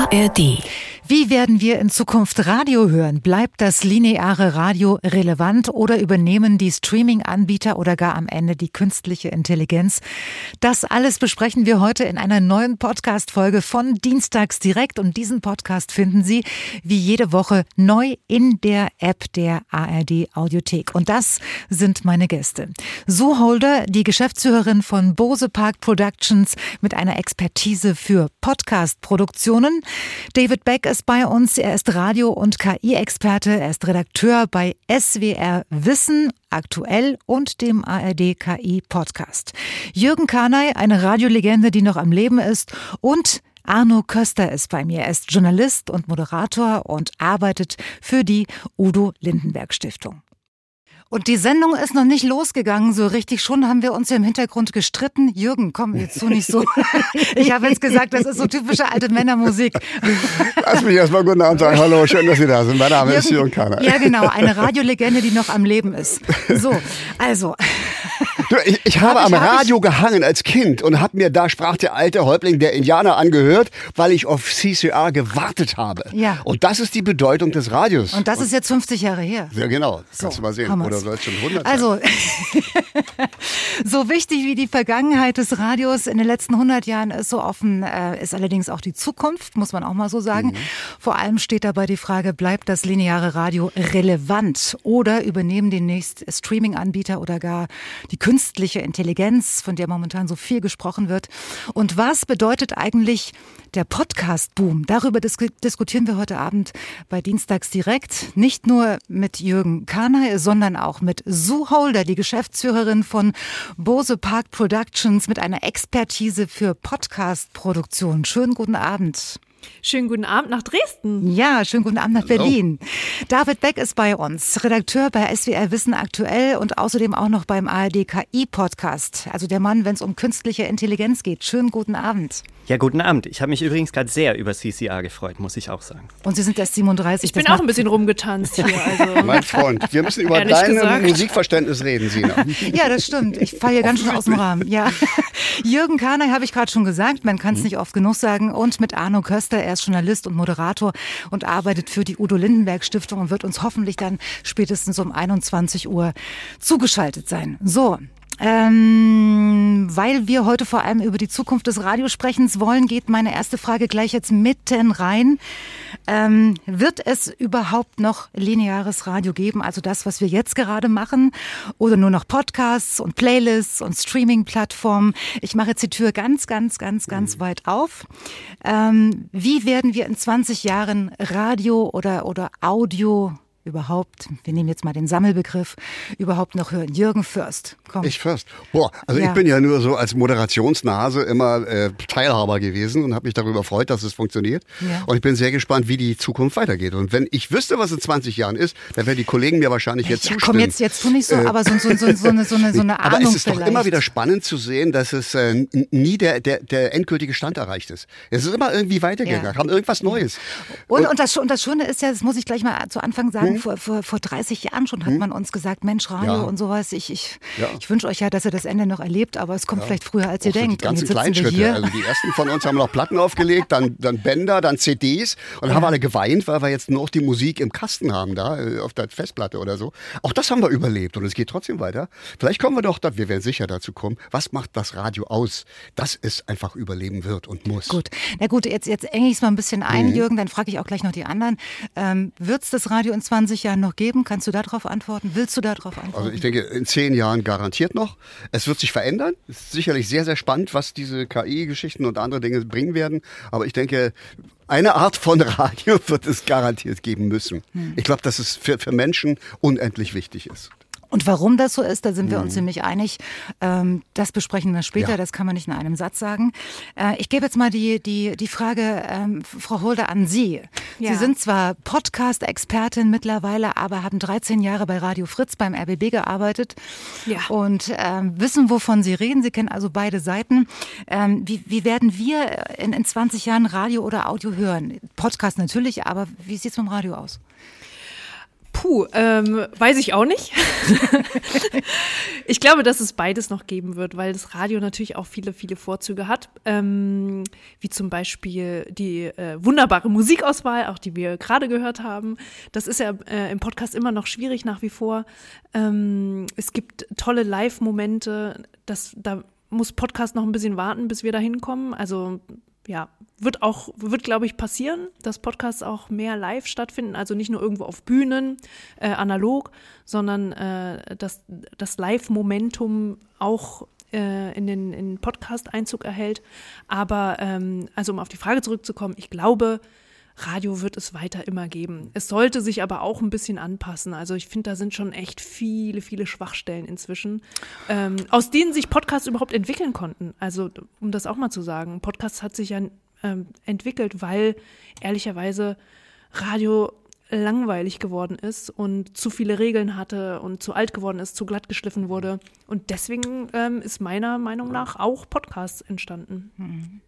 ARD. Wie werden wir in Zukunft Radio hören? Bleibt das lineare Radio relevant oder übernehmen die Streaming-Anbieter oder gar am Ende die künstliche Intelligenz? Das alles besprechen wir heute in einer neuen Podcast-Folge von Dienstags direkt. Und diesen Podcast finden Sie wie jede Woche neu in der App der ARD Audiothek. Und das sind meine Gäste. Sue Holder, die Geschäftsführerin von Bose Park Productions mit einer Expertise für Podcast-Produktionen. David Beck ist bei uns. Er ist Radio- und KI-Experte. Er ist Redakteur bei SWR Wissen aktuell und dem ARD KI Podcast. Jürgen Kanay, eine Radiolegende, die noch am Leben ist, und Arno Köster ist bei mir. Er ist Journalist und Moderator und arbeitet für die Udo Lindenberg Stiftung. Und die Sendung ist noch nicht losgegangen so richtig. Schon haben wir uns ja im Hintergrund gestritten. Jürgen, komm, jetzt tu nicht so. Ich habe jetzt gesagt, das ist so typische alte Männermusik. Lass mich erstmal guten Abend sagen. Hallo, schön, dass Sie da sind. Mein Name ist Jürgen Kanay. Ja, genau, eine Radiolegende, die noch am Leben ist. So, also. Du, ich habe am Radio gehangen als Kind und habe mir, da sprach der alte Häuptling der Indianer, angehört, weil ich auf CCR gewartet habe. Ja. Und das ist die Bedeutung des Radios. Und das ist jetzt 50 Jahre her. Ja, genau. So, kannst du mal sehen. Hammer's. Oder soll es schon 100 sein? Also, so wichtig wie die Vergangenheit des Radios in den letzten 100 Jahren ist, so offen ist allerdings auch die Zukunft, muss man auch mal so sagen. Vor allem steht dabei die Frage, bleibt das lineare Radio relevant oder übernehmen demnächst Streaming-Anbieter oder gar die künstliche Intelligenz, von der momentan so viel gesprochen wird. Und was bedeutet eigentlich der Podcast-Boom? Darüber diskutieren wir heute Abend bei Dienstags direkt. Nicht nur mit Jürgen Kanay, sondern auch mit Sue Holder, die Geschäftsführerin von Bose Park Productions mit einer Expertise für Podcast-Produktion. Schönen guten Abend. Schönen guten Abend nach Dresden. Ja, schönen guten Abend nach Berlin. David Beck ist bei uns, Redakteur bei SWR Wissen aktuell und außerdem auch noch beim ARD KI Podcast. Also der Mann, wenn es um künstliche Intelligenz geht. Schönen guten Abend. Ja, guten Abend. Ich habe mich übrigens gerade sehr über CCR gefreut, muss ich auch sagen. Und Sie sind erst 37. Ich bin auch ein bisschen rumgetanzt hier. Also. Mein Freund, wir müssen über dein Musikverständnis reden, Sina. Ja, das stimmt. Ich falle hier ganz schön aus dem Rahmen. Ja. Jürgen Kanay habe ich gerade schon gesagt. Man kann es nicht oft genug sagen. Und mit Arno Köster. Er ist Journalist und Moderator und arbeitet für die Udo Lindenberg Stiftung und wird uns hoffentlich dann spätestens um 21 Uhr zugeschaltet sein. So. Weil wir heute vor allem über die Zukunft des Radiosprechens wollen, geht meine erste Frage gleich jetzt mitten rein. Wird es überhaupt noch lineares Radio geben, also das, was wir jetzt gerade machen, oder nur noch Podcasts und Playlists und Streaming-Plattformen? Ich mache jetzt die Tür ganz weit auf. Wie werden wir in 20 Jahren Radio oder Audio überhaupt, wir nehmen jetzt mal den Sammelbegriff, überhaupt noch hören? Jürgen Fürst, komm. Ich Fürst? Boah, also ja. Ich bin ja nur so als Moderationsnase immer Teilhaber gewesen und habe mich darüber gefreut, dass es funktioniert. Ja. Und ich bin sehr gespannt, wie die Zukunft weitergeht. Und wenn ich wüsste, was in 20 Jahren ist, dann werden die Kollegen mir wahrscheinlich jetzt zustimmen. Komm, jetzt tu nicht so, aber so eine Ahnung. Aber es ist vielleicht. Doch immer wieder spannend zu sehen, dass es nie der endgültige Stand erreicht ist. Es ist immer irgendwie weitergegangen, ja. Kam irgendwas Neues. Und das Schöne ist ja, das muss ich gleich mal zu Anfang sagen, vor 30 Jahren schon hat man uns gesagt, Mensch, Radio und sowas, ich wünsche euch ja, dass ihr das Ende noch erlebt, aber es kommt vielleicht früher, als ihr denkt. Die ganzen Kleinschritte, also die ersten von uns haben noch Platten aufgelegt, dann Bänder, dann CDs und haben alle geweint, weil wir jetzt nur noch die Musik im Kasten haben da, auf der Festplatte oder so. Auch das haben wir überlebt und es geht trotzdem weiter. Vielleicht kommen wir doch, wir werden sicher dazu kommen, was macht das Radio aus, dass es einfach überleben wird und muss. Gut, na gut, jetzt enge ich es mal ein bisschen ein, Jürgen, dann frage ich auch gleich noch die anderen. Wird es das Radio in 20 Jahren noch geben? Kannst du darauf antworten? Willst du darauf antworten? Also ich denke, in 10 Jahren garantiert noch. Es wird sich verändern. Es ist sicherlich sehr, sehr spannend, was diese KI-Geschichten und andere Dinge bringen werden. Aber ich denke, eine Art von Radio wird es garantiert geben müssen. Ich glaube, dass es für Menschen unendlich wichtig ist. Und warum das so ist, da sind wir uns ziemlich einig. Das besprechen wir später, das kann man nicht in einem Satz sagen. Ich gebe jetzt mal die Frage, Frau Holder, an Sie. Ja. Sie sind zwar Podcast-Expertin mittlerweile, aber haben 13 Jahre bei Radio Fritz beim RBB gearbeitet und wissen, wovon Sie reden. Sie kennen also beide Seiten. Wie werden wir in 20 Jahren Radio oder Audio hören? Podcast natürlich, aber wie sieht es mit dem Radio aus? Weiß ich auch nicht. Ich glaube, dass es beides noch geben wird, weil das Radio natürlich auch viele, viele Vorzüge hat, wie zum Beispiel die wunderbare Musikauswahl, auch die wir gerade gehört haben. Das ist ja im Podcast immer noch schwierig nach wie vor. Es gibt tolle Live-Momente, da muss Podcast noch ein bisschen warten, bis wir da hinkommen. Also ja, wird, glaube ich, passieren, dass Podcasts auch mehr live stattfinden, also nicht nur irgendwo auf Bühnen, analog, sondern das Live-Momentum auch in den Podcast Einzug erhält. Aber also um auf die Frage zurückzukommen, ich glaube, Radio wird es weiter immer geben. Es sollte sich aber auch ein bisschen anpassen. Also ich finde, da sind schon echt viele, viele Schwachstellen inzwischen, aus denen sich Podcasts überhaupt entwickeln konnten. Also um das auch mal zu sagen, Podcasts hat sich ja entwickelt, weil ehrlicherweise Radio langweilig geworden ist und zu viele Regeln hatte und zu alt geworden ist, zu glatt geschliffen wurde. Und deswegen ist meiner Meinung nach auch Podcasts entstanden.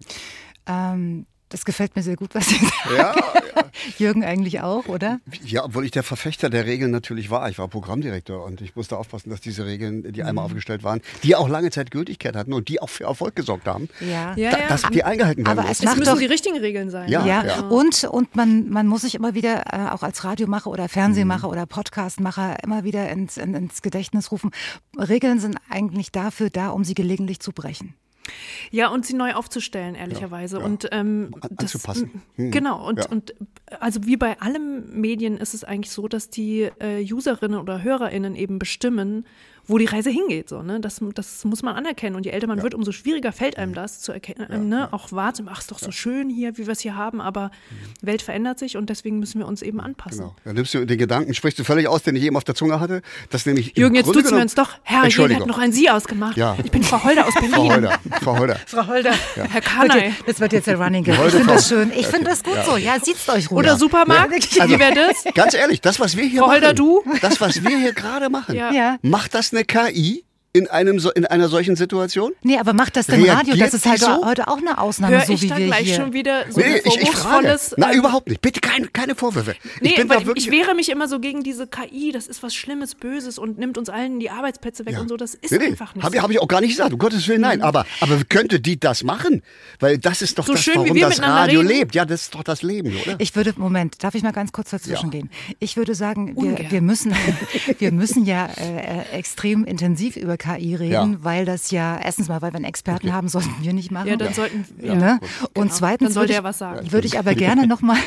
Das gefällt mir sehr gut, was Sie sagen. Ja. Jürgen eigentlich auch, oder? Ja, obwohl ich der Verfechter der Regeln natürlich war. Ich war Programmdirektor und ich musste aufpassen, dass diese Regeln, die einmal aufgestellt waren, die auch lange Zeit Gültigkeit hatten und die auch für Erfolg gesorgt haben, dass die eingehalten werden. Aber es müssen die richtigen Regeln sein. Ja. Und man muss sich immer wieder, auch als Radiomacher oder Fernsehmacher oder Podcastmacher, immer wieder ins Gedächtnis rufen. Regeln sind eigentlich dafür da, um sie gelegentlich zu brechen. Ja, und sie neu aufzustellen, ehrlicherweise. Ja. Und anzupassen. Genau, und also wie bei allen Medien ist es eigentlich so, dass die Userinnen oder HörerInnen eben bestimmen, wo die Reise hingeht. So, ne? Das muss man anerkennen. Und je älter man wird, umso schwieriger fällt einem das zu erkennen, auch wahrzunehmen, ach, ist doch so schön hier, wie wir es hier haben, aber die Welt verändert sich und deswegen müssen wir uns eben anpassen. Genau. Dann nimmst du den Gedanken, sprichst du völlig aus, den ich eben auf der Zunge hatte, dass nämlich Jürgen, jetzt tut's mir uns doch. Herr, jeder hat noch ein Sie ausgemacht. Ja. Ich bin Frau Holder aus Berlin. Frau Holder. Frau Holder. Ja. Herr Kanay. Das wird jetzt der Running Gag. Ich finde das schön. Ich finde das gut so. Ja, sieht's euch ruhig. Oder Supermarkt. Also, wie wäre das? Ganz ehrlich, das, was wir hier Frau Holder, du? Das, was wir hier gerade machen, Ja. macht das eine KI? In einer solchen Situation? Nee, aber macht das denn Radio? Das ist halt so? heute auch eine Ausnahme, so wie wir hier. Hör ich da gleich schon wieder so ein vorwurfsvolles... Nein, überhaupt nicht. Bitte keine Vorwürfe. Nee, ich wehre mich immer so gegen diese KI, das ist was Schlimmes, Böses und nimmt uns allen die Arbeitsplätze weg und so. Das ist einfach nicht so. Habe ich auch gar nicht gesagt, um Gottes Willen, nein. Aber könnte die das machen? Weil das ist doch so das, schön, warum wie wir das Radio reden. lebt. Ja, das ist doch das Leben, oder? Darf ich mal ganz kurz dazwischen gehen? Ich würde sagen, wir müssen ja extrem intensiv über KI reden, weil das ja, erstens mal, weil wir einen Experten haben, sollten wir nicht machen. Ja, dann sollten wir. Ne? Und zweitens dann sollte was sagen. Würde ich aber gerne nochmal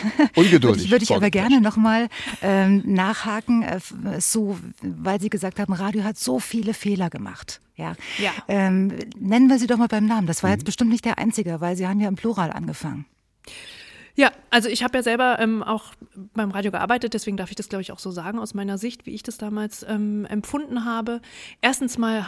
nachhaken, so, weil Sie gesagt haben, Radio hat so viele Fehler gemacht. Ja. Nennen wir sie doch mal beim Namen. Das war jetzt bestimmt nicht der einzige, weil Sie haben ja im Plural angefangen. Ja, also ich habe ja selber auch beim Radio gearbeitet, deswegen darf ich das, glaube ich, auch so sagen aus meiner Sicht, wie ich das damals empfunden habe. Erstens mal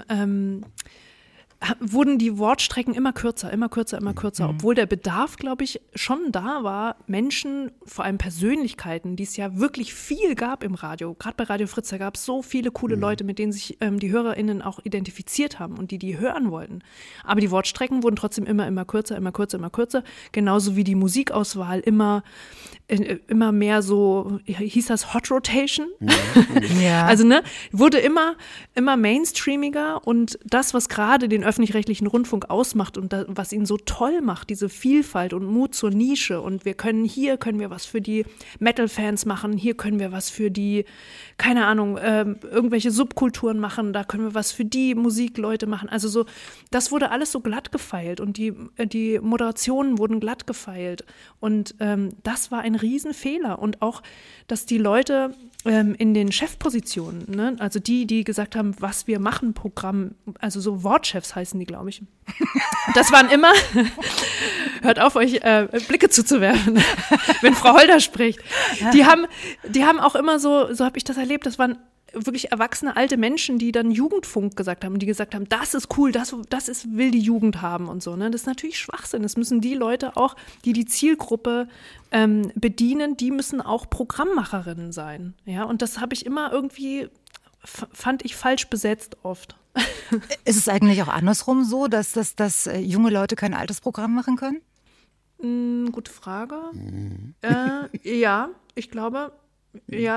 wurden die Wortstrecken immer kürzer, obwohl der Bedarf, glaube ich, schon da war, Menschen, vor allem Persönlichkeiten, die es ja wirklich viel gab im Radio, gerade bei Radio Fritz, da gab es so viele coole Leute, mit denen sich die HörerInnen auch identifiziert haben und die hören wollten. Aber die Wortstrecken wurden trotzdem immer kürzer, genauso wie die Musikauswahl immer mehr so, hieß das Hot Rotation? Ja. Also wurde immer mainstreamiger und das, was gerade den öffentlich-rechtlichen Rundfunk ausmacht und was ihn so toll macht, diese Vielfalt und Mut zur Nische und können wir was für die Metal-Fans machen, hier können wir was für die, keine Ahnung, irgendwelche Subkulturen machen, da können wir was für die Musikleute machen, also so, das wurde alles so glatt gefeilt und die Moderationen wurden glatt gefeilt und das war ein Riesenfehler und auch, dass die Leute in den Chefpositionen, ne, also die gesagt haben, was wir machen, Programm, also so Wortchefs heißen die, glaube ich. Das waren immer, hört auf, euch Blicke zuzuwerfen, wenn Frau Holder spricht. Die haben auch immer so habe ich das erlebt, das waren wirklich erwachsene alte Menschen, die dann Jugendfunk gesagt haben, die gesagt haben, das ist cool, will die Jugend haben und so. Ne? Das ist natürlich Schwachsinn. Das müssen die Leute auch, die Zielgruppe bedienen, die müssen auch Programmmacherinnen sein. Ja? Und das habe ich immer irgendwie, fand ich falsch besetzt oft. Ist es eigentlich auch andersrum so, dass junge Leute kein altes Programm machen können? Gute Frage. Ja, ich glaube, ja.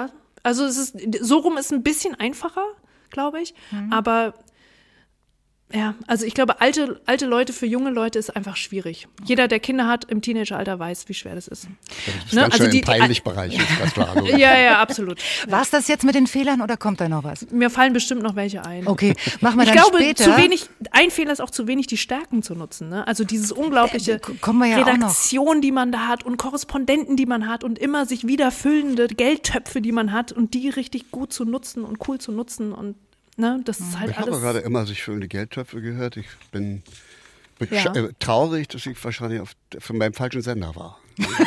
Also es ist, so rum ist ein bisschen einfacher, glaube ich. Aber ja, also ich glaube, alte Leute für junge Leute ist einfach schwierig. Jeder, der Kinder hat im Teenageralter, weiß, wie schwer das ist. Das ist ganz schön im Peinlich-Bereich, ist das klar. Ja, absolut. War es das jetzt mit den Fehlern oder kommt da noch was? Mir fallen bestimmt noch welche ein. Okay, machen wir dann später. Ich glaube, ein Fehler ist auch zu wenig, die Stärken zu nutzen. Ne? Also dieses unglaubliche Redaktion, die man da hat und Korrespondenten, die man hat und immer sich wieder füllende Geldtöpfe, die man hat und die richtig gut zu nutzen und cool zu nutzen und ne, das ist halt ich habe gerade immer sich füllende Geldtöpfe gehört. Ich bin traurig, dass ich wahrscheinlich von meinem falschen Sender war.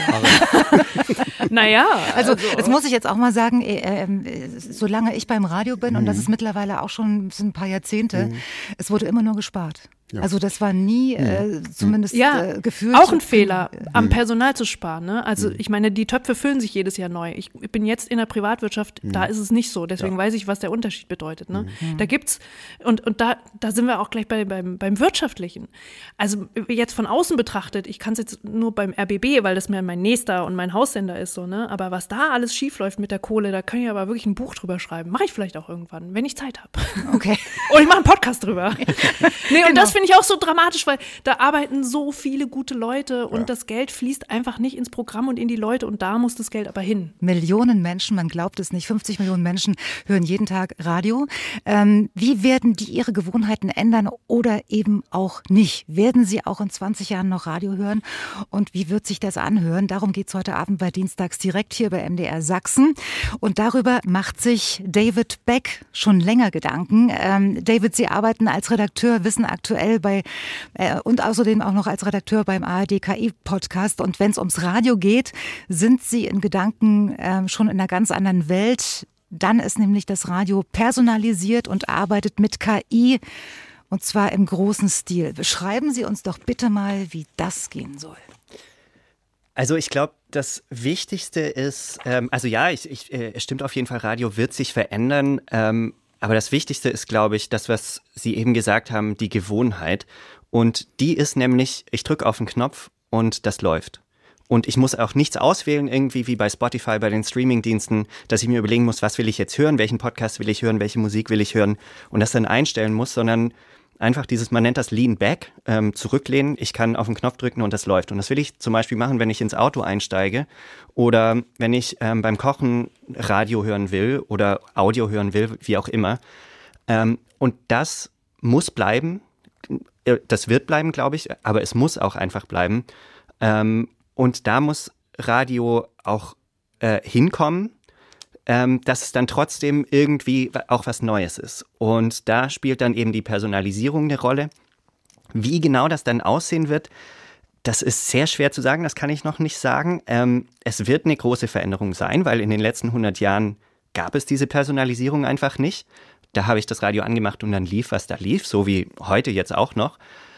Naja. Also das muss ich jetzt auch mal sagen, solange ich beim Radio bin, und das ist mittlerweile auch schon ein paar Jahrzehnte, es wurde immer nur gespart. Ja. Also das war nie zumindest gefühlt. Auch ein Fehler, am Personal zu sparen. Ne? Also ich meine, die Töpfe füllen sich jedes Jahr neu. Ich bin jetzt in der Privatwirtschaft, da ist es nicht so. Deswegen weiß ich, was der Unterschied bedeutet. Ne? Da gibt's, und da sind wir auch gleich beim Wirtschaftlichen. Also jetzt von außen betrachtet, ich kann es jetzt nur beim RBB, weil das mir mein nächster und mein Haussender ist. So, ne? Aber was da alles schiefläuft mit der Kohle, da kann ich aber wirklich ein Buch drüber schreiben. Mache ich vielleicht auch irgendwann, wenn ich Zeit habe. Okay. Und ich mache einen Podcast drüber. Nee, und das finde ich auch so dramatisch, weil da arbeiten so viele gute Leute und das Geld fließt einfach nicht ins Programm und in die Leute und da muss das Geld aber hin. Millionen Menschen, man glaubt es nicht, 50 Millionen Menschen hören jeden Tag Radio. Wie werden die ihre Gewohnheiten ändern oder eben auch nicht? Werden sie auch in 20 Jahren noch Radio hören und wie wird sich das anhören? Darum geht es heute Abend bei Dienstags direkt hier bei MDR Sachsen und darüber macht sich David Beck schon länger Gedanken. David, Sie arbeiten als Redakteur Wissen aktuell und außerdem auch noch als Redakteur beim ARD-KI-Podcast. Und wenn es ums Radio geht, sind Sie in Gedanken schon in einer ganz anderen Welt. Dann ist nämlich das Radio personalisiert und arbeitet mit KI und zwar im großen Stil. Beschreiben Sie uns doch bitte mal, wie das gehen soll. Also ich glaube, das Wichtigste ist, es stimmt auf jeden Fall, Radio wird sich verändern. Aber das Wichtigste ist, glaube ich, das, was Sie eben gesagt haben, die Gewohnheit. Und die ist nämlich, ich drücke auf den Knopf und das läuft. Und ich muss auch nichts auswählen, irgendwie wie bei Spotify, bei den Streamingdiensten, dass ich mir überlegen muss, was will ich jetzt hören, welchen Podcast will ich hören, welche Musik will ich hören und das dann einstellen muss, sondern einfach man nennt das Lean Back, zurücklehnen. Ich kann auf den Knopf drücken und das läuft. Und das will ich zum Beispiel machen, wenn ich ins Auto einsteige oder wenn ich beim Kochen Radio hören will oder Audio hören will, wie auch immer. Und das muss bleiben. Das wird bleiben, glaube ich, aber es muss auch einfach bleiben. Und da muss Radio auch hinkommen, dass es dann trotzdem irgendwie auch was Neues ist. Und da spielt dann eben die Personalisierung eine Rolle. Wie genau das dann aussehen wird, das ist sehr schwer zu sagen, das kann ich noch nicht sagen. Es wird eine große Veränderung sein, weil in den letzten 100 Jahren gab es diese Personalisierung einfach nicht. Da habe ich das Radio angemacht und dann lief, was da lief, so wie heute jetzt auch noch.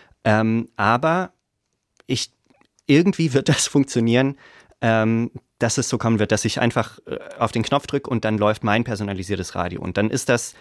Aber irgendwie wird das funktionieren, dass es so kommen wird, dass ich einfach auf den Knopf drücke und dann läuft mein personalisiertes Radio. Und dann ist das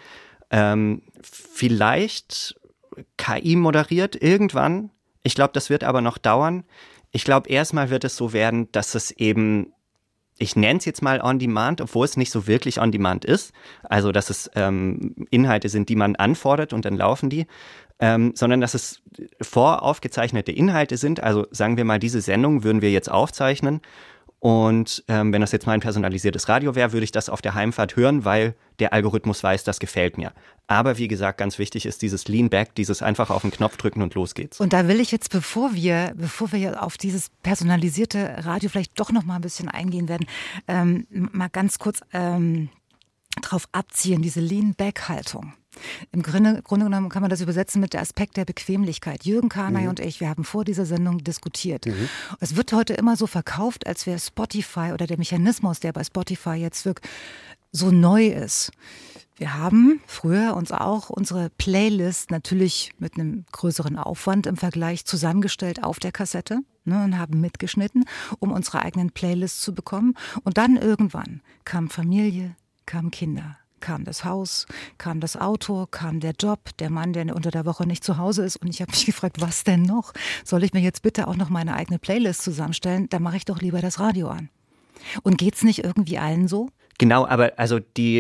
vielleicht KI moderiert irgendwann. Ich glaube, das wird aber noch dauern. Ich glaube, erstmal wird es so werden, dass es eben, ich nenne es jetzt mal on demand, obwohl es nicht so wirklich on demand ist. Also, dass es Inhalte sind, die man anfordert und dann laufen die. Sondern dass es voraufgezeichnete Inhalte sind. Also sagen wir mal, diese Sendung würden wir jetzt aufzeichnen. Und wenn das jetzt mein personalisiertes Radio wäre, würde ich das auf der Heimfahrt hören, weil der Algorithmus weiß, das gefällt mir. Aber wie gesagt, ganz wichtig ist dieses Lean Back, dieses einfach auf den Knopf drücken und los geht's. Und da will ich jetzt, bevor wir auf dieses personalisierte Radio vielleicht doch noch mal ein bisschen eingehen werden, mal ganz kurz drauf abziehen, diese Lean Back Haltung. Im Grunde genommen kann man das übersetzen mit der Aspekt der Bequemlichkeit. Jürgen Karnay und ich, wir haben vor dieser Sendung diskutiert. Es wird heute immer so verkauft, als wäre Spotify oder der Mechanismus, der bei Spotify jetzt wirklich so neu ist. Wir haben früher uns auch unsere Playlist natürlich mit einem größeren Aufwand im Vergleich zusammengestellt auf der Kassette, ne, und haben mitgeschnitten, um unsere eigenen Playlists zu bekommen. Und dann irgendwann kam Familie, kamen Kinder. Kam das Haus, kam das Auto, kam der Job, der Mann, der unter der Woche nicht zu Hause ist. Und ich habe mich gefragt, was denn noch? Soll ich mir jetzt bitte auch noch meine eigene Playlist zusammenstellen? Dann mache ich doch lieber das Radio an. Und geht's nicht irgendwie allen so? Genau, aber also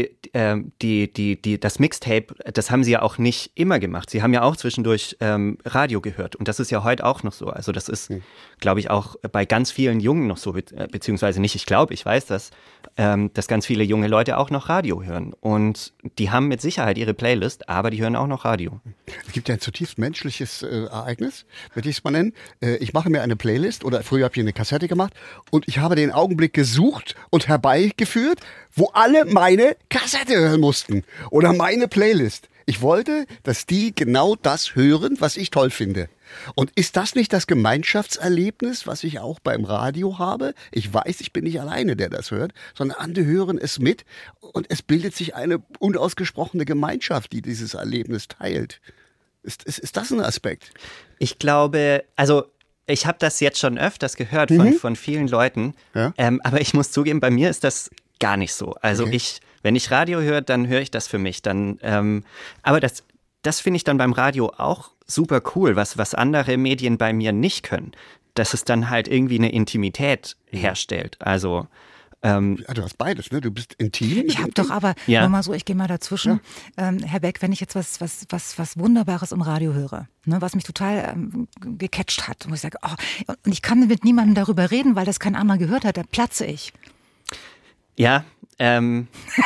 das Mixtape, das haben sie ja auch nicht immer gemacht. Sie haben ja auch zwischendurch Radio gehört und das ist ja heute auch noch so. Also das ist, glaube ich, auch bei ganz vielen Jungen noch so, beziehungsweise nicht, ich weiß das, dass ganz viele junge Leute auch noch Radio hören und die haben mit Sicherheit ihre Playlist, aber die hören auch noch Radio. Es gibt ja ein zutiefst menschliches Ereignis, würde ich es mal nennen. Ich mache mir eine Playlist oder früher habe ich eine Kassette gemacht und ich habe den Augenblick gesucht und herbeigeführt, wo alle meine Kassette hören mussten oder meine Playlist. Ich wollte, dass die genau das hören, was ich toll finde. Und ist das nicht das Gemeinschaftserlebnis, was ich auch beim Radio habe? Ich weiß, ich bin nicht alleine, der das hört, sondern andere hören es mit und es bildet sich eine unausgesprochene Gemeinschaft, die dieses Erlebnis teilt. Ist das ein Aspekt? Ich glaube, also ich habe das jetzt schon öfters gehört von vielen Leuten, ja? Aber ich muss zugeben, bei mir ist das gar nicht so. Also okay. Wenn ich Radio höre, dann höre ich das für mich. Aber das finde ich dann beim Radio auch super cool, was andere Medien bei mir nicht können. Dass es dann halt irgendwie eine Intimität herstellt. Also ja, du hast beides, ne? Du bist intim. Ich habe doch aber, nur mal so, ich gehe mal dazwischen. Ja. Herr Beck, wenn ich jetzt was Wunderbares im Radio höre, ne, was mich total gecatcht hat, wo ich sage, oh, und ich kann mit niemandem darüber reden, weil das kein anderer gehört hat, dann platze ich. Ja, Verstehen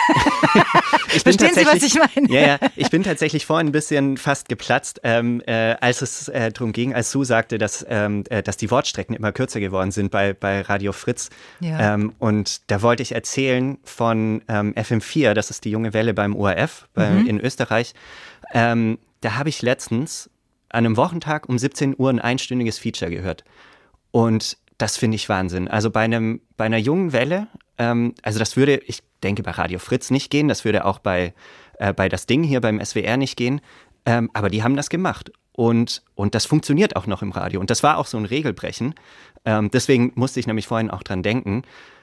Sie, was ich meine? Ja, ich bin tatsächlich vorhin ein bisschen fast geplatzt, als es darum ging, als Sue sagte, dass die Wortstrecken immer kürzer geworden sind bei Radio Fritz. Ja. Und da wollte ich erzählen von FM4, das ist die junge Welle beim ORF in Österreich. Da habe ich letztens an einem Wochentag um 17 Uhr ein einstündiges Feature gehört. Und das finde ich Wahnsinn. Also bei einer jungen Welle, also das würde, ich denke, bei Radio Fritz nicht gehen, das würde auch bei das Ding hier beim SWR nicht gehen, aber die haben das gemacht und das funktioniert auch noch im Radio und das war auch so ein Regelbrechen, deswegen musste ich nämlich vorhin auch dran denken.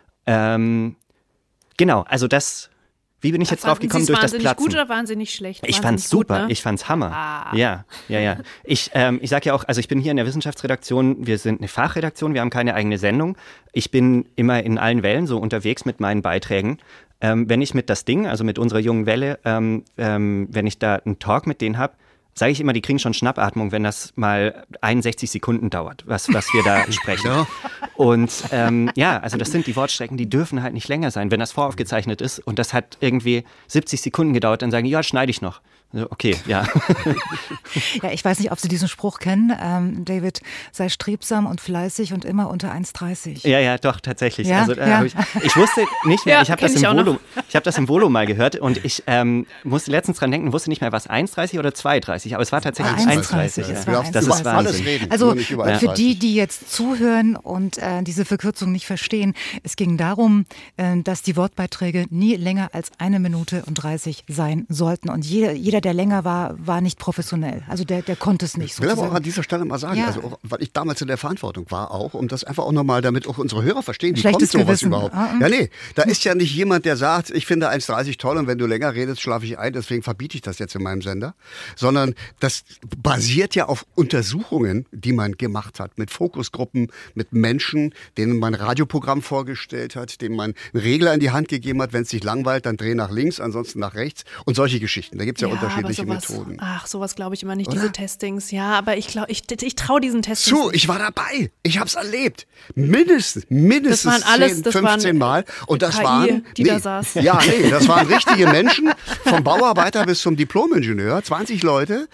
Genau, also das, wie bin ich jetzt drauf gekommen durch das Platzen? Wahnsinnig gut oder wahnsinnig schlecht? Ich fand's super, gut, ne? Ich fand's Hammer. Ja. Ich sag ja auch, also ich bin hier in der Wissenschaftsredaktion, wir sind eine Fachredaktion, wir haben keine eigene Sendung. Ich bin immer in allen Wellen so unterwegs mit meinen Beiträgen. Wenn ich mit das Ding, also mit unserer jungen Welle, wenn ich da einen Talk mit denen habe, sage ich immer, die kriegen schon Schnappatmung, wenn das mal 61 Sekunden dauert, was wir da sprechen. Ja. Und also das sind die Wortstrecken, die dürfen halt nicht länger sein. Wenn das voraufgezeichnet ist und das hat irgendwie 70 Sekunden gedauert, dann sagen die, ja, schneide ich noch. Okay, ja. Ja, ich weiß nicht, ob Sie diesen Spruch kennen. David, sei strebsam und fleißig und immer unter 1,30. Ja, doch, tatsächlich. Ja? Also, ich wusste nicht mehr, ich habe das im Volo mal gehört und ich musste letztens dran denken, wusste nicht mehr, was 1,30 oder 2,30, aber es war tatsächlich 1,30. Ja. Das ist Wahnsinn. Reden, also für die jetzt zuhören und diese Verkürzung nicht verstehen, es ging darum, dass die Wortbeiträge nie länger als 1 Minute und 30 sein sollten und jeder, der länger war nicht professionell. Also der konnte es nicht. Ich will aber auch an dieser Stelle mal sagen, also weil ich damals in der Verantwortung war auch, um das einfach auch nochmal, damit auch unsere Hörer verstehen, wie kommt sowas überhaupt? Ja, nee, da ist ja nicht jemand, der sagt, ich finde 1,30 toll und wenn du länger redest, schlafe ich ein, deswegen verbiete ich das jetzt in meinem Sender. Sondern das basiert ja auf Untersuchungen, die man gemacht hat, mit Fokusgruppen, mit Menschen, denen man ein Radioprogramm vorgestellt hat, denen man einen Regler in die Hand gegeben hat, wenn es sich langweilt, dann dreh nach links, ansonsten nach rechts und solche Geschichten. Da gibt es ja unterschiedliche Methoden. Ach, sowas glaube ich immer nicht, oder? Diese Testings. Ja, aber ich glaube, ich traue diesen Testings nicht. Ich war dabei. Ich habe es erlebt. Mindestens das waren alles, 10, 15 Mal. Und das KI, waren, die da saß. Ja, das waren richtige Menschen, vom Bauarbeiter bis zum Diplom-Ingenieur, 20 Leute,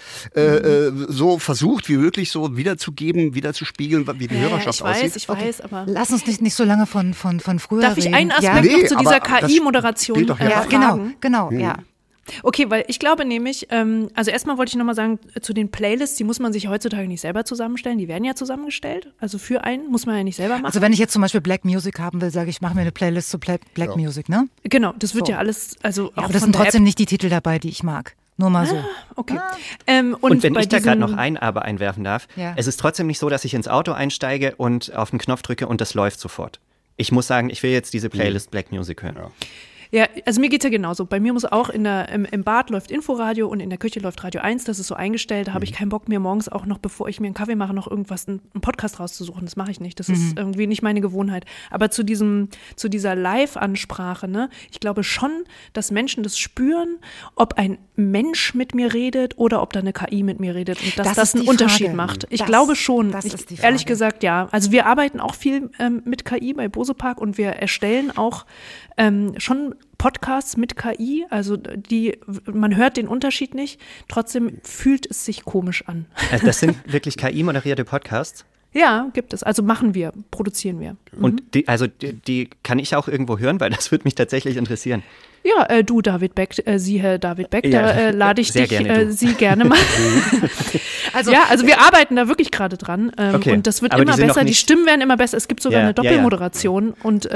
so versucht, wie möglich so wiederzugeben, wiederzuspiegeln, wie die Hörerschaft aussieht. Ich weiß, aber... Lass uns nicht so lange von früher reden. Darf ich einen Aspekt noch zu dieser KI-Moderation fragen? Genau, ja. Okay, weil ich glaube nämlich, also erstmal wollte ich nochmal sagen, zu den Playlists, die muss man sich heutzutage nicht selber zusammenstellen, die werden ja zusammengestellt, also für einen muss man ja nicht selber machen. Also wenn ich jetzt zum Beispiel Black Music haben will, sage ich, mache mir eine Playlist zu Black Music, ne? Genau, das wird ja alles, also auch aber das sind trotzdem nicht die Titel dabei, die ich mag. Nur mal so. Okay. Und wenn ich da gerade noch ein Aber einwerfen darf, es ist trotzdem nicht so, dass ich ins Auto einsteige und auf den Knopf drücke und das läuft sofort. Ich muss sagen, ich will jetzt diese Playlist Black Music hören. Ja. Ja, also mir geht's ja genauso. Bei mir muss auch im Bad läuft Inforadio und in der Küche läuft Radio 1. Das ist so eingestellt. Da habe ich keinen Bock mir morgens auch noch, bevor ich mir einen Kaffee mache, noch einen Podcast rauszusuchen. Das mache ich nicht. Das ist irgendwie nicht meine Gewohnheit. Aber zu dieser Live-Ansprache, ne, ich glaube schon, dass Menschen das spüren, ob ein Mensch mit mir redet oder ob da eine KI mit mir redet und dass das einen Unterschied macht. Ich glaube schon. Ehrlich gesagt, ja. Also wir arbeiten auch viel mit KI bei Bosepark und wir erstellen auch schon Podcasts mit KI, also man hört den Unterschied nicht, trotzdem fühlt es sich komisch an. Also das sind wirklich KI-moderierte Podcasts? Ja, gibt es. Also produzieren wir. Und die kann ich auch irgendwo hören, weil das würde mich tatsächlich interessieren. Ja, du David Beck, Sie Herr David Beck, ja, da lade ich dich, gerne Sie gerne mal. Also wir arbeiten da wirklich gerade dran okay. Und das wird immer besser, die Stimmen werden immer besser, es gibt sogar eine Doppelmoderation und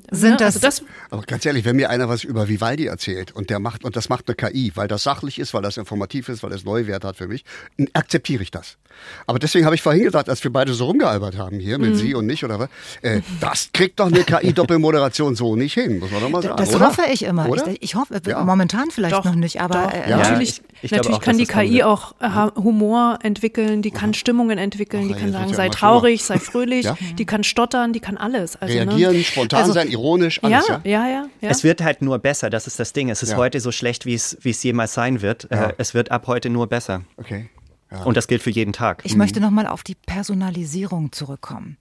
aber ganz ehrlich, wenn mir einer was über Vivaldi erzählt und das macht eine KI, weil das sachlich ist, weil das informativ ist, weil das Neuwert hat für mich, akzeptiere ich das. Aber deswegen habe ich vorhin gesagt, als wir beide so rumgealbert haben hier mit Sie und nicht oder was, das kriegt doch eine KI-Doppelmoderation so nicht hin, muss man doch mal sagen. Das hoffe ich immer. Ich hoffe, momentan vielleicht noch nicht, aber natürlich kann die KI auch Humor entwickeln, die kann Stimmungen entwickeln, die kann sagen, sei traurig, sei fröhlich, die kann stottern, die kann alles. Also, reagieren, spontan sein, ironisch, alles. Ja. Es wird halt nur besser, das ist das Ding. Es ist heute so schlecht, wie es jemals sein wird. Es wird ab heute nur besser. Okay. Ja. Und das gilt für jeden Tag. Ich möchte nochmal auf die Personalisierung zurückkommen.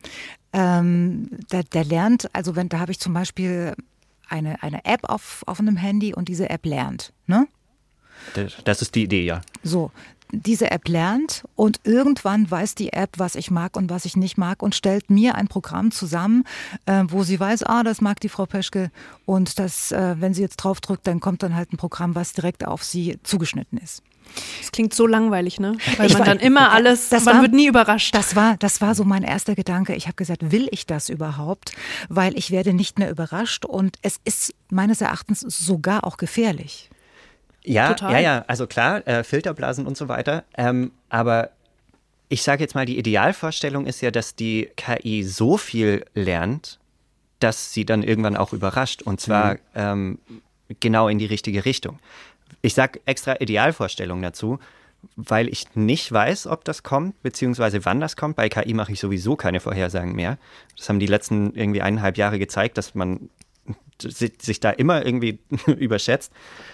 Der lernt, also da habe ich zum Beispiel eine App auf einem Handy und diese App lernt, ne? Das ist die Idee, ja. So, diese App lernt und irgendwann weiß die App, was ich mag und was ich nicht mag und stellt mir ein Programm zusammen, wo sie weiß, das mag die Frau Peschke und das, wenn sie jetzt draufdrückt, dann kommt dann halt ein Programm, was direkt auf sie zugeschnitten ist. Das klingt so langweilig, ne? Weil man dann immer alles, man wird nie überrascht. Das war so mein erster Gedanke. Ich habe gesagt, will ich das überhaupt? Weil ich werde nicht mehr überrascht und es ist meines Erachtens sogar auch gefährlich. Ja, total. Ja, also klar, Filterblasen und so weiter. Aber ich sage jetzt mal, die Idealvorstellung ist ja, dass die KI so viel lernt, dass sie dann irgendwann auch überrascht. Und zwar genau in die richtige Richtung. Ich sage extra Idealvorstellung dazu, weil ich nicht weiß, ob das kommt, beziehungsweise wann das kommt. Bei KI mache ich sowieso keine Vorhersagen mehr. Das haben die letzten irgendwie 1,5 Jahre gezeigt, dass man sich da immer irgendwie überschätzt.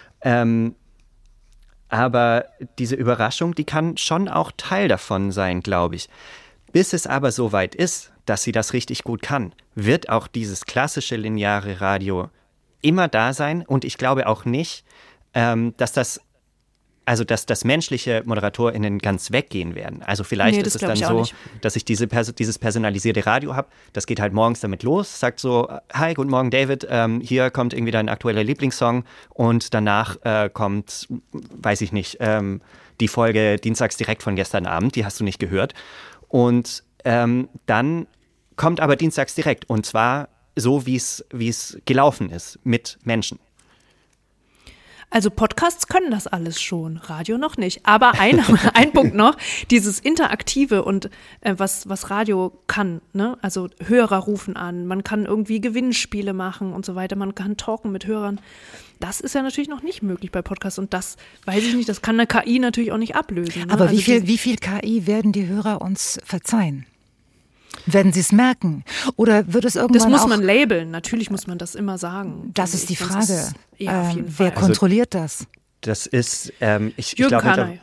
Aber diese Überraschung, die kann schon auch Teil davon sein, glaube ich. Bis es aber so weit ist, dass sie das richtig gut kann, wird auch dieses klassische lineare Radio immer da sein. Und ich glaube auch nicht, dass das menschliche ModeratorInnen ganz weggehen werden. Also vielleicht ist es dann so, dass ich dieses personalisierte Radio habe. Das geht halt morgens damit los, sagt so, hi, guten Morgen David, hier kommt irgendwie dein aktueller Lieblingssong und danach kommt, weiß ich nicht, die Folge dienstags direkt von gestern Abend, die hast du nicht gehört. Und dann kommt aber dienstags direkt und zwar so, wie es gelaufen ist mit Menschen. Also Podcasts können das alles schon, Radio noch nicht. Aber ein Punkt noch, dieses Interaktive und was Radio kann, ne? Also Hörer rufen an, man kann irgendwie Gewinnspiele machen und so weiter, man kann talken mit Hörern. Das ist ja natürlich noch nicht möglich bei Podcasts und das weiß ich nicht, das kann eine KI natürlich auch nicht ablösen. Ne? Aber wie viel KI werden die Hörer uns verzeihen? Werden sie es merken? Oder wird es irgendwann Das muss man labeln, natürlich muss man das immer sagen. Das ist die Frage. Ja, auf jeden Fall. Wer kontrolliert das? Das ist, ich Jürgen glaube...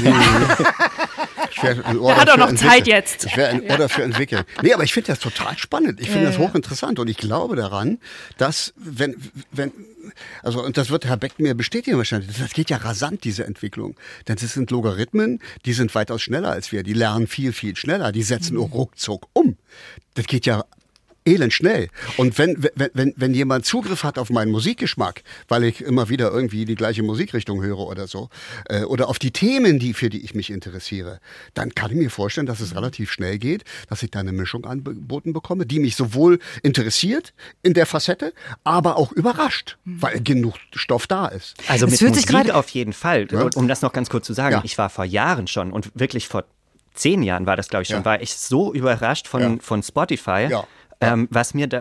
Er hat auch noch Zeit jetzt. Ich werde ein Ohr dafür entwickeln. Nee, aber ich finde das total spannend. Ich finde das hochinteressant und ich glaube daran, dass und das wird Herr Beck mir bestätigen wahrscheinlich, das geht ja rasant, diese Entwicklung. Denn es sind Logarithmen, die sind weitaus schneller als wir. Die lernen viel, viel schneller. Die setzen ruckzuck um. Das geht ja elend schnell. Und wenn jemand Zugriff hat auf meinen Musikgeschmack, weil ich immer wieder irgendwie die gleiche Musikrichtung höre oder so, oder auf die Themen, für die ich mich interessiere, dann kann ich mir vorstellen, dass es relativ schnell geht, dass ich da eine Mischung angeboten bekomme, die mich sowohl interessiert in der Facette, aber auch überrascht, weil genug Stoff da ist. Also mit Musik auf jeden Fall. Ja. Um das noch ganz kurz zu sagen, ich war vor Jahren schon und wirklich vor 10 Jahren war das, glaube ich, schon, war ich so überrascht von Spotify. Ja. was mir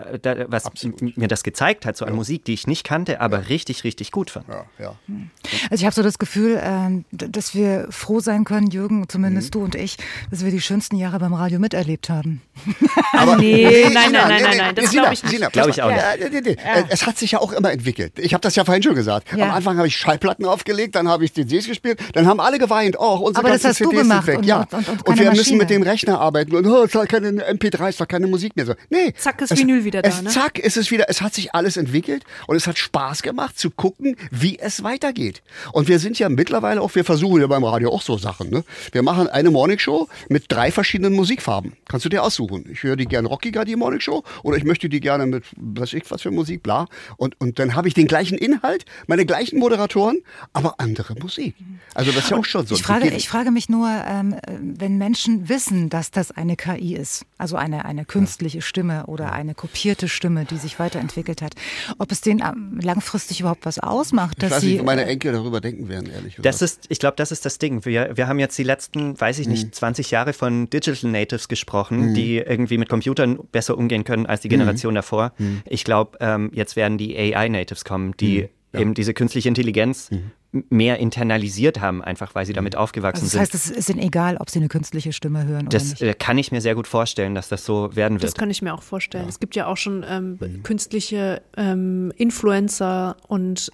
mir das gezeigt hat, so an Musik, die ich nicht kannte, aber richtig, richtig gut fand. Ja. Also ich habe so das Gefühl, dass wir froh sein können, Jürgen, zumindest du und ich, dass wir die schönsten Jahre beim Radio miterlebt haben. Aber nein, das glaube ich nicht. Glaube ich auch nicht. Es hat sich ja auch immer entwickelt. Ich habe das ja vorhin schon gesagt. Ja. Am Anfang habe ich Schallplatten aufgelegt, dann habe ich CDs gespielt, dann haben alle geweint, unsere Aber das ganzen hast du CDs gemacht sind weg. und Ja. Und wir keine müssen Maschine. mit dem Rechner arbeiten und es ist keine MP3, ist doch keine Musik mehr. So. Nee. Zack, ist Vinyl wieder da, ne? Zack, ist es wieder. Es hat sich alles entwickelt und es hat Spaß gemacht zu gucken, wie es weitergeht. Und wir sind ja mittlerweile auch, wir versuchen ja beim Radio auch so Sachen. Ne? Wir machen eine Morningshow mit 3 verschiedenen Musikfarben. Kannst du dir aussuchen. Ich höre die gerne rockiger, die Morningshow, oder ich möchte die gerne mit, weiß ich was für Musik, bla. Und dann habe ich den gleichen Inhalt, meine gleichen Moderatoren, aber andere Musik. Also das ist ja auch schon so. Ich frage mich nur, wenn Menschen wissen, dass das eine KI ist, also eine künstliche Stimme oder eine kopierte Stimme, die sich weiterentwickelt hat, ob es denen langfristig überhaupt was ausmacht, Ich dass weiß nicht, sie... wie meine Enkel darüber denken werden, ehrlich gesagt. Ich glaube, das ist das Ding. Wir haben jetzt die letzten, 20 Jahre von Digital Natives gesprochen, die irgendwie mit Computern besser umgehen können als die Generation davor. Ich glaube, jetzt werden die AI-Natives kommen, die eben diese künstliche Intelligenz mehr internalisiert haben, einfach weil sie damit aufgewachsen sind. Das heißt, es ist ihnen egal, ob sie eine künstliche Stimme hören oder nicht. Das kann ich mir sehr gut vorstellen, dass das so werden wird. Das kann ich mir auch vorstellen. Es gibt ja auch schon künstliche Influencer und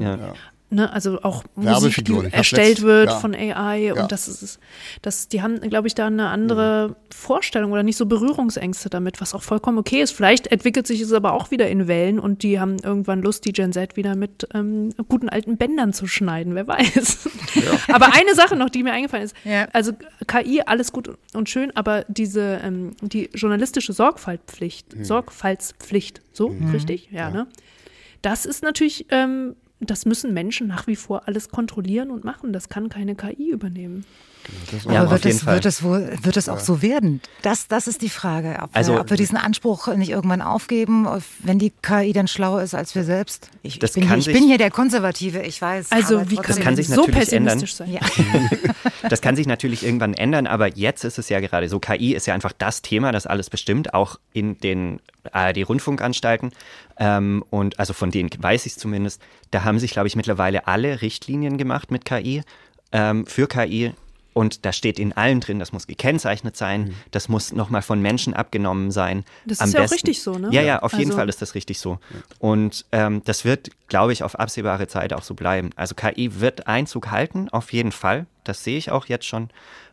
ne, also auch Musik, die erstellt wird von AI und die haben, glaube ich, da eine andere Vorstellung oder nicht so Berührungsängste damit, was auch vollkommen okay ist. Vielleicht entwickelt sich es aber auch wieder in Wellen und die haben irgendwann Lust, die Gen Z wieder mit guten alten Bändern zu schneiden, wer weiß. Ja. Aber eine Sache noch, die mir eingefallen ist, also KI, alles gut und schön, aber diese die journalistische Sorgfaltspflicht, so, richtig? Ja, ne? Das ist natürlich das müssen Menschen nach wie vor alles kontrollieren und machen. Das kann keine KI übernehmen. Aber wird es auch so werden? Das ist die Frage. Ob wir diesen Anspruch nicht irgendwann aufgeben, wenn die KI dann schlauer ist als wir selbst. Ich bin hier der Konservative, ich weiß. Also wie kann man so pessimistisch sein? Ja. Das kann sich natürlich irgendwann ändern, aber jetzt ist es ja gerade so. KI ist ja einfach das Thema, das alles bestimmt, auch in den ARD-Rundfunkanstalten. Und also von denen weiß ich es zumindest. Da haben sich, glaube ich, mittlerweile alle Richtlinien gemacht mit KI, für KI. Und da steht in allen drin, das muss gekennzeichnet sein, das muss nochmal von Menschen abgenommen sein. Das ist ja auch richtig so, ne? Ja, auf jeden Fall ist das richtig so. Und das wird, glaube ich, auf absehbare Zeit auch so bleiben. Also KI wird Einzug halten, auf jeden Fall. Das sehe ich auch jetzt schon.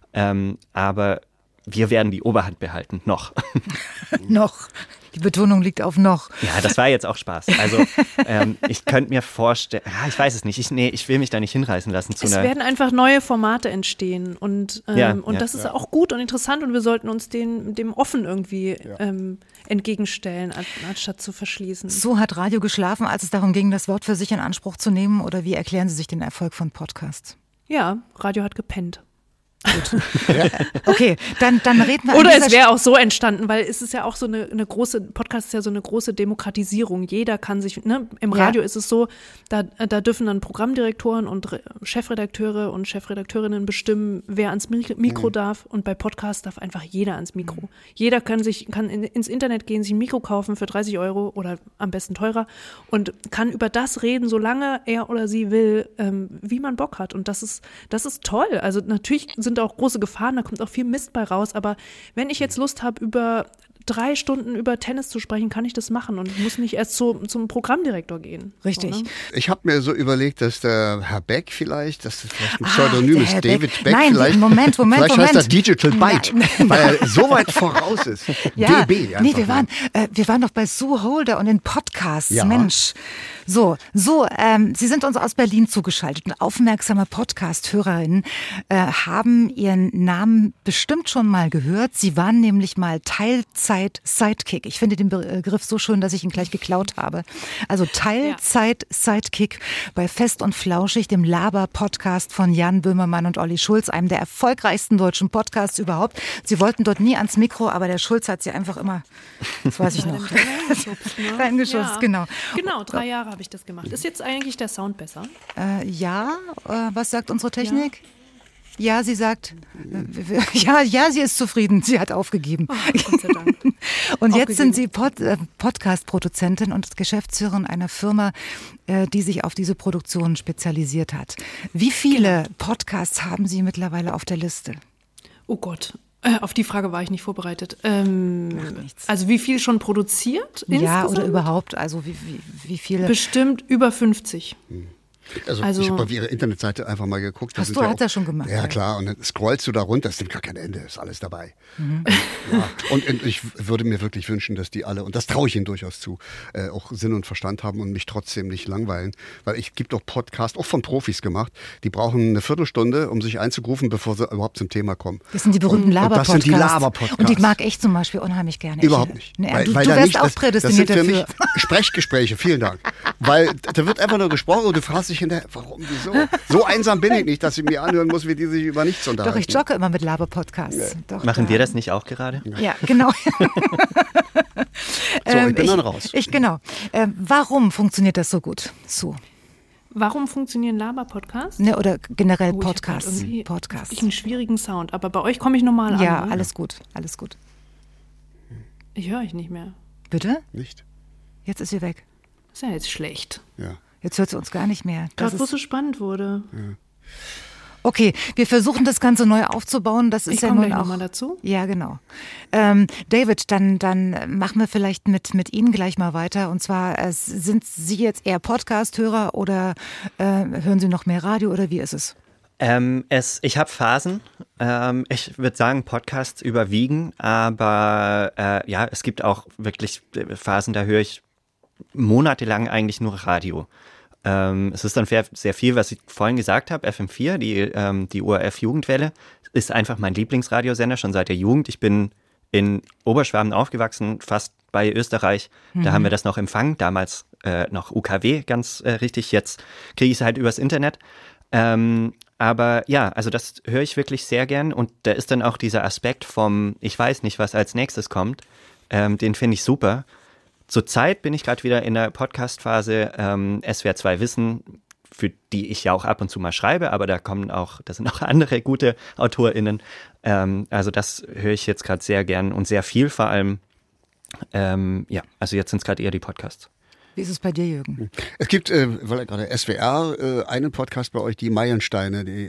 Aber wir werden die Oberhand behalten, noch. Noch. Die Betonung liegt auf noch. Ja, das war jetzt auch Spaß. Also ich könnte mir vorstellen, ich weiß es nicht, ich will mich da nicht hinreißen lassen. Es werden einfach neue Formate entstehen und das ist auch gut und interessant und wir sollten uns dem offen irgendwie entgegenstellen, anstatt zu verschließen. So hat Radio geschlafen, als es darum ging, das Wort für sich in Anspruch zu nehmen, oder wie erklären Sie sich den Erfolg von Podcasts? Ja, Radio hat gepennt. Gut. Okay, dann reden wir. Oder es wäre auch so entstanden, weil es ist ja auch so eine große, Podcast ist ja so eine große Demokratisierung. Jeder kann sich, ne, im Radio ist es so, da dürfen dann Programmdirektoren und Chefredakteure und Chefredakteurinnen bestimmen, wer ans Mikro darf, und bei Podcasts darf einfach jeder ans Mikro. Jeder kann ins Internet gehen, sich ein Mikro kaufen für 30 € oder am besten teurer und kann über das reden, solange er oder sie will, wie man Bock hat. Und das ist toll. Also natürlich sind auch große Gefahren, da kommt auch viel Mist bei raus, aber wenn ich jetzt Lust habe, über 3 Stunden über Tennis zu sprechen, kann ich das machen und muss nicht erst zum Programmdirektor gehen. Richtig. So, ne? Ich habe mir so überlegt, dass der Herr Beck vielleicht, das ist vielleicht ein Pseudonym ist, David Beck Nein, vielleicht. Moment. Vielleicht heißt er Digital Byte, weil er so weit voraus ist. Ja, DB nee, wir waren doch bei Sue Holder und den Podcasts, ja. Mensch. So, Sie sind uns aus Berlin zugeschaltet und aufmerksame Podcast-Hörerinnen haben Ihren Namen bestimmt schon mal gehört. Sie waren nämlich mal Teilzeit-Sidekick. Ich finde den Begriff so schön, dass ich ihn gleich geklaut habe. Also Teilzeit-Sidekick bei Fest und Flauschig, dem Laber-Podcast von Jan Böhmermann und Olli Schulz, einem der erfolgreichsten deutschen Podcasts überhaupt. Sie wollten dort nie ans Mikro, aber der Schulz hat sie einfach immer, das weiß ich noch, reingeschubst, genau. Genau, 3 Jahre habe ich das gemacht. Ist jetzt eigentlich der Sound besser? Was sagt unsere Technik? Ja, sie sagt, ja, sie ist zufrieden, sie hat aufgegeben. Oh, Gott sei Dank. Und jetzt sind Sie Podcast-Produzentin und Geschäftsführerin einer Firma, die sich auf diese Produktion spezialisiert hat. Wie viele Podcasts haben Sie mittlerweile auf der Liste? Oh Gott, auf die Frage war ich nicht vorbereitet. Also wie viel schon produziert insgesamt? Ja, oder überhaupt, also wie viele? Bestimmt über 50. Also ich habe auf Ihre Internetseite einfach mal geguckt. Hast du, hat er schon gemacht? Ja, klar. Und dann scrollst du da runter, es nimmt gar kein Ende, ist alles dabei. Ja. Und ich würde mir wirklich wünschen, dass die alle, und das traue ich ihnen durchaus zu, auch Sinn und Verstand haben und mich trotzdem nicht langweilen. Weil ich gibt auch Podcasts, auch von Profis gemacht, die brauchen eine Viertelstunde, um sich einzugrufen, bevor sie überhaupt zum Thema kommen. Das sind die berühmten Laber-Podcasts. Das sind die Laber-Podcasts. Und die mag ich zum Beispiel unheimlich gerne. Überhaupt nicht. Nee, du wärst auch prädestiniert dafür. Das sind dafür. für mich Sprechgespräche, vielen Dank. Weil da wird einfach nur gesprochen und du fragst dich hinterher, warum, wieso? So einsam bin ich nicht, dass ich mir anhören muss, wie die sich über nichts unterhalten. Doch, ich jogge immer mit Laber-Podcasts. Ja. Machen wir das nicht auch gerade? Ja, genau. So, ich bin dann raus. Genau. Warum funktioniert das so gut? So. Warum funktionieren Laber-Podcasts? Ne, oder generell Ich Podcasts. habe einen schwierigen Sound, aber bei euch komme ich normal an. Ja, Ne? alles gut, alles gut. Ich höre euch nicht mehr. Bitte? Nicht? Jetzt ist sie weg. Ist ja jetzt schlecht. Ja. Jetzt hört sie uns gar nicht mehr. Gerade wo es so spannend wurde. Ja. Okay, wir versuchen das Ganze neu aufzubauen. Das ist Ich ja komme nun gleich auch. nochmal dazu. Ja, genau. David, dann machen wir vielleicht mit Ihnen gleich mal weiter. Und zwar, sind Sie jetzt eher Podcast-Hörer oder hören Sie noch mehr Radio oder wie ist es? Ich habe Phasen. Ich würde sagen, Podcasts überwiegen, aber ja, es gibt auch wirklich Phasen, da höre ich monatelang eigentlich nur Radio. Es ist dann sehr viel, was ich vorhin gesagt habe, FM4, die ORF-Jugendwelle, ist einfach mein Lieblingsradiosender, schon seit der Jugend. Ich bin in Oberschwaben aufgewachsen, fast bei Österreich. Da haben wir das noch empfangen, damals noch UKW, ganz richtig. Jetzt kriege ich es halt übers Internet. Aber ja, also das höre ich wirklich sehr gern. Und da ist dann auch dieser Aspekt vom, ich weiß nicht, was als nächstes kommt, den finde ich super. Zurzeit bin ich gerade wieder in der Podcast-Phase SWR 2 Wissen, für die ich ja auch ab und zu mal schreibe, aber da sind auch andere gute AutorInnen. Also das höre ich jetzt gerade sehr gern und sehr viel vor allem. Ja, also jetzt sind es gerade eher die Podcasts. Wie ist es bei dir, Jürgen? Es gibt, weil gerade SWR, einen Podcast bei euch, die Meilensteine, die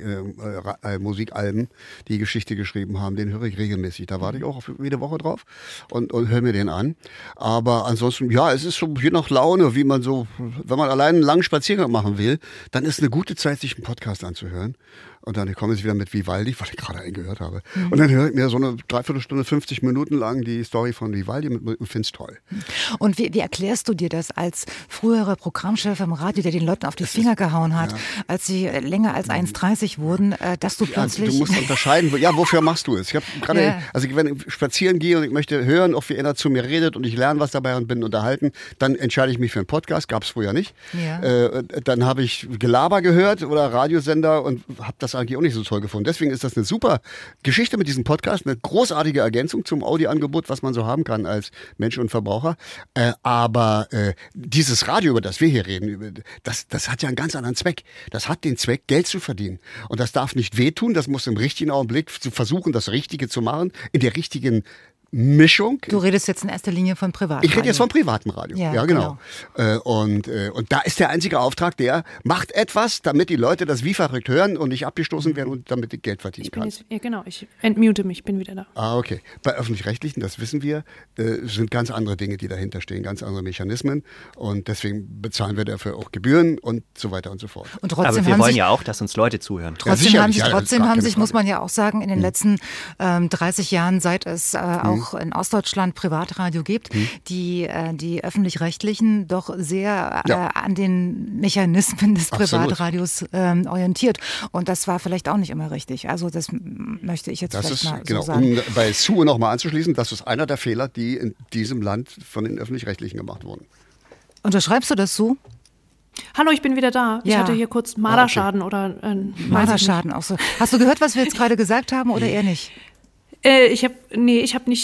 Musikalben, die Geschichte geschrieben haben, den höre ich regelmäßig. Da warte ich auch jede Woche drauf und höre mir den an. Aber ansonsten, ja, es ist so je nach Laune, wie man so, wenn man allein einen langen Spaziergang machen will, dann ist eine gute Zeit, sich einen Podcast anzuhören. Und dann komme ich wieder mit Vivaldi, weil ich gerade einen gehört habe. Und dann höre ich mir so eine Dreiviertelstunde, 50 Minuten lang die Story von Vivaldi und finde es toll. Und wie erklärst du dir das als früherer Programmchef im Radio, der den Leuten auf die Finger gehauen hat, als sie länger als 1,30 wurden, dass du plötzlich... Du musst unterscheiden, wofür machst du es? Ich habe gerade, also wenn ich spazieren gehe und ich möchte hören, ob wie einer zu mir redet und ich lerne was dabei und bin unterhalten, dann entscheide ich mich für einen Podcast, gab es früher nicht. Ja. Dann habe ich Gelaber gehört oder Radiosender und habe das eigentlich auch nicht so toll gefunden. Deswegen ist das eine super Geschichte mit diesem Podcast, eine großartige Ergänzung zum Audioangebot, was man so haben kann als Mensch und Verbraucher. Aber dieses Radio, über das wir hier reden, das hat ja einen ganz anderen Zweck. Das hat den Zweck, Geld zu verdienen. Und das darf nicht wehtun, das muss im richtigen Augenblick zu versuchen, das Richtige zu machen, in der richtigen Mischung. Du redest jetzt in erster Linie von Privatradio. Ich rede jetzt von privatem Radio. Ja, genau. Und da ist der einzige Auftrag, der macht etwas, damit die Leute das wie verrückt hören und nicht abgestoßen werden und damit die Geld verdienen kann. Ich entmute mich, bin wieder da. Okay. Bei Öffentlich-Rechtlichen, das wissen wir, sind ganz andere Dinge, die dahinter stehen, ganz andere Mechanismen und deswegen bezahlen wir dafür auch Gebühren und so weiter und so fort. Und trotzdem aber wir wollen ja auch, dass uns Leute zuhören. Trotzdem haben sich, muss man ja auch sagen, in den letzten 30 Jahren, seit es auch in Ostdeutschland Privatradio gibt, die Öffentlich-Rechtlichen doch sehr an den Mechanismen des Privatradios orientiert. Und das war vielleicht auch nicht immer richtig. Also das möchte ich jetzt vielleicht mal so sagen. Um bei Sue nochmal anzuschließen, das ist einer der Fehler, die in diesem Land von den Öffentlich-Rechtlichen gemacht wurden. Unterschreibst du das so? Hallo, ich bin wieder da. Ich hatte hier kurz Marderschaden oder Marderschaden auch so. Hast du gehört, was wir jetzt gerade gesagt haben oder eher nicht? Ich habe nicht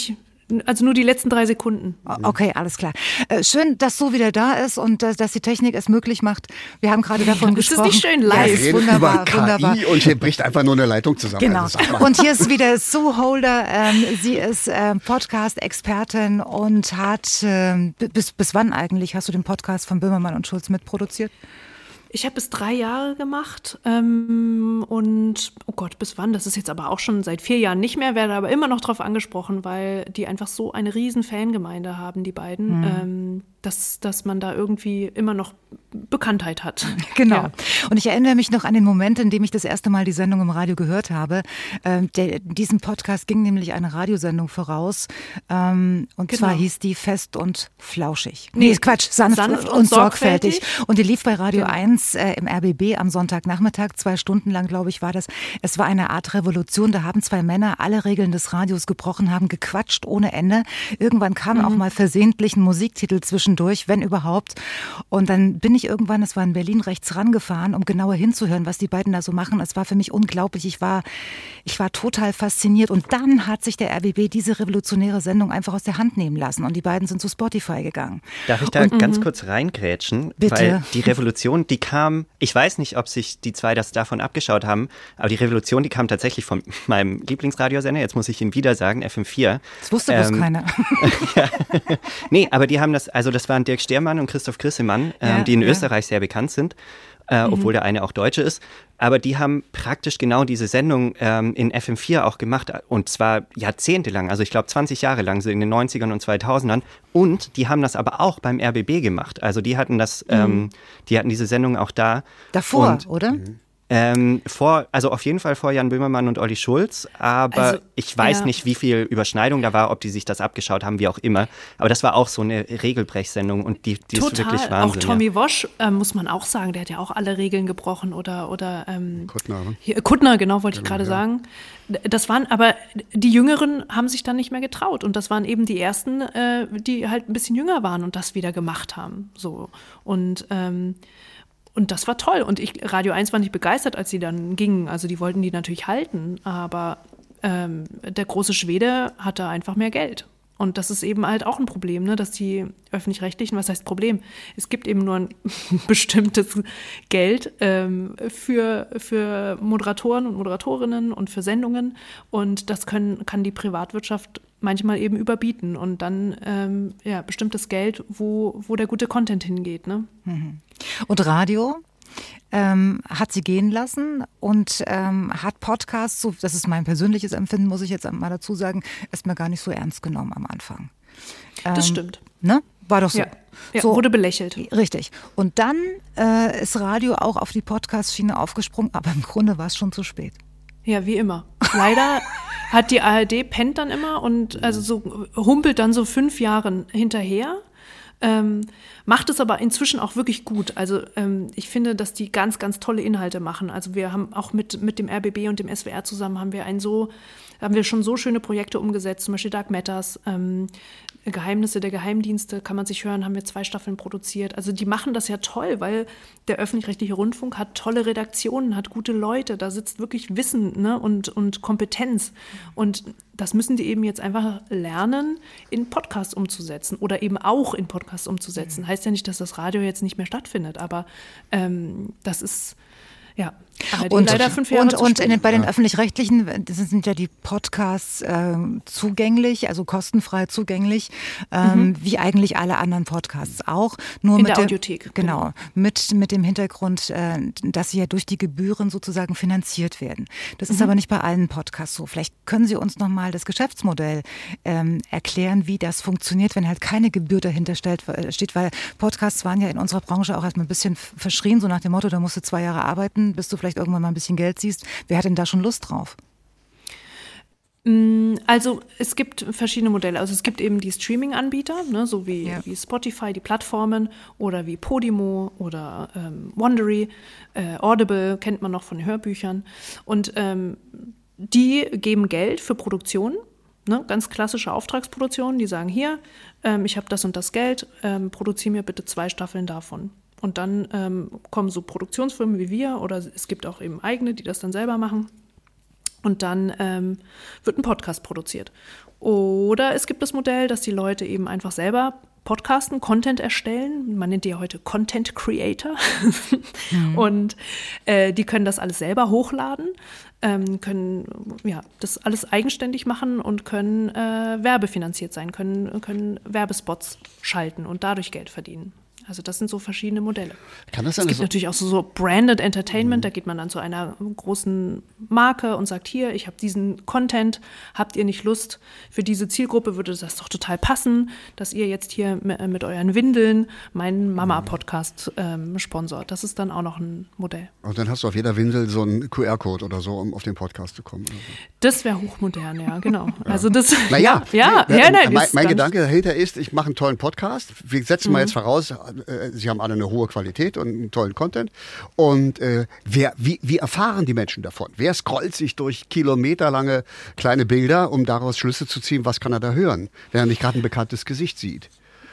Also nur die letzten 3 Sekunden. Okay, alles klar. Schön, dass so wieder da ist und dass die Technik es möglich macht. Wir haben gerade davon gesprochen. Ist nicht schön live? Wir reden wunderbar, über KI wunderbar. und hier bricht einfach nur eine Leitung zusammen. Genau. Also sag mal. Und hier ist wieder Sue Holder. Sie ist Podcast-Expertin und hat, bis wann eigentlich hast du den Podcast von Böhmermann und Schulz mitproduziert? Ich habe es 3 Jahre gemacht und, oh Gott, bis wann? Das ist jetzt aber auch schon seit 4 Jahren nicht mehr, werde aber immer noch drauf angesprochen, weil die einfach so eine riesen Fangemeinde haben, die beiden, dass man da irgendwie immer noch Bekanntheit hat. Genau. Ja. Und ich erinnere mich noch an den Moment, in dem ich das erste Mal die Sendung im Radio gehört habe. Diesem Podcast ging nämlich eine Radiosendung voraus. Und zwar hieß die Fest und Flauschig. Nee, Quatsch, sanft und sorgfältig. Und die lief bei Radio 1 im RBB am Sonntagnachmittag. 2 Stunden lang, glaube ich, war das. Es war eine Art Revolution. Da haben 2 Männer alle Regeln des Radios gebrochen, haben gequatscht ohne Ende. Irgendwann kam auch mal versehentlich ein Musiktitel zwischendurch, wenn überhaupt. Und dann bin ich irgendwann, es war in Berlin, rechts rangefahren, um genauer hinzuhören, was die beiden da so machen. Es war für mich unglaublich. Ich war total fasziniert. Und dann hat sich der RBB diese revolutionäre Sendung einfach aus der Hand nehmen lassen. Und die beiden sind zu Spotify gegangen. Darf ich da ganz kurz reingrätschen? Bitte. Weil die Revolution, die kam, ich weiß nicht, ob sich die 2 das davon abgeschaut haben, aber die Revolution, die kam tatsächlich von meinem Lieblingsradiosender, jetzt muss ich ihn wieder sagen, FM4. Das wusste bloß keiner. Ja. Nee, aber die haben das waren Dirk Stehrmann und Christoph Grissemann, die in Österreich sehr bekannt sind, obwohl der eine auch Deutsche ist. Aber die haben praktisch genau diese Sendung in FM4 auch gemacht und zwar jahrzehntelang, also ich glaube 20 Jahre lang, so in den 90ern und 2000ern. Und die haben das aber auch beim RBB gemacht. Also die hatten die hatten diese Sendung auch da. Davor, oder? Also auf jeden Fall vor Jan Böhmermann und Olli Schulz, aber Also, ich weiß nicht, wie viel Überschneidung da war, ob die sich das abgeschaut haben, wie auch immer. Aber das war auch so eine Regelbrechsendung und die ist wirklich Wahnsinn. Auch Tommy Wosch, muss man auch sagen, der hat ja auch alle Regeln gebrochen oder Kuttner, genau, wollte ich gerade sagen. Das waren, aber die Jüngeren haben sich dann nicht mehr getraut und das waren eben die ersten, die halt ein bisschen jünger waren und das wieder gemacht haben. So. Und das war toll. Und Radio 1 war nicht begeistert, als sie dann gingen. Also die wollten die natürlich halten. Aber der große Schwede hatte einfach mehr Geld. Und das ist eben halt auch ein Problem, ne? Dass die Öffentlich-Rechtlichen, was heißt Problem? Es gibt eben nur ein bestimmtes Geld für Moderatoren und Moderatorinnen und für Sendungen. Und das kann die Privatwirtschaft manchmal eben überbieten. Und dann bestimmtes Geld, wo der gute Content hingeht. Ne? Und Radio hat sie gehen lassen und hat Podcasts, so, das ist mein persönliches Empfinden, muss ich jetzt mal dazu sagen, erstmal gar nicht so ernst genommen am Anfang. Das stimmt. Ne? War doch so. Ja, so. Wurde belächelt. Richtig. Und dann ist Radio auch auf die Podcast-Schiene aufgesprungen, aber im Grunde war es schon zu spät. Ja, wie immer. Leider hat die ARD pennt dann immer und also so humpelt dann so 5 Jahre hinterher. Macht es aber inzwischen auch wirklich gut. Also ich finde, dass die ganz, ganz tolle Inhalte machen. Also wir haben auch mit dem RBB und dem SWR zusammen haben wir schon so schöne Projekte umgesetzt, zum Beispiel Dark Matters, Geheimnisse der Geheimdienste kann man sich hören, haben wir 2 Staffeln produziert. Also die machen das ja toll, weil der öffentlich-rechtliche Rundfunk hat tolle Redaktionen, hat gute Leute, da sitzt wirklich Wissen, ne, und Kompetenz. Und das müssen die eben jetzt einfach lernen, in Podcasts umzusetzen oder eben auch in Podcasts umzusetzen. Heißt ja nicht, dass das Radio jetzt nicht mehr stattfindet, aber das ist und leider 5 Jahre bei den Öffentlich-Rechtlichen sind ja die Podcasts zugänglich, also kostenfrei zugänglich, wie eigentlich alle anderen Podcasts auch. Nur in mit der Audiothek. Genau, mit dem Hintergrund, dass sie ja durch die Gebühren sozusagen finanziert werden. Das ist aber nicht bei allen Podcasts so. Vielleicht können Sie uns nochmal das Geschäftsmodell erklären, wie das funktioniert, wenn halt keine Gebühr dahinter steht, weil Podcasts waren ja in unserer Branche auch erstmal ein bisschen verschrien, so nach dem Motto, da musst du 2 Jahre arbeiten, bis du vielleicht irgendwann mal ein bisschen Geld siehst. Wer hat denn da schon Lust drauf? Also es gibt verschiedene Modelle. Also es gibt eben die Streaming-Anbieter, ne, so wie Spotify, die Plattformen oder wie Podimo oder Wondery, Audible kennt man noch von den Hörbüchern. Und die geben Geld für Produktionen, ne, ganz klassische Auftragsproduktionen. Die sagen, hier, ich habe das und das Geld, produziere mir bitte 2 Staffeln davon. Und dann kommen so Produktionsfirmen wie wir oder es gibt auch eben eigene, die das dann selber machen. Und dann wird ein Podcast produziert. Oder es gibt das Modell, dass die Leute eben einfach selber podcasten, Content erstellen. Man nennt die ja heute Content Creator. Und die können das alles selber hochladen, können das alles eigenständig machen und können werbefinanziert sein, können Werbespots schalten und dadurch Geld verdienen. Also das sind so verschiedene Modelle. Es gibt natürlich auch so Branded Entertainment, da geht man dann zu einer großen Marke und sagt, hier, ich habe diesen Content, habt ihr nicht Lust, für diese Zielgruppe würde das doch total passen, dass ihr jetzt hier mit euren Windeln meinen Mama-Podcast sponsort. Das ist dann auch noch ein Modell. Und dann hast du auf jeder Windel so einen QR-Code oder so, um auf den Podcast zu kommen. Das wäre hochmodern, ja, genau. Also das, mein Gedanke dahinter ist, ich mache einen tollen Podcast, wir setzen mal jetzt voraus, Sie haben alle eine hohe Qualität und einen tollen Content. Und wie erfahren die Menschen davon? Wer scrollt sich durch kilometerlange kleine Bilder, um daraus Schlüsse zu ziehen, was kann er da hören, wenn er nicht gerade ein bekanntes Gesicht sieht?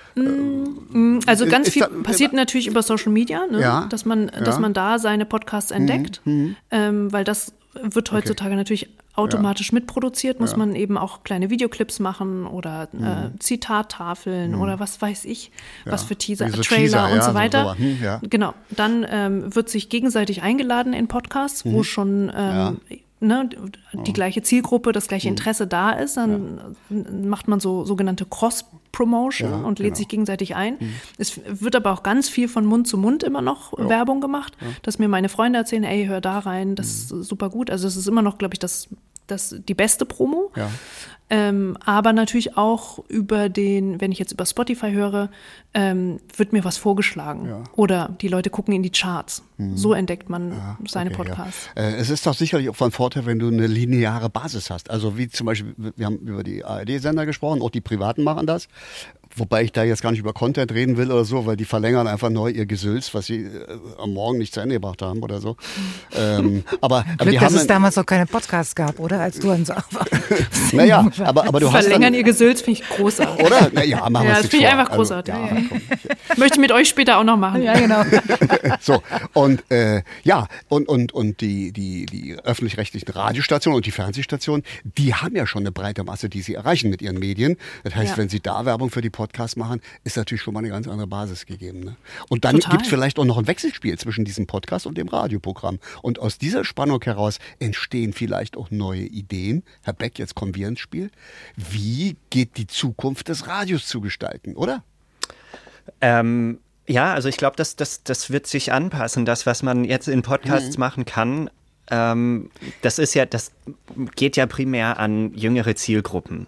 Also ganz viel passiert natürlich über Social Media, ne? Dass man da seine Podcasts entdeckt, weil das wird heutzutage natürlich automatisch mitproduziert, muss man eben auch kleine Videoclips machen oder Zitattafeln oder was weiß ich, was für Trailer und so weiter. Genau, dann wird sich gegenseitig eingeladen in Podcasts, wo schon die gleiche Zielgruppe, das gleiche Interesse da ist, dann macht man so sogenannte Cross-Promotion und lädt sich gegenseitig ein. Es wird aber auch ganz viel von Mund zu Mund immer noch Werbung gemacht, dass mir meine Freunde erzählen, ey, hör da rein, das ist super gut. Also es ist immer noch, glaube ich, die beste Promo. Ja. Aber natürlich auch wenn ich jetzt über Spotify höre, wird mir was vorgeschlagen. Ja. Oder die Leute gucken in die Charts. So entdeckt man seine Podcasts. Ja. Es ist doch sicherlich auch von Vorteil, wenn du eine lineare Basis hast. Also wie zum Beispiel, wir haben über die ARD-Sender gesprochen, auch die Privaten machen das. Wobei ich da jetzt gar nicht über Content reden will oder so, weil die verlängern einfach neu ihr Gesülz, was sie am Morgen nicht zu Ende gebracht haben oder so. Aber Glück, die dass es damals noch keine Podcasts gab, oder? Als du ans Naja, aber du hast verlängern ihr Gesülz, finde ich großartig. Oder? Naja, machen wir es das finde ich einfach großartig. Also, möchte ich mit euch später auch noch machen. Ja, genau. So, und die öffentlich-rechtlichen Radiostationen und die Fernsehstationen, die haben ja schon eine breite Masse, die sie erreichen mit ihren Medien. Das heißt, wenn sie da Werbung für die Podcasts machen, ist natürlich schon mal eine ganz andere Basis gegeben. Ne? Und dann gibt es vielleicht auch noch ein Wechselspiel zwischen diesem Podcast und dem Radioprogramm. Und aus dieser Spannung heraus entstehen vielleicht auch neue Ideen. Herr Beck, jetzt kommen wir ins Spiel. Wie geht die Zukunft des Radios zu gestalten, oder? Ja, also ich glaube, das wird sich anpassen. Das, was man jetzt in Podcasts machen kann, das geht ja primär an jüngere Zielgruppen.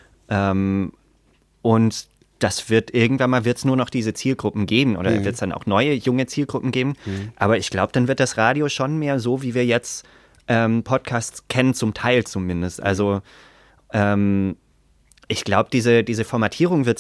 Und das irgendwann mal wird es nur noch diese Zielgruppen geben oder wird es dann auch neue, junge Zielgruppen geben. Aber ich glaube, dann wird das Radio schon mehr so, wie wir jetzt Podcasts kennen, zum Teil zumindest. Also ich glaube, diese Formatierung wird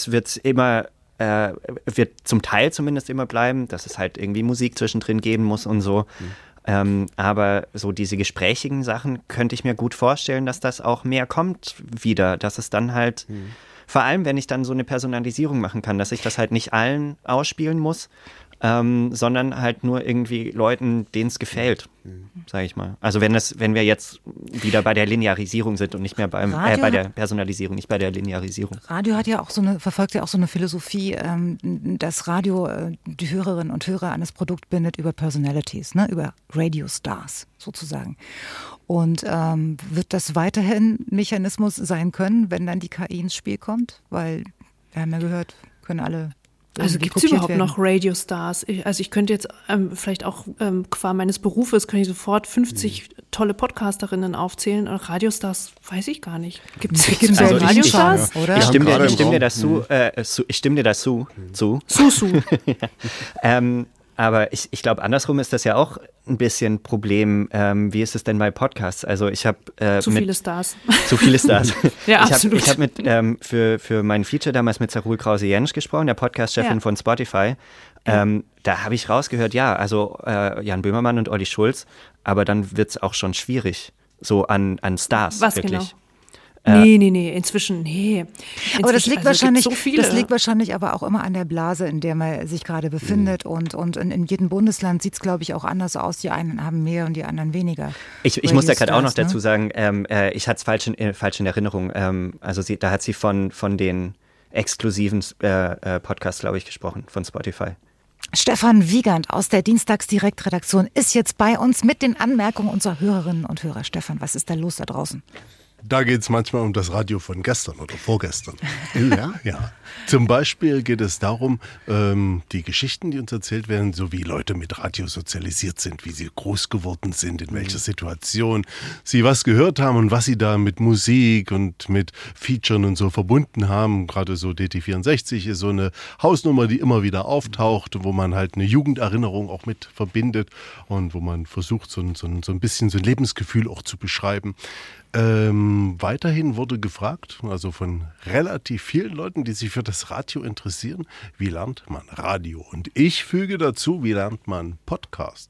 zum Teil zumindest immer bleiben, dass es halt irgendwie Musik zwischendrin geben muss und so. Aber so diese gesprächigen Sachen könnte ich mir gut vorstellen, dass das auch mehr kommt wieder, dass es dann halt vor allem, wenn ich dann so eine Personalisierung machen kann, dass ich das halt nicht allen ausspielen muss, sondern halt nur irgendwie Leuten, denen es gefällt, sage ich mal. Also wenn wir jetzt wieder bei der Linearisierung sind und nicht mehr bei der Personalisierung, nicht bei der Linearisierung. Radio hat ja auch verfolgt ja auch so eine Philosophie, dass Radio die Hörerinnen und Hörer an das Produkt bindet über Personalities, ne, über Radio-Stars sozusagen. Und wird das weiterhin ein Mechanismus sein können, wenn dann die KI ins Spiel kommt? Weil wir haben ja gehört, können alle. Also gibt es überhaupt noch Radio-Stars? Ich könnte jetzt vielleicht auch qua meines Berufes, könnte ich sofort 50 tolle Podcasterinnen aufzählen. Radiostars weiß ich gar nicht. Gibt es Radiostars? Ich stimme dir das zu. Aber ich glaube, andersrum ist das ja auch ein bisschen ein Problem. Wie ist es denn bei Podcasts? Also ich habe zu viele Stars. Zu viele Stars. Ja, absolut. Ich habe für mein Feature damals mit Sarul Krause-Jensch gesprochen, der Podcast-Chefin von Spotify. Da habe ich rausgehört, also Jan Böhmermann und Olli Schulz, aber dann wird es auch schon schwierig, so an Stars. Was wirklich. Nee, inzwischen, Aber das liegt wahrscheinlich, so viele. das liegt wahrscheinlich aber auch immer an der Blase, in der man sich gerade befindet. Und in jedem Bundesland sieht es, glaube ich, auch anders aus. Die einen haben mehr und die anderen weniger. Ich muss da gerade auch noch dazu sagen, ich hatte es falsch in Erinnerung. Da hat sie von den exklusiven Podcasts, glaube ich, gesprochen, von Spotify. Stefan Wiegand aus der Dienstagsdirektredaktion ist jetzt bei uns mit den Anmerkungen unserer Hörerinnen und Hörer. Stefan, was ist da los da draußen? Da geht es manchmal um das Radio von gestern oder vorgestern. Ja? Ja. Zum Beispiel geht es darum, die Geschichten, die uns erzählt werden, so wie Leute mit Radio sozialisiert sind, wie sie groß geworden sind, in welcher Situation sie was gehört haben und was sie da mit Musik und mit Featuren und so verbunden haben. Gerade so DT64 ist so eine Hausnummer, die immer wieder auftaucht, wo man halt eine Jugenderinnerung auch mit verbindet und wo man versucht, so ein bisschen so ein Lebensgefühl auch zu beschreiben. Weiterhin wurde gefragt, also von relativ vielen Leuten, die sich für das Radio interessieren, wie lernt man Radio? Und ich füge dazu, wie lernt man Podcast?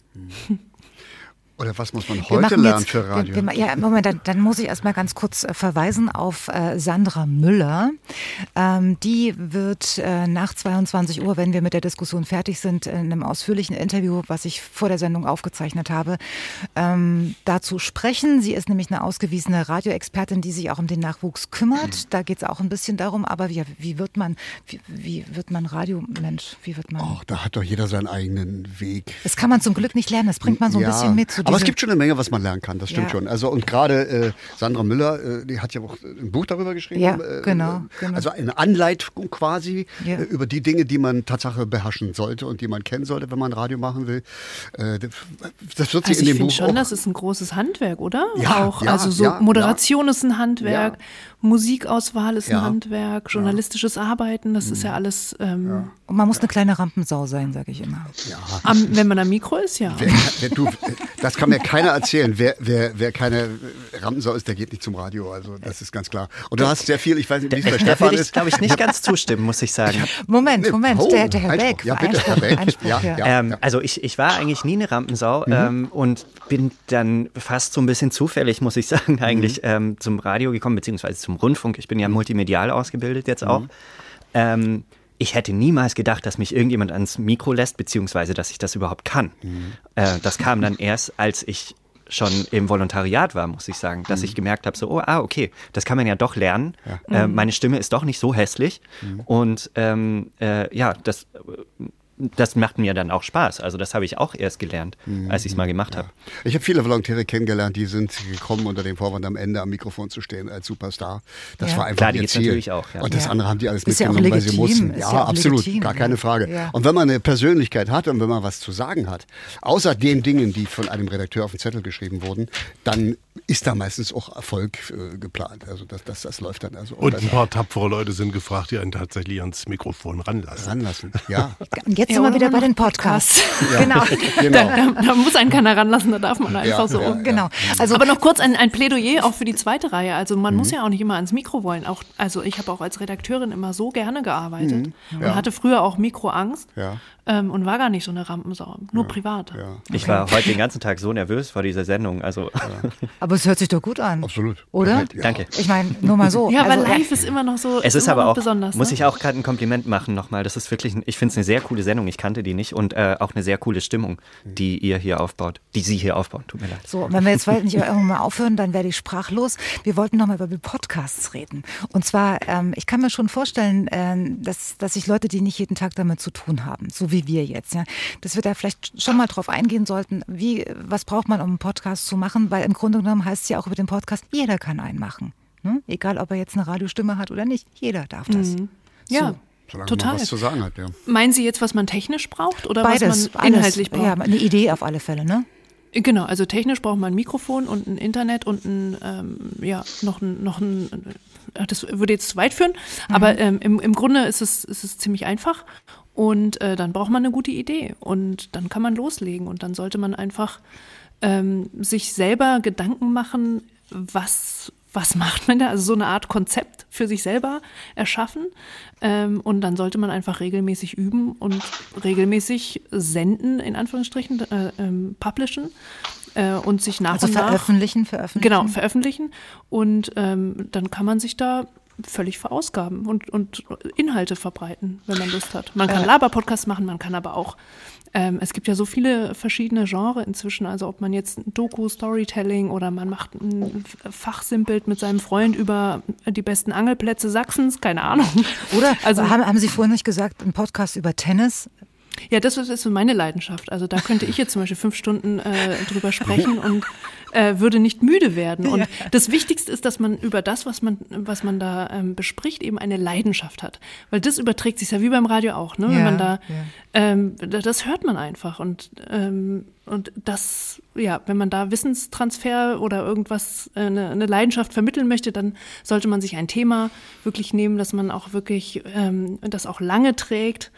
Oder was muss man heute lernen für Radio? Moment, dann muss ich erstmal ganz kurz verweisen auf Sandra Müller. Die wird nach 22 Uhr, wenn wir mit der Diskussion fertig sind, in einem ausführlichen Interview, was ich vor der Sendung aufgezeichnet habe, dazu sprechen. Sie ist nämlich eine ausgewiesene Radioexpertin, die sich auch um den Nachwuchs kümmert. Da geht es auch ein bisschen darum, aber wie wird man Radiomensch? Da hat doch jeder seinen eigenen Weg. Das kann man zum Glück nicht lernen, das bringt man so ein bisschen mit. Aber es gibt schon eine Menge, was man lernen kann, das stimmt schon. Also und gerade Sandra Müller, die hat ja auch ein Buch darüber geschrieben. Ja, genau. Also eine Anleitung quasi über die Dinge, die man Tatsache beherrschen sollte und die man kennen sollte, wenn man Radio machen will. Das wird sich in dem Buch Ich finde schon, das ist ein großes Handwerk, oder? Ja, Moderation ist ein Handwerk, Musikauswahl ist ein Handwerk, journalistisches Arbeiten, das ist ja alles. Und man muss eine kleine Rampensau sein, sage ich immer. Ja. Wenn man am Mikro ist, ja. Das kann mir keiner erzählen. Wer keine Rampensau ist, der geht nicht zum Radio. Also das ist ganz klar. Und du hast sehr viel, ich weiß nicht, wie es bei Stefan ist. Da würde ich, glaube ich, nicht ganz zustimmen, muss ich sagen. Moment, der Herr Beck. Ja, bitte, Herr Beck. Einspruch. Also ich war eigentlich nie eine Rampensau und bin dann fast so ein bisschen zufällig, muss ich sagen, eigentlich zum Radio gekommen, beziehungsweise zum Rundfunk. Ich bin ja multimedial ausgebildet jetzt auch. Ich hätte niemals gedacht, dass mich irgendjemand ans Mikro lässt, beziehungsweise, dass ich das überhaupt kann. Das kam dann erst, als ich schon im Volontariat war, muss ich sagen, dass ich gemerkt habe, so, okay, das kann man ja doch lernen. Ja. Meine Stimme ist doch nicht so hässlich. Und das macht mir dann auch Spaß. Also das habe ich auch erst gelernt, als ich es mal gemacht habe. Ich habe viele Volontäre kennengelernt, die sind gekommen unter dem Vorwand, am Ende am Mikrofon zu stehen als Superstar. Das war einfach ihr Ziel. Natürlich auch. Ja. Und das andere haben die alles ist mitgenommen, weil sie mussten. Ist Ja, absolut, legitim, gar keine Frage. Ja. Und wenn man eine Persönlichkeit hat und wenn man was zu sagen hat, außer den Dingen, die von einem Redakteur auf den Zettel geschrieben wurden, dann ist da meistens auch Erfolg geplant. Also das läuft dann. Also, und ein paar tapfere Leute sind gefragt, die einen tatsächlich ans Mikrofon ranlassen. Ja. Jetzt sind wir wieder bei den Podcasts. Ja. Genau. Da muss einen keiner ranlassen, da darf man einfach so. Genau. Also, aber noch kurz ein Plädoyer auch für die zweite Reihe. Also man muss ja auch nicht immer ans Mikro wollen. Also ich habe auch als Redakteurin immer so gerne gearbeitet und hatte früher auch Mikroangst. Ja. Und war gar nicht so eine Rampensau, nur privat. Ja. Ich war heute den ganzen Tag so nervös vor dieser Sendung. Also. Aber es hört sich doch gut an. Absolut. Oder? Ja. Danke. Ich meine, nur mal so. Ja, aber live ist immer noch so. Es ist aber auch, besonders, muss ich auch gerade ein Kompliment machen nochmal. Das ist wirklich, ich finde es eine sehr coole Sendung. Ich kannte die nicht und auch eine sehr coole Stimmung, die Sie hier aufbauen. Tut mir leid. So, und wenn wir jetzt nicht irgendwann mal aufhören, dann werde ich sprachlos. Wir wollten nochmal über Podcasts reden. Und zwar, ich kann mir schon vorstellen, dass sich Leute, die nicht jeden Tag damit zu tun haben, so wie wir jetzt, ja, dass wir da vielleicht schon mal drauf eingehen sollten, was braucht man, um einen Podcast zu machen, weil im Grunde genommen heißt es ja auch über den Podcast, jeder kann einen machen. Ne? Egal, ob er jetzt eine Radiostimme hat oder nicht, jeder darf das. Ja. Solange Total. man was zu sagen hat, ja. Meinen Sie jetzt, was man technisch braucht oder beides, was man inhaltlich braucht? Ja, eine Idee auf alle Fälle, ne? Genau, also technisch braucht man ein Mikrofon und ein Internet und das würde jetzt zu weit führen, aber im Grunde ist es ziemlich einfach und dann braucht man eine gute Idee und dann kann man loslegen und dann sollte man einfach sich selber Gedanken machen, was macht man da? Also so eine Art Konzept für sich selber erschaffen. Und dann sollte man einfach regelmäßig üben und regelmäßig senden, in Anführungsstrichen, publishen. und sich nach Also und nach veröffentlichen. Genau, veröffentlichen und dann kann man sich da völlig verausgaben und Inhalte verbreiten, wenn man Lust hat. Man kann Laber-Podcasts machen, man kann aber auch, es gibt ja so viele verschiedene Genres inzwischen, also ob man jetzt Doku, Storytelling oder man macht ein Fachsimpelt mit seinem Freund über die besten Angelplätze Sachsens, keine Ahnung. Oder also haben Sie vorhin nicht gesagt, ein Podcast über Tennis? Ja, das ist so meine Leidenschaft. Also da könnte ich jetzt zum Beispiel 5 Stunden drüber sprechen und würde nicht müde werden. Und das Wichtigste ist, dass man über das, was man da bespricht, eben eine Leidenschaft hat. Weil das überträgt sich ja wie beim Radio auch, ne? Wenn man da, das hört man einfach. Und das, ja, wenn man da Wissenstransfer oder irgendwas, eine Leidenschaft vermitteln möchte, dann sollte man sich ein Thema wirklich nehmen, dass man auch wirklich, das auch lange trägt.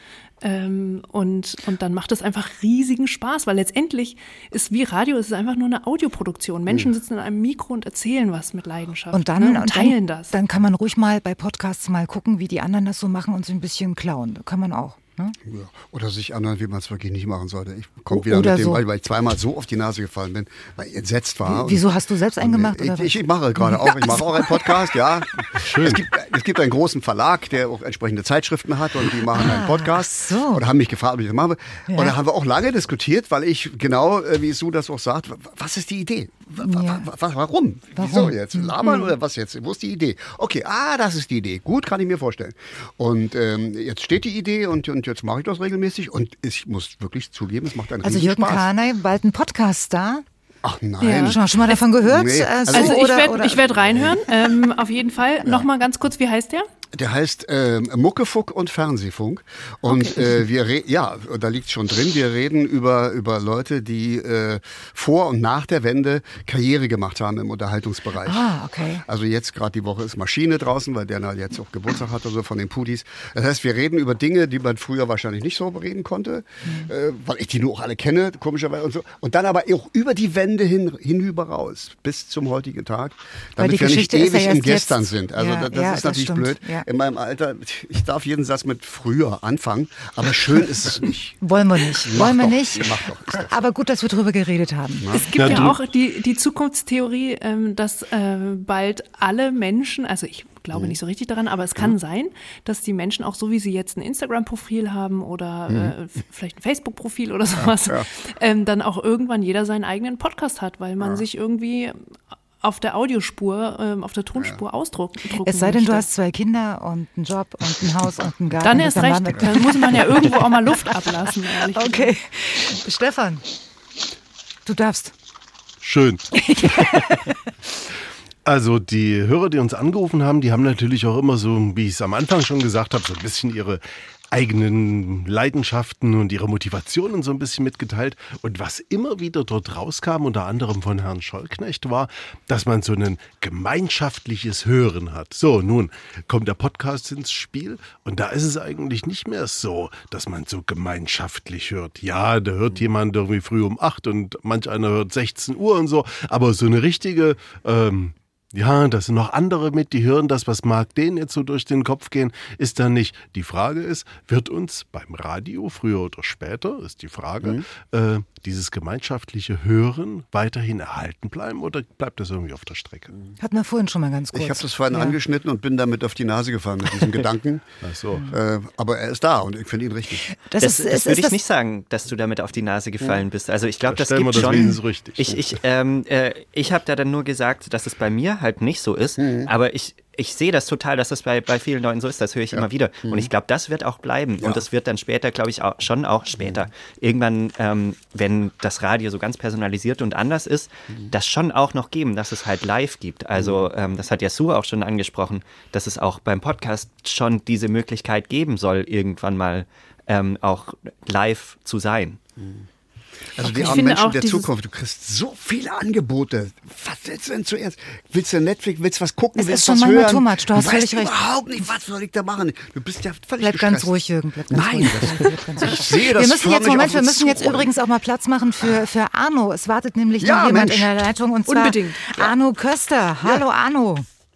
Und dann macht es einfach riesigen Spaß, weil letztendlich ist wie Radio, es ist einfach nur eine Audioproduktion. Menschen sitzen in einem Mikro und erzählen was mit Leidenschaft und teilen das. Dann kann man ruhig mal bei Podcasts mal gucken, wie die anderen das so machen und so ein bisschen klauen. Da kann man auch. Ne? Ja. Oder sich anhören, wie man es wirklich nicht machen sollte. Ich komme wieder mit dem, so. weil ich zweimal so auf die Nase gefallen bin, weil ich entsetzt war. Wieso hast du selbst einen gemacht? Ich mache gerade auch. Ich mache auch einen Podcast, ja. Schön. Es gibt einen großen Verlag, der auch entsprechende Zeitschriften hat und die machen einen Podcast. So. Und haben mich gefragt, ob ich das mache. Ja. Und da haben wir auch lange diskutiert, weil ich genau, wie Sue das auch sagt, was ist die Idee? Warum? Wieso jetzt? Labern oder was jetzt? Wo ist die Idee? Okay, das ist die Idee. Gut, kann ich mir vorstellen. Und jetzt steht die Idee und jetzt mache ich das regelmäßig und ich muss wirklich zugeben, es macht einen riesen Jürgen Spaß. Karnay, bald ein Podcast-Star. Ach nein. Ja. Schon mal davon gehört? Nee. Also ich werd reinhören, auf jeden Fall. Ja. Nochmal ganz kurz, wie heißt der? Der heißt Muckefuck und Fernsehfunk. Und da liegt schon drin, wir reden über Leute, die vor und nach der Wende Karriere gemacht haben im Unterhaltungsbereich. Okay. Also jetzt gerade die Woche ist Maschine draußen, weil der jetzt auch Geburtstag hat oder so von den Pudis. Das heißt, wir reden über Dinge, die man früher wahrscheinlich nicht so reden konnte, weil ich die nur auch alle kenne, komischerweise und so. Und dann aber auch über die Wende hinüber raus, bis zum heutigen Tag, damit wir nicht ewig im Gestern sind. Also das ist natürlich blöd. Ja. In meinem Alter, ich darf jeden Satz mit früher anfangen, aber schön ist es nicht. Wollen wir nicht. Wollen wir nicht. Mach doch. Aber gut, dass wir drüber geredet haben. Ja. Es gibt ja auch die Zukunftstheorie, dass bald alle Menschen, also ich glaube nicht so richtig daran, aber es kann sein, dass die Menschen auch so, wie sie jetzt ein Instagram-Profil haben oder vielleicht ein Facebook-Profil oder sowas, dann auch irgendwann jeder seinen eigenen Podcast hat, weil man sich irgendwie auf der Audiospur, auf der Tonspur ausdrucken. Es sei denn, du hast 2 Kinder und einen Job und ein Haus und einen Garten. Dann erst recht. Dann muss man ja irgendwo auch mal Luft ablassen, ehrlich gesagt. Okay. Stefan, du darfst. Schön. Also die Hörer, die uns angerufen haben, die haben natürlich auch immer so, wie ich es am Anfang schon gesagt habe, so ein bisschen ihre eigenen Leidenschaften und ihre Motivationen so ein bisschen mitgeteilt. Und was immer wieder dort rauskam, unter anderem von Herrn Schollknecht, war, dass man so ein gemeinschaftliches Hören hat. So, nun kommt der Podcast ins Spiel und da ist es eigentlich nicht mehr so, dass man so gemeinschaftlich hört. Ja, da hört jemand irgendwie früh um 8 und manch einer hört 16 Uhr und so, aber so eine richtige... da sind noch andere mit, die hören das, was mag denen jetzt so durch den Kopf gehen, ist da nicht. Die Frage ist, wird uns beim Radio früher oder später, ist die Frage, dieses gemeinschaftliche Hören weiterhin erhalten bleiben oder bleibt das irgendwie auf der Strecke? Hatten wir vorhin schon mal ganz kurz. Ich habe das vorhin angeschnitten und bin damit auf die Nase gefallen mit diesem Gedanken. Ach so. Aber er ist da und ich finde ihn richtig. Das würde ich nicht sagen, dass du damit auf die Nase gefallen bist. Also ich glaube, das gibt schon. So richtig. Ich habe da dann nur gesagt, dass es bei mir halt nicht so ist, aber ich sehe das total, dass das bei vielen Leuten so ist, das höre ich immer wieder. Und ich glaube, das wird auch bleiben. Und das wird dann später, glaube ich, auch später, irgendwann, wenn das Radio so ganz personalisiert und anders ist, das schon auch noch geben, dass es halt live gibt. Also das hat ja Sue auch schon angesprochen, dass es auch beim Podcast schon diese Möglichkeit geben soll, irgendwann mal auch live zu sein. Also die armen Menschen der Zukunft, du kriegst so viele Angebote. Was willst du denn zuerst? Willst du Netflix, willst du was gucken, willst du was hören? Too much. Du hast völlig recht. Überhaupt nicht, was soll ich da machen? Du bist ja völlig Bleib gestresst. ganz ruhig, Jürgen. Ich sehe das. Wir müssen jetzt übrigens auch mal Platz machen für Arno. Es wartet nämlich noch jemand in der Leitung und zwar Arno Köster. Hallo Arno.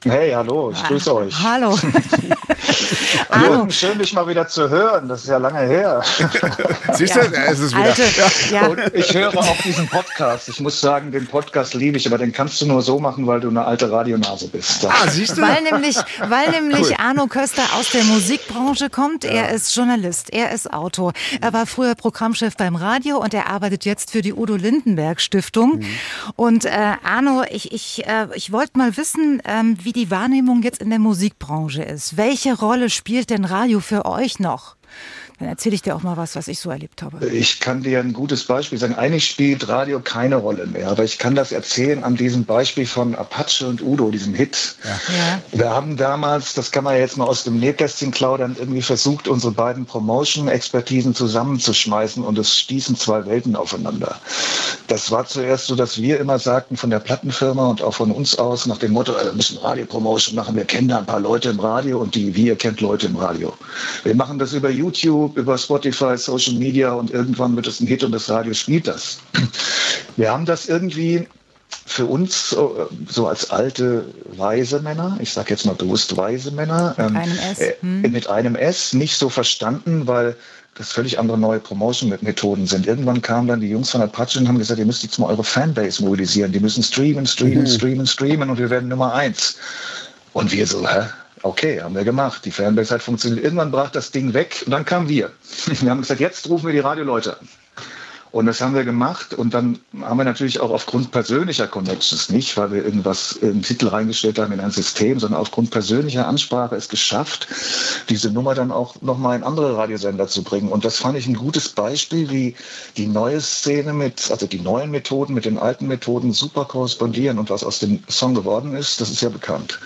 Hey, hallo, ich grüße euch. Hallo. Hallo. Schön, dich mal wieder zu hören. Das ist ja lange her. Siehst du, es ist wieder. Ja. Und ich höre auch diesen Podcast. Ich muss sagen, den Podcast liebe ich, aber den kannst du nur so machen, weil du eine alte Radionase bist. Siehst du? Weil nämlich cool. Arno Köster aus der Musikbranche kommt. Er ist Journalist, er ist Autor. Er war früher Programmchef beim Radio und er arbeitet jetzt für die Udo Lindenberg Stiftung. Und Arno, ich wollte mal wissen, wie die Wahrnehmung jetzt in der Musikbranche ist. Welche Rolle spielt denn Radio für euch noch? Dann erzähle ich dir auch mal was ich so erlebt habe. Ich kann dir ein gutes Beispiel sagen. Eigentlich spielt Radio keine Rolle mehr, aber ich kann das erzählen an diesem Beispiel von Apache und Udo, diesem Hit. Ja. Wir haben damals, das kann man ja jetzt mal aus dem Nähkästchen plaudern, irgendwie versucht, unsere beiden Promotion-Expertisen zusammenzuschmeißen und es stießen zwei Welten aufeinander. Das war zuerst so, dass wir immer sagten von der Plattenfirma und auch von uns aus nach dem Motto, wir müssen Radio-Promotion machen, wir kennen da ein paar Leute im Radio und ihr kennt Leute im Radio. Wir machen das über YouTube, über Spotify, Social Media und irgendwann wird es ein Hit und das Radio spielt das. Wir haben das irgendwie für uns so als alte weise Männer, ich sage jetzt mal bewusst weise Männer, mit einem S nicht so verstanden, weil das völlig andere neue Promotion-Methoden sind. Irgendwann kamen dann die Jungs von Apache und haben gesagt, ihr müsst jetzt mal eure Fanbase mobilisieren, die müssen streamen und wir werden Nummer 1. Und wir so, okay, haben wir gemacht. Die Fanbase hat funktioniert. Irgendwann brach das Ding weg und dann kamen wir. Wir haben gesagt, jetzt rufen wir die Radioleute an. Und das haben wir gemacht und dann haben wir natürlich auch aufgrund persönlicher Connections, nicht weil wir einen Titel reingestellt haben in ein System, sondern aufgrund persönlicher Ansprache es geschafft, diese Nummer dann auch nochmal in andere Radiosender zu bringen. Und das fand ich ein gutes Beispiel, wie die neue Szene die neuen Methoden mit den alten Methoden super korrespondieren und was aus dem Song geworden ist, das ist ja bekannt.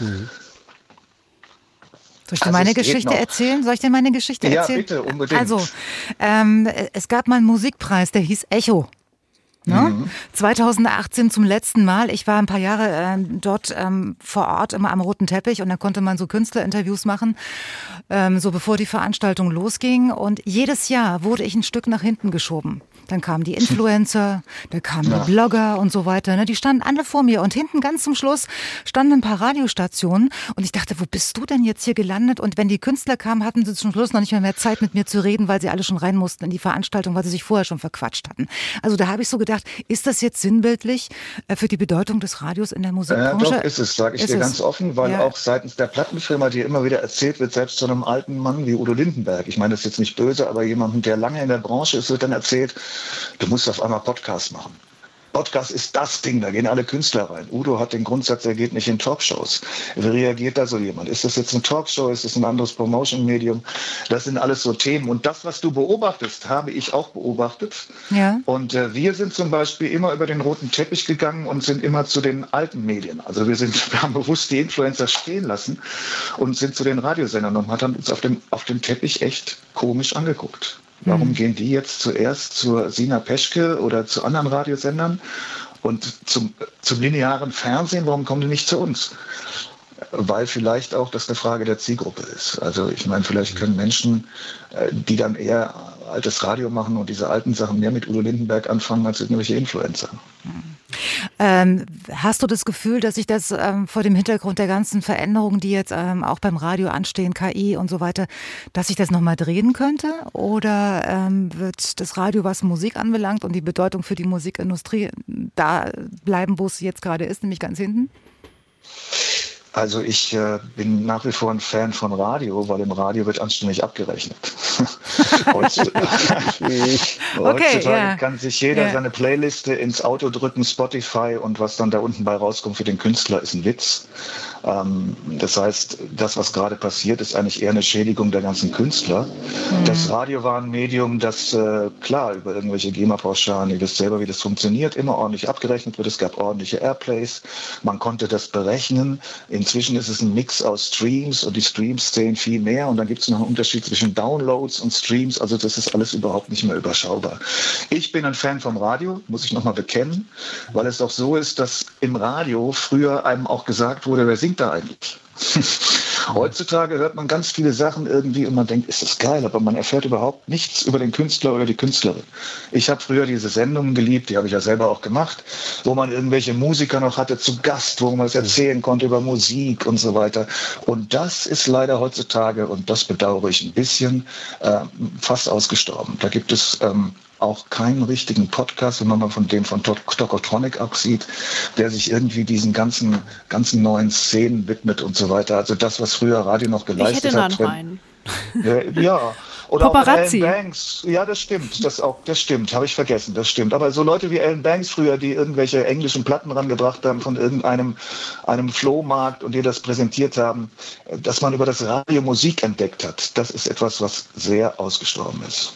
Soll ich dir meine Geschichte erzählen? Ja, bitte, unbedingt. Also, es gab mal einen Musikpreis, der hieß Echo. Ne? 2018 zum letzten Mal. Ich war ein paar Jahre dort vor Ort immer am roten Teppich und da konnte man so Künstlerinterviews machen, so bevor die Veranstaltung losging. Und jedes Jahr wurde ich ein Stück nach hinten geschoben. Dann kamen die Influencer, da kamen die Blogger und so weiter. Ne? Die standen alle vor mir und hinten ganz zum Schluss standen ein paar Radiostationen und ich dachte, wo bist du denn jetzt hier gelandet? Und wenn die Künstler kamen, hatten sie zum Schluss noch nicht mehr Zeit mit mir zu reden, weil sie alle schon rein mussten in die Veranstaltung, weil sie sich vorher schon verquatscht hatten. Also da habe ich so gedacht, ist das jetzt sinnbildlich für die Bedeutung des Radios in der Musikbranche? Doch, ist es, sage ich dir ganz offen, weil auch seitens der Plattenfirma dir immer wieder erzählt wird, selbst so einem alten Mann wie Udo Lindenberg, ich meine das ist jetzt nicht böse, aber jemandem, der lange in der Branche ist, wird dann erzählt, du musst auf einmal Podcast machen. Podcast ist das Ding, da gehen alle Künstler rein. Udo hat den Grundsatz, er geht nicht in Talkshows. Wie reagiert da so jemand? Ist das jetzt eine Talkshow? Ist das ein anderes Promotion-Medium? Das sind alles so Themen. Und das, was du beobachtest, habe ich auch beobachtet. Ja. Und wir sind zum Beispiel immer über den roten Teppich gegangen und sind immer zu den alten Medien. Also wir haben bewusst die Influencer stehen lassen und sind zu den Radiosendern und haben uns auf dem Teppich echt komisch angeguckt. Warum gehen die jetzt zuerst zur Sina Peschke oder zu anderen Radiosendern und zum linearen Fernsehen? Warum kommen die nicht zu uns? Weil vielleicht auch das eine Frage der Zielgruppe ist. Also ich meine, vielleicht können Menschen, die dann eher altes Radio machen und diese alten Sachen mehr mit Udo Lindenberg anfangen als irgendwelche Influencer. Hast du das Gefühl, dass sich das vor dem Hintergrund der ganzen Veränderungen, die jetzt auch beim Radio anstehen, KI und so weiter, dass sich das nochmal drehen könnte? Oder wird das Radio, was Musik anbelangt und die Bedeutung für die Musikindustrie, da bleiben, wo es jetzt gerade ist, nämlich ganz hinten? Also ich bin nach wie vor ein Fan von Radio, weil im Radio wird anständig abgerechnet. Heutzutage kann sich jeder seine Playliste ins Auto drücken, Spotify, und was dann da unten bei rauskommt für den Künstler ist ein Witz. Das heißt, das, was gerade passiert, ist eigentlich eher eine Schädigung der ganzen Künstler. Das Radio war ein Medium, das klar über irgendwelche GEMA-Pauschalen, ihr wisst selber, wie das funktioniert, immer ordentlich abgerechnet wird. Es gab ordentliche Airplays, man konnte das berechnen. Inzwischen ist es ein Mix aus Streams und die Streams zählen viel mehr und dann gibt es noch einen Unterschied zwischen Downloads und Streams, also das ist alles überhaupt nicht mehr überschaubar. Ich bin ein Fan vom Radio, muss ich nochmal bekennen, weil es doch so ist, dass im Radio früher einem auch gesagt wurde, wer singt da eigentlich? Heutzutage hört man ganz viele Sachen irgendwie und man denkt, ist das geil, aber man erfährt überhaupt nichts über den Künstler oder die Künstlerin. Ich habe früher diese Sendungen geliebt, die habe ich ja selber auch gemacht, wo man irgendwelche Musiker noch hatte zu Gast, wo man es erzählen konnte über Musik und so weiter. Und das ist leider heutzutage, und das bedauere ich ein bisschen, fast ausgestorben. Da gibt es auch keinen richtigen Podcast, wenn man mal von dem von Tokotronic absieht, der sich irgendwie diesen ganzen neuen Szenen widmet und so weiter. Also das, was früher Radio noch geleistet hat. Ich hätte da noch einen. Ja. Oder Paparazzi. Alan Banks. Ja, das stimmt. Das stimmt. Habe ich vergessen. Das stimmt. Aber so Leute wie Alan Banks früher, die irgendwelche englischen Platten rangebracht haben von einem Flohmarkt und die das präsentiert haben, dass man über das Radio Musik entdeckt hat, das ist etwas, was sehr ausgestorben ist.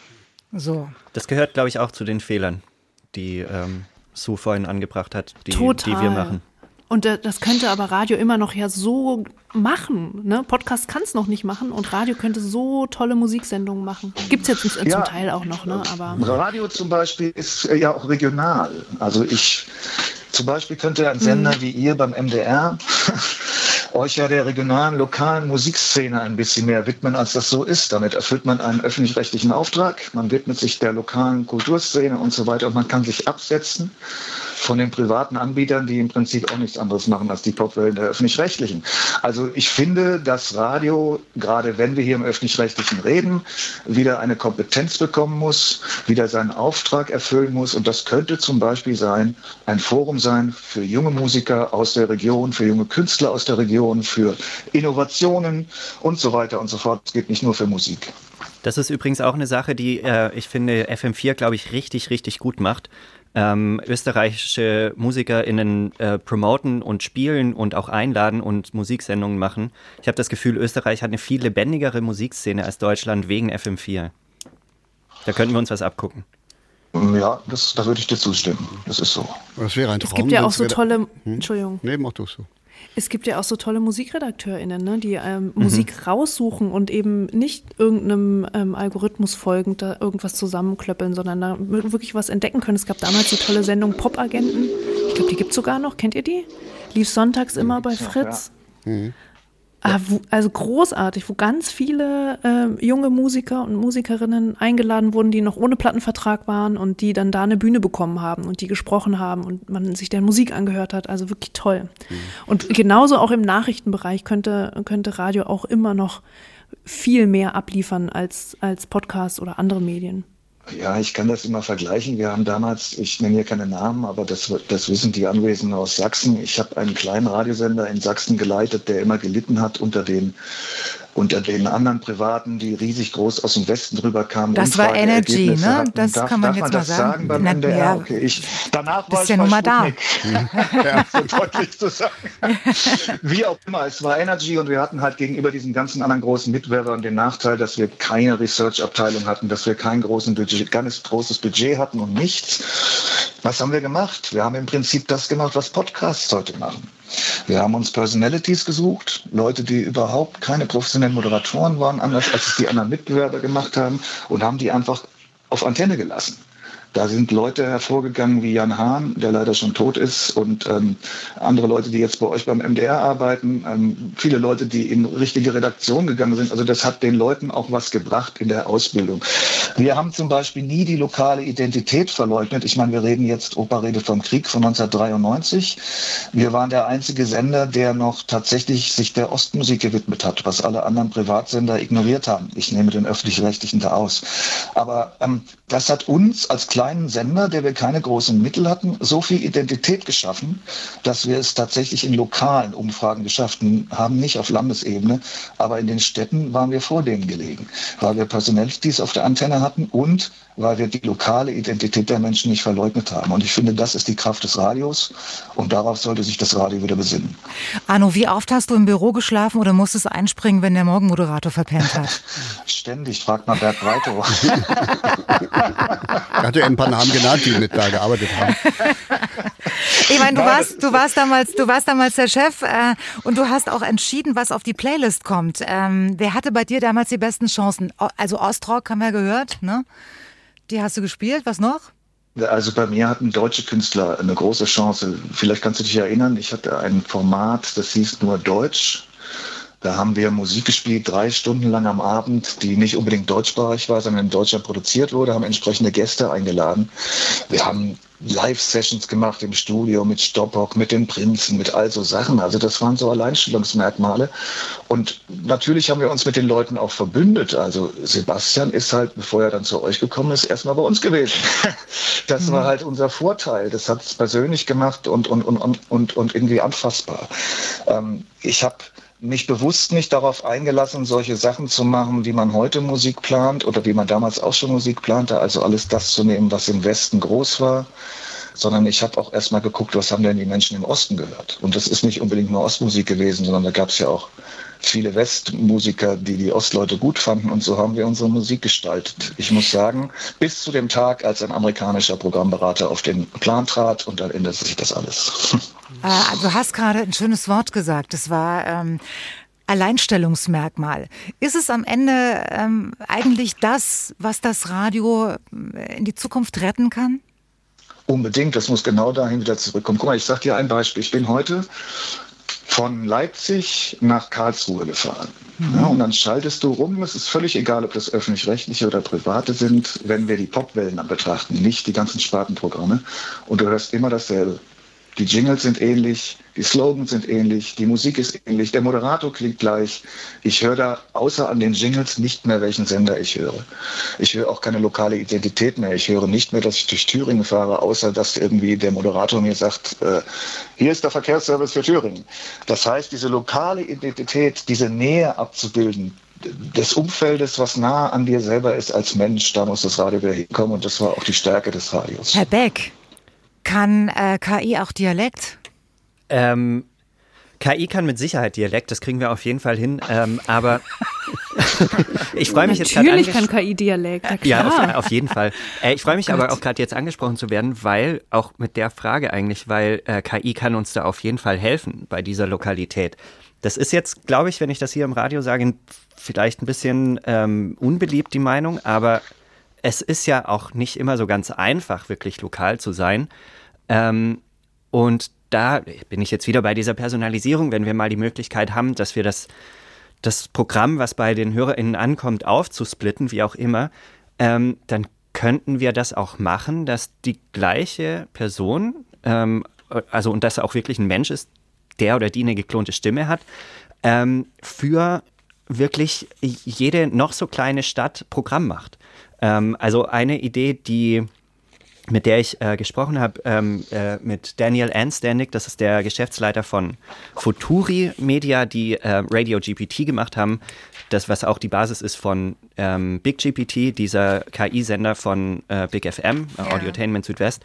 So. Das gehört, glaube ich, auch zu den Fehlern, die Sue vorhin angebracht hat, die wir machen. Und das könnte aber Radio immer noch ja so machen. Ne? Podcast kann es noch nicht machen und Radio könnte so tolle Musiksendungen machen. Gibt es jetzt zum Teil auch noch, ne? Aber Radio zum Beispiel ist ja auch regional. Also ich zum Beispiel könnte ein Sender wie ihr beim MDR euch ja der regionalen, lokalen Musikszene ein bisschen mehr widmen, als das so ist. Damit erfüllt man einen öffentlich-rechtlichen Auftrag, man widmet sich der lokalen Kulturszene und so weiter und man kann sich absetzen von den privaten Anbietern, die im Prinzip auch nichts anderes machen als die Popwellen der Öffentlich-Rechtlichen. Also ich finde, dass Radio, gerade wenn wir hier im Öffentlich-Rechtlichen reden, wieder eine Kompetenz bekommen muss, wieder seinen Auftrag erfüllen muss. Und das könnte zum Beispiel ein Forum sein für junge Musiker aus der Region, für junge Künstler aus der Region, für Innovationen und so weiter und so fort. Es geht nicht nur für Musik. Das ist übrigens auch eine Sache, die ich finde FM4, glaube ich, richtig, richtig gut macht. Österreichische MusikerInnen promoten und spielen und auch einladen und Musiksendungen machen. Ich habe das Gefühl, Österreich hat eine viel lebendigere Musikszene als Deutschland wegen FM4. Da könnten wir uns was abgucken. Ja, da würde ich dir zustimmen. Das ist so. Das wäre ein Traum. Es gibt ja auch so tolle... Entschuldigung. Nee, mach du so. Es gibt ja auch so tolle MusikredakteurInnen, ne, die Musik raussuchen und eben nicht irgendeinem Algorithmus folgend da irgendwas zusammenklöppeln, sondern da wirklich was entdecken können. Es gab damals die tolle Sendung Popagenten. Ich glaube, die gibt es sogar noch. Kennt ihr die? Lief sonntags immer bei Fritz. Ja. Also großartig, wo ganz viele junge Musiker und Musikerinnen eingeladen wurden, die noch ohne Plattenvertrag waren und die dann da eine Bühne bekommen haben und die gesprochen haben und man sich deren Musik angehört hat. Also wirklich toll. Und genauso auch im Nachrichtenbereich könnte Radio auch immer noch viel mehr abliefern als Podcast oder andere Medien. Ja, ich kann das immer vergleichen. Wir haben damals, ich nenne hier keine Namen, aber das wissen die Anwesenden aus Sachsen. Ich habe einen kleinen Radiosender in Sachsen geleitet, der immer gelitten hat unter den anderen Privaten, die riesig groß aus dem Westen drüber kamen. Das war Energy, ne? Das kann man jetzt mal sagen. Beim NDR? Ja. Okay, danach war ich ja mal da. Ja, so deutlich zu sagen. Wie auch immer, es war Energy und wir hatten halt gegenüber diesen ganzen anderen großen Mitbewerbern den Nachteil, dass wir keine Research-Abteilung hatten, dass wir kein großes Budget hatten und nichts. Was haben wir gemacht? Wir haben im Prinzip das gemacht, was Podcasts heute machen. Wir haben uns Personalities gesucht, Leute, die überhaupt keine professionellen Moderatoren waren, anders als es die anderen Mitbewerber gemacht haben, und haben die einfach auf Antenne gelassen. Da sind Leute hervorgegangen wie Jan Hahn, der leider schon tot ist, und andere Leute, die jetzt bei euch beim MDR arbeiten, viele Leute, die in richtige Redaktion gegangen sind. Also das hat den Leuten auch was gebracht in der Ausbildung. Wir haben zum Beispiel nie die lokale Identität verleugnet. Ich meine, wir reden jetzt Opa redet vom Krieg von 1993. Wir waren der einzige Sender, der noch tatsächlich sich der Ostmusik gewidmet hat, was alle anderen Privatsender ignoriert haben. Ich nehme den Öffentlich-Rechtlichen da aus. Aber das hat uns als kleinen Sender, der wir keine großen Mittel hatten, so viel Identität geschaffen, dass wir es tatsächlich in lokalen Umfragen geschafft haben, nicht auf Landesebene, aber in den Städten waren wir vor denen gelegen, weil wir Personalities auf der Antenne hatten und weil wir die lokale Identität der Menschen nicht verleugnet haben. Und ich finde, das ist die Kraft des Radios und darauf sollte sich das Radio wieder besinnen. Arno, wie oft hast du im Büro geschlafen oder musstest einspringen, wenn der Morgenmoderator verpennt hat? Ständig, fragt mal Bert Breitow. Er hat ja ein paar Namen genannt, die mit da gearbeitet haben. Ich meine, du warst damals der Chef und du hast auch entschieden, was auf die Playlist kommt. Wer hatte bei dir damals die besten Chancen? Also Ostrock haben wir gehört, ne? Die hast du gespielt, was noch? Also bei mir hatten deutsche Künstler eine große Chance. Vielleicht kannst du dich erinnern, ich hatte ein Format, das hieß nur Deutsch. Da haben wir Musik gespielt, 3 Stunden lang am Abend, die nicht unbedingt deutschsprachig war, sondern in Deutschland produziert wurde, haben entsprechende Gäste eingeladen. Wir haben Live-Sessions gemacht im Studio mit Stoppock, mit den Prinzen, mit all so Sachen. Also das waren so Alleinstellungsmerkmale. Und natürlich haben wir uns mit den Leuten auch verbündet. Also Sebastian ist halt, bevor er dann zu euch gekommen ist, erstmal bei uns gewesen. Das war halt unser Vorteil. Das hat es persönlich gemacht und irgendwie anfassbar. Ich habe mich bewusst nicht darauf eingelassen, solche Sachen zu machen, wie man heute Musik plant oder wie man damals auch schon Musik plante, also alles das zu nehmen, was im Westen groß war, sondern ich habe auch erstmal geguckt, was haben denn die Menschen im Osten gehört. Und das ist nicht unbedingt nur Ostmusik gewesen, sondern da gab es ja auch viele Westmusiker, die die Ostleute gut fanden, und so haben wir unsere Musik gestaltet. Ich muss sagen, bis zu dem Tag, als ein amerikanischer Programmberater auf den Plan trat, und dann änderte sich das alles. Du hast gerade ein schönes Wort gesagt, das war Alleinstellungsmerkmal. Ist es am Ende eigentlich das, was das Radio in die Zukunft retten kann? Unbedingt, das muss genau dahin wieder zurückkommen. Guck mal, ich sage dir ein Beispiel. Ich bin heute von Leipzig nach Karlsruhe gefahren. Ja, und dann schaltest du rum, es ist völlig egal, ob das öffentlich-rechtliche oder private sind, wenn wir die Popwellen betrachten, nicht die ganzen Spartenprogramme. Und du hörst immer dasselbe. Die Jingles sind ähnlich, die Slogans sind ähnlich, die Musik ist ähnlich, der Moderator klingt gleich. Ich höre da außer an den Jingles nicht mehr, welchen Sender ich höre. Ich höre auch keine lokale Identität mehr. Ich höre nicht mehr, dass ich durch Thüringen fahre, außer dass irgendwie der Moderator mir sagt, hier ist der Verkehrsservice für Thüringen. Das heißt, diese lokale Identität, diese Nähe abzubilden, des Umfeldes, was nah an dir selber ist als Mensch, da muss das Radio wieder hinkommen, und das war auch die Stärke des Radios. Herr Beck, kann KI auch Dialekt? KI kann mit Sicherheit Dialekt, das kriegen wir auf jeden Fall hin, aber ich freue mich jetzt gerade. Natürlich kann KI Dialekt, ja klar. Ja, auf jeden Fall. Ich freue mich aber auch gerade jetzt angesprochen zu werden, weil, auch mit der Frage eigentlich, weil KI kann uns da auf jeden Fall helfen bei dieser Lokalität. Das ist jetzt, glaube ich, wenn ich das hier im Radio sage, vielleicht ein bisschen unbeliebt, die Meinung, aber es ist ja auch nicht immer so ganz einfach, wirklich lokal zu sein. Und da bin ich jetzt wieder bei dieser Personalisierung, wenn wir mal die Möglichkeit haben, dass wir das Programm, was bei den HörerInnen ankommt, aufzusplitten, wie auch immer, dann könnten wir das auch machen, dass die gleiche Person, und dass auch wirklich ein Mensch ist, der oder die eine geklonte Stimme hat, für wirklich jede noch so kleine Stadt Programm macht. Also eine Idee, mit der ich gesprochen habe, mit Daniel Anständig, das ist der Geschäftsleiter von Futuri Media, die Radio GPT gemacht haben, das, was auch die Basis ist von Big GPT, dieser KI-Sender von Big FM, Audiotainment Südwest.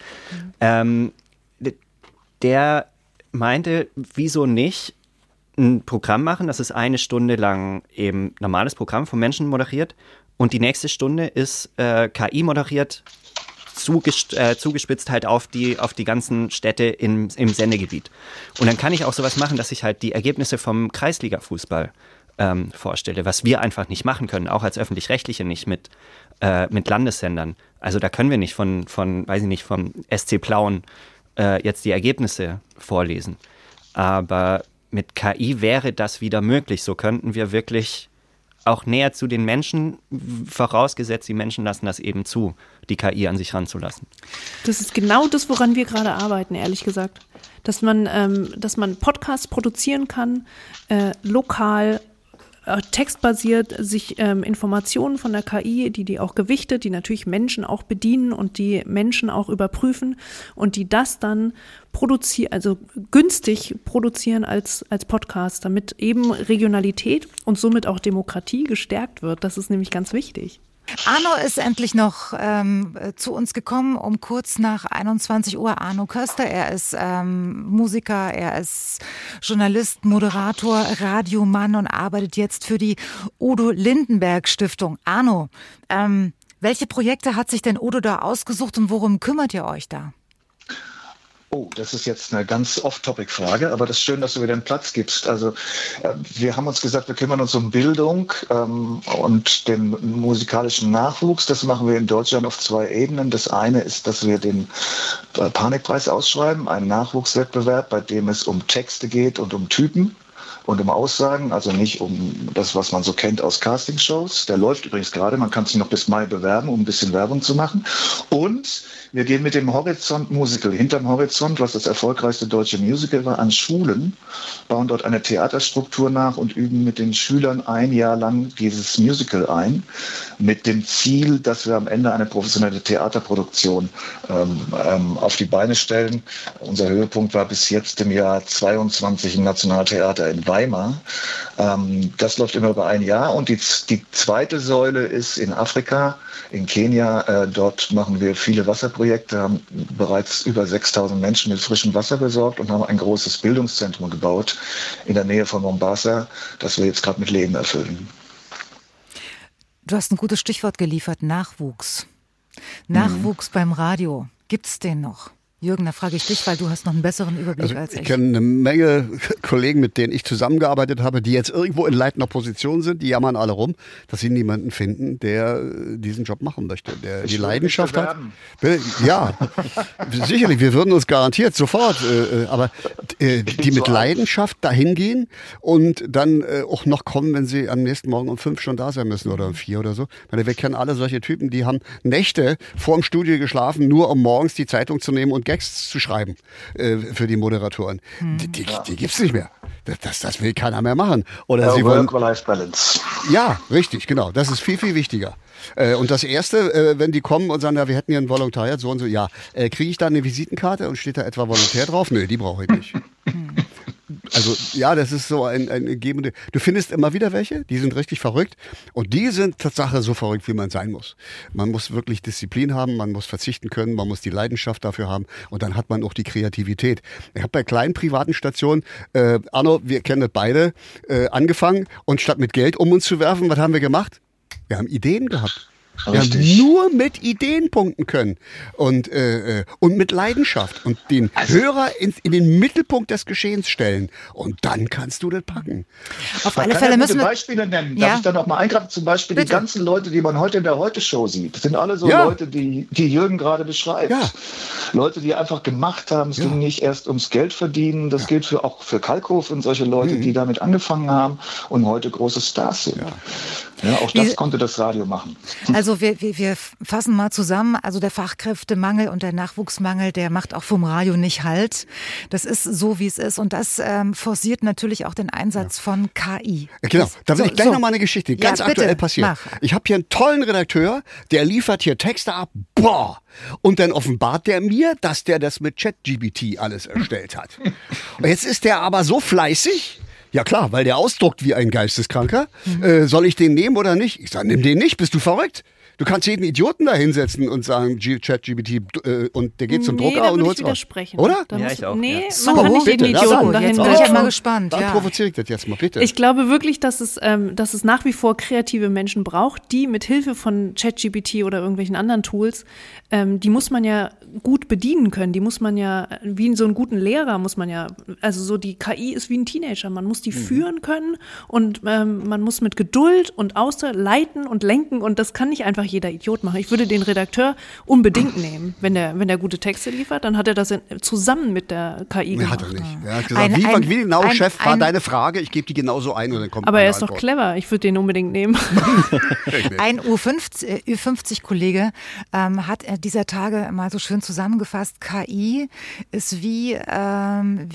Der meinte, wieso nicht ein Programm machen, das ist 1 Stunde lang eben normales Programm von Menschen moderiert, und die nächste Stunde ist KI moderiert, zugespitzt halt auf die ganzen Städte im Sendegebiet. Und dann kann ich auch sowas machen, dass ich halt die Ergebnisse vom Kreisliga-Fußball vorstelle, was wir einfach nicht machen können, auch als Öffentlich-Rechtliche nicht mit Landessendern. Also da können wir nicht vom SC Plauen jetzt die Ergebnisse vorlesen. Aber mit KI wäre das wieder möglich. So könnten wir wirklich auch näher zu den Menschen, vorausgesetzt, die Menschen lassen das eben zu, die KI an sich ranzulassen. Das ist genau das, woran wir gerade arbeiten, ehrlich gesagt. Dass man Podcasts produzieren kann, lokal, textbasiert, sich Informationen von der KI, die auch gewichtet, die natürlich Menschen auch bedienen und die Menschen auch überprüfen und die das dann günstig produzieren als Podcast, damit eben Regionalität und somit auch Demokratie gestärkt wird. Das ist nämlich ganz wichtig. Arno ist endlich noch zu uns gekommen, um kurz nach 21 Uhr. Arno Köster, er ist Musiker, er ist Journalist, Moderator, Radiomann und arbeitet jetzt für die Udo Lindenberg Stiftung. Arno, welche Projekte hat sich denn Udo da ausgesucht und worum kümmert ihr euch da? Oh, das ist jetzt eine ganz off-topic-Frage, aber das ist schön, dass du mir den Platz gibst. Also wir haben uns gesagt, wir kümmern uns um Bildung und den musikalischen Nachwuchs. Das machen wir in Deutschland auf 2 Ebenen. Das eine ist, dass wir den Panikpreis ausschreiben, einen Nachwuchswettbewerb, bei dem es um Texte geht und um Typen. und um Aussagen, also nicht um das, was man so kennt aus Castingshows. Der läuft übrigens gerade, man kann sich noch bis Mai bewerben, um ein bisschen Werbung zu machen. Und wir gehen mit dem Horizont-Musical hinterm Horizont, was das erfolgreichste deutsche Musical war, an Schulen, bauen dort eine Theaterstruktur nach und üben mit den Schülern ein Jahr lang dieses Musical ein, mit dem Ziel, dass wir am Ende eine professionelle Theaterproduktion auf die Beine stellen. Unser Höhepunkt war bis jetzt im Jahr 22 im Nationaltheater in Weimar. Das läuft immer über ein Jahr. Und die zweite Säule ist in Afrika, in Kenia. Dort machen wir viele Wasserprojekte, haben bereits über 6.000 Menschen mit frischem Wasser versorgt und haben ein großes Bildungszentrum gebaut in der Nähe von Mombasa, das wir jetzt gerade mit Leben erfüllen. Du hast ein gutes Stichwort geliefert, Nachwuchs. Nachwuchs beim Radio. Gibt's den noch? Jürgen, da frage ich dich, weil du hast noch einen besseren Überblick als ich. Ich kenne eine Menge Kollegen, mit denen ich zusammengearbeitet habe, die jetzt irgendwo in leitender Position sind, die jammern alle rum, dass sie niemanden finden, der diesen Job machen möchte, der die Leidenschaft hat. Ja, sicherlich, wir würden uns garantiert sofort, aber die mit Leidenschaft dahin gehen und dann auch noch kommen, wenn sie am nächsten Morgen um 5 schon da sein müssen oder um 4 oder so. Wir kennen alle solche Typen, die haben Nächte vorm Studio geschlafen, nur um morgens die Zeitung zu nehmen und Gags zu schreiben für die Moderatoren. Die gibt's nicht mehr. Das will keiner mehr machen. Oder sie wollen Work-Life-Balance. Ja, richtig, genau. Das ist viel, viel wichtiger. Und das Erste, wenn die kommen und sagen, ja, wir hätten hier ein Volontariat, so und so, ja, kriege ich da eine Visitenkarte und steht da etwa Volontär drauf? Nö, die brauche ich nicht. Also ja, das ist so ein gebende. Du findest immer wieder welche, die sind richtig verrückt und die sind Tatsache so verrückt, wie man sein muss. Man muss wirklich Disziplin haben, man muss verzichten können, man muss die Leidenschaft dafür haben und dann hat man auch die Kreativität. Ich habe bei kleinen privaten Stationen, Arno, wir kennen das beide, angefangen und statt mit Geld um uns zu werfen, was haben wir gemacht? Wir haben Ideen gehabt. Wir haben nur mit Ideen punkten können und mit Leidenschaft und den Hörer in den Mittelpunkt des Geschehens stellen. Und dann kannst du das packen. Auf alle Fälle müssen wir Beispiele nennen. Darf ich da noch mal eingreifen? Zum Beispiel Bitte. Die ganzen Leute, die man heute in der Heute-Show sieht. Das sind alle so Leute, die Jürgen gerade beschreibt. Ja. Leute, die einfach gemacht haben. Es ging nicht erst ums Geld verdienen. Das gilt auch für Kalkhof und solche Leute, die damit angefangen haben und heute große Stars sind. Ja, auch das konnte das Radio machen. Also wir fassen mal zusammen, also der Fachkräftemangel und der Nachwuchsmangel, der macht auch vom Radio nicht Halt. Das ist so, wie es ist und das forciert natürlich auch den Einsatz von KI. Genau, da will ich gleich noch mal eine Geschichte, die ganz aktuell passiert. Mach. Ich habe hier einen tollen Redakteur, der liefert hier Texte ab, und dann offenbart der mir, dass der das mit ChatGPT alles erstellt hat. Jetzt ist der aber so fleißig. Ja klar, weil der ausdruckt wie ein Geisteskranker. Soll ich den nehmen oder nicht? Ich sage, nimm den nicht, bist du verrückt? Du kannst jeden Idioten da hinsetzen und sagen, ChatGPT und der geht zum Drucker und holt's raus. Oder? Ja, ich auch. Nee, man kann nicht jeden Idioten da hinsetzen. Bin ich ja mal gespannt. Dann provoziere ich das jetzt mal, bitte. Ich glaube wirklich, dass es nach wie vor kreative Menschen braucht, die mit Hilfe von ChatGPT oder irgendwelchen anderen Tools, die muss man ja gut bedienen können. Die muss man ja, wie so einen guten Lehrer muss man ja, also so die KI ist wie ein Teenager. Man muss die führen können und man muss mit Geduld und Ausdauer leiten und lenken und das kann nicht einfach jeder Idiot machen. Ich würde den Redakteur unbedingt nehmen. Wenn der gute Texte liefert, dann hat er das zusammen mit der KI gemacht. Hat er nicht. Er hat gesagt, wie genau, Chef, war deine Frage, ich gebe die genauso ein und dann kommt aber er ist doch clever, ich würde den unbedingt nehmen. Ein Ü50-Kollege hat dieser Tage mal so schön zusammengefasst, KI ist wie ein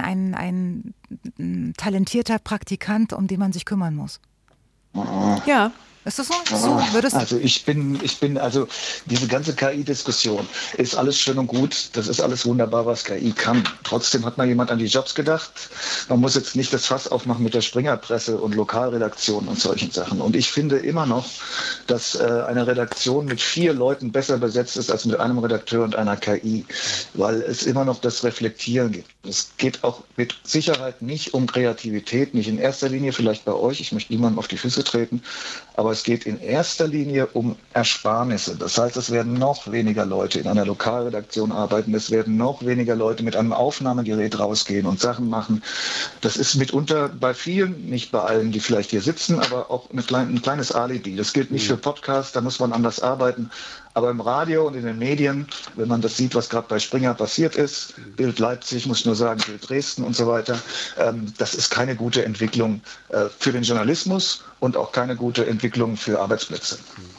talentierter Praktikant, um den man sich kümmern muss. Ja. Ist das so? Also ich bin, diese ganze KI-Diskussion ist alles schön und gut. Das ist alles wunderbar, was KI kann. Trotzdem hat mal jemand an die Jobs gedacht. Man muss jetzt nicht das Fass aufmachen mit der Springerpresse und Lokalredaktion und solchen Sachen. Und ich finde immer noch, dass eine Redaktion mit 4 Leuten besser besetzt ist als mit einem Redakteur und einer KI, weil es immer noch das Reflektieren gibt. Es geht auch mit Sicherheit nicht um Kreativität, nicht in erster Linie vielleicht bei euch. Ich möchte niemandem auf die Füße treten, aber aber es geht in erster Linie um Ersparnisse. Das heißt, es werden noch weniger Leute in einer Lokalredaktion arbeiten, es werden noch weniger Leute mit einem Aufnahmegerät rausgehen und Sachen machen. Das ist mitunter bei vielen, nicht bei allen, die vielleicht hier sitzen, aber auch ein kleines Alibi. Das gilt nicht für Podcasts, da muss man anders arbeiten. Aber im Radio und in den Medien, wenn man das sieht, was gerade bei Springer passiert ist, Bild Leipzig, muss ich nur sagen, Bild Dresden und so weiter, das ist keine gute Entwicklung für den Journalismus und auch keine gute Entwicklung für Arbeitsplätze.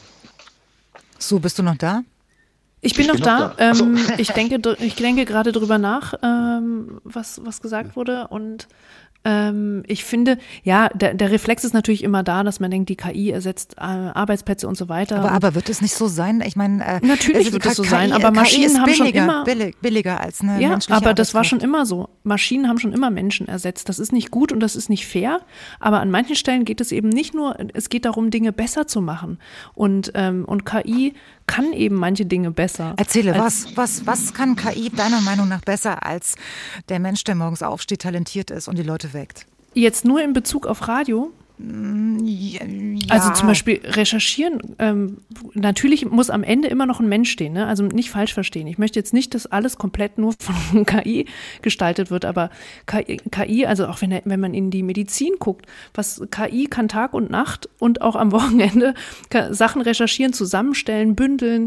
So, bist du noch da? Ich bin noch da. Ich denke gerade drüber nach, was gesagt wurde, und ich finde, ja, der Reflex ist natürlich immer da, dass man denkt, die KI ersetzt Arbeitsplätze und so weiter. Aber wird es nicht so sein? Ich meine, natürlich wird es so sein, aber Maschinen haben schon immer billiger als eine ja, menschliche aber das war Arbeitskraft. schon immer so. Maschinen haben schon immer Menschen ersetzt. Das ist nicht gut und das ist nicht fair. Aber an manchen Stellen geht es eben nicht nur, es geht darum, Dinge besser zu machen. Und KI kann eben manche Dinge besser. Erzähle, was kann KI deiner Meinung nach besser als der Mensch, der morgens aufsteht, talentiert ist und die Leute weckt? Jetzt nur in Bezug auf Radio? Ja. Also zum Beispiel recherchieren, natürlich muss am Ende immer noch ein Mensch stehen, ne? Also nicht falsch verstehen. Ich möchte jetzt nicht, dass alles komplett nur von KI gestaltet wird, aber KI, also auch wenn man in die Medizin guckt, was KI kann Tag und Nacht und auch am Wochenende Sachen recherchieren, zusammenstellen, bündeln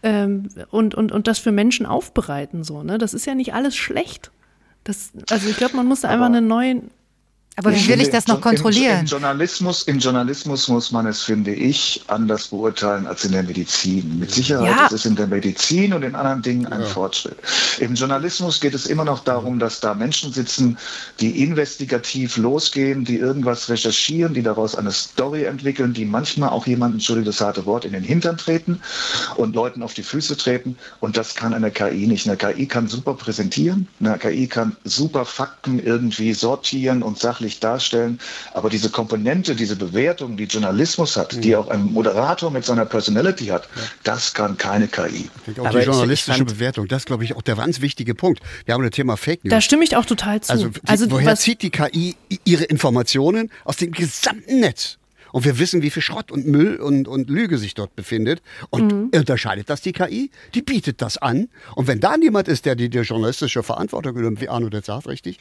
und das für Menschen aufbereiten, so, ne? Das ist ja nicht alles schlecht. Also ich glaube, man muss da einfach einen neuen. Aber wie will ich das noch kontrollieren? Im Journalismus muss man es, finde ich, anders beurteilen als in der Medizin. Mit Sicherheit ist es in der Medizin und in anderen Dingen ein Fortschritt. Im Journalismus geht es immer noch darum, dass da Menschen sitzen, die investigativ losgehen, die irgendwas recherchieren, die daraus eine Story entwickeln, die manchmal auch jemanden, entschuldige das harte Wort, in den Hintern treten und Leuten auf die Füße treten. Und das kann eine KI nicht. Eine KI kann super präsentieren, eine KI kann super Fakten irgendwie sortieren und sachlich darstellen, aber diese Komponente, diese Bewertung, die Journalismus hat, die auch ein Moderator mit seiner Personality hat, das kann keine KI. Ich denke auch die journalistische Bewertung, das ist, glaube ich, auch der ganz wichtige Punkt. Wir haben das Thema Fake News. Da stimme ich auch total zu. Also woher zieht die KI ihre Informationen? Aus dem gesamten Netz. Und wir wissen, wie viel Schrott und Müll und Lüge sich dort befindet. Und unterscheidet das die KI? Die bietet das an. Und wenn da niemand ist, der die journalistische Verantwortung übernimmt, wie Arno das sagt, richtig,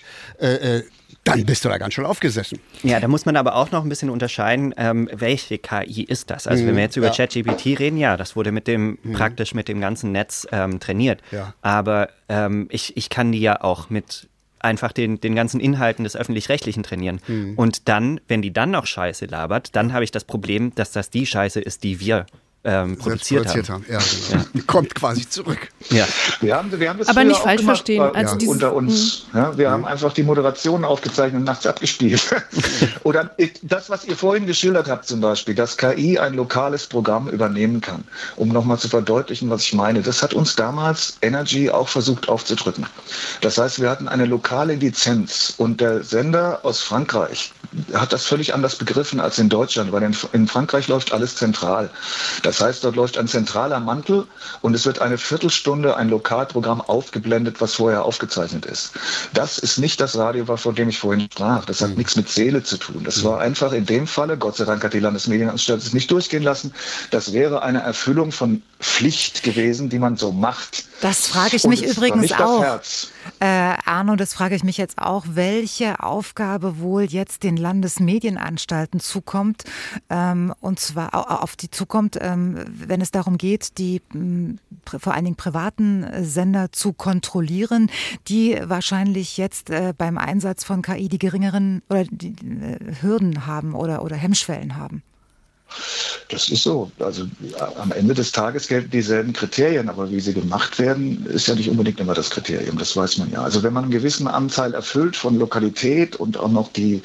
dann bist du da ganz schön aufgesessen. Ja, da muss man aber auch noch ein bisschen unterscheiden, welche KI ist das? Also wenn wir jetzt über ChatGPT reden, ja, das wurde praktisch mit dem ganzen Netz trainiert. Ja. Aber ich kann die ja auch mit einfach den ganzen Inhalten des Öffentlich-Rechtlichen trainieren. Und dann, wenn die dann noch Scheiße labert, dann habe ich das Problem, dass das die Scheiße ist, die wir produziert haben. Ja, genau. Ja. Kommt quasi zurück. Ja. Wir haben das aber nicht auch falsch gemacht, verstehen. Also unter uns. Ja, wir haben einfach die Moderation aufgezeichnet und nachts abgespielt. Oder das, was ihr vorhin geschildert habt zum Beispiel, dass KI ein lokales Programm übernehmen kann, um nochmal zu verdeutlichen, was ich meine. Das hat uns damals Energy auch versucht aufzudrücken. Das heißt, wir hatten eine lokale Lizenz und der Sender aus Frankreich hat das völlig anders begriffen als in Deutschland, weil in Frankreich läuft alles zentral. Das heißt, dort läuft ein zentraler Mantel und es wird eine Viertelstunde ein Lokalprogramm aufgeblendet, was vorher aufgezeichnet ist. Das ist nicht das Radio, von dem ich vorhin sprach. Das hat nichts mit Seele zu tun. Das war einfach in dem Falle, Gott sei Dank hat die Landesmedienanstalt es nicht durchgehen lassen, das wäre eine Erfüllung von Pflicht gewesen, die man so macht. Das frage ich mich übrigens auch. Arno, das frage ich mich jetzt auch, welche Aufgabe wohl jetzt den Landesmedienanstalten zukommt, und zwar auf die zukommt, wenn es darum geht, die vor allen Dingen privaten Sender zu kontrollieren, die wahrscheinlich jetzt beim Einsatz von KI die geringeren oder die Hürden haben oder Hemmschwellen haben. Das ist so. Also am Ende des Tages gelten dieselben Kriterien, aber wie sie gemacht werden, ist ja nicht unbedingt immer das Kriterium. Das weiß man ja. Also wenn man einen gewissen Anteil erfüllt von Lokalität und auch noch die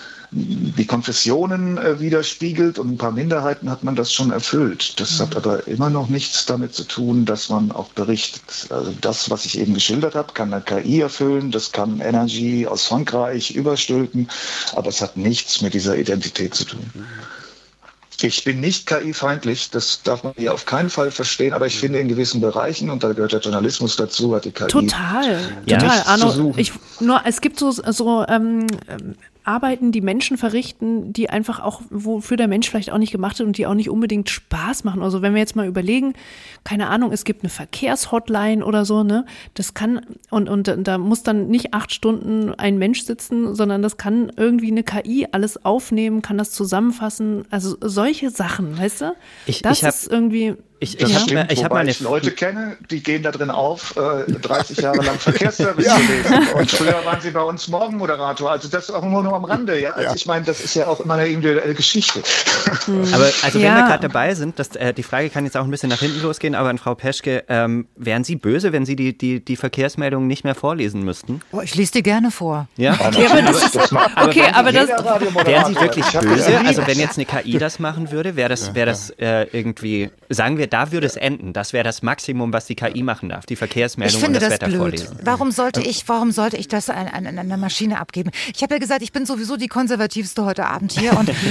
Konfessionen widerspiegelt und ein paar Minderheiten, hat man das schon erfüllt. Das hat aber immer noch nichts damit zu tun, dass man auch berichtet. Also das, was ich eben geschildert habe, kann eine KI erfüllen, das kann Energy aus Frankreich überstülpen, aber es hat nichts mit dieser Identität zu tun. Ich bin nicht KI-feindlich, das darf man hier auf keinen Fall verstehen, aber ich finde in gewissen Bereichen, und da gehört der Journalismus dazu, hat die KI total. Ja. Arno, es gibt so Arbeiten, die Menschen verrichten, die einfach auch, wofür der Mensch vielleicht auch nicht gemacht ist und die auch nicht unbedingt Spaß machen. Also wenn wir jetzt mal überlegen, keine Ahnung, es gibt eine Verkehrshotline oder so, ne? Das kann, und da muss dann nicht 8 Stunden ein Mensch sitzen, sondern das kann irgendwie eine KI alles aufnehmen, kann das zusammenfassen. Also solche Sachen, weißt du? Das stimmt, ich wobei ich Leute kenne, die gehen da drin auf, 30 Jahre lang Verkehrsservice zu lesen. Und früher waren sie bei uns Morgenmoderator. Also das auch nur am Rande. Ja? Also ich meine, das ist ja auch immer eine individuelle Geschichte. Aber also wenn wir gerade dabei sind, die Frage kann jetzt auch ein bisschen nach hinten losgehen, aber an Frau Peschke, wären Sie böse, wenn Sie die Verkehrsmeldungen nicht mehr vorlesen müssten? Oh, ich lese die gerne vor. Ja? Wären Sie wirklich böse? Also wenn jetzt eine KI das machen würde, wäre das irgendwie, sagen wir, da würde es enden. Das wäre das Maximum, was die KI machen darf. Die Verkehrsmeldung und das Wetter vorlesen. Warum sollte ich das an eine Maschine abgeben? Ich habe ja gesagt, ich bin sowieso die konservativste heute Abend hier.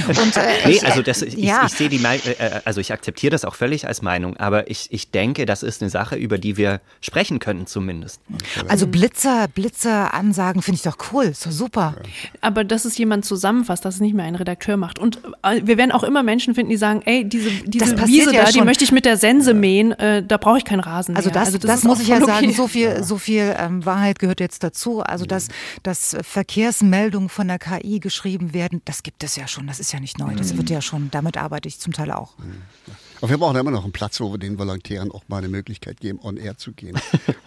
Ich akzeptiere das auch völlig als Meinung, aber ich denke, das ist eine Sache, über die wir sprechen könnten zumindest. Also Blitzer-Ansagen finde ich doch cool, ist doch super. Aber dass es jemand zusammenfasst, dass es nicht mehr ein Redakteur macht. Und wir werden auch immer Menschen finden, die sagen, ey, diese Wiese da, die möchte ich mit der Sense mähen, da brauche ich keinen Rasen mehr. Also das muss ich ja sagen, so viel Wahrheit gehört jetzt dazu. Also dass Verkehrsmeldungen von der KI geschrieben werden, das gibt es ja schon, das ist ja nicht neu, das wird ja schon, damit arbeite ich zum Teil auch. Aber wir brauchen immer noch einen Platz, wo wir den Volontären auch mal eine Möglichkeit geben, on air zu gehen.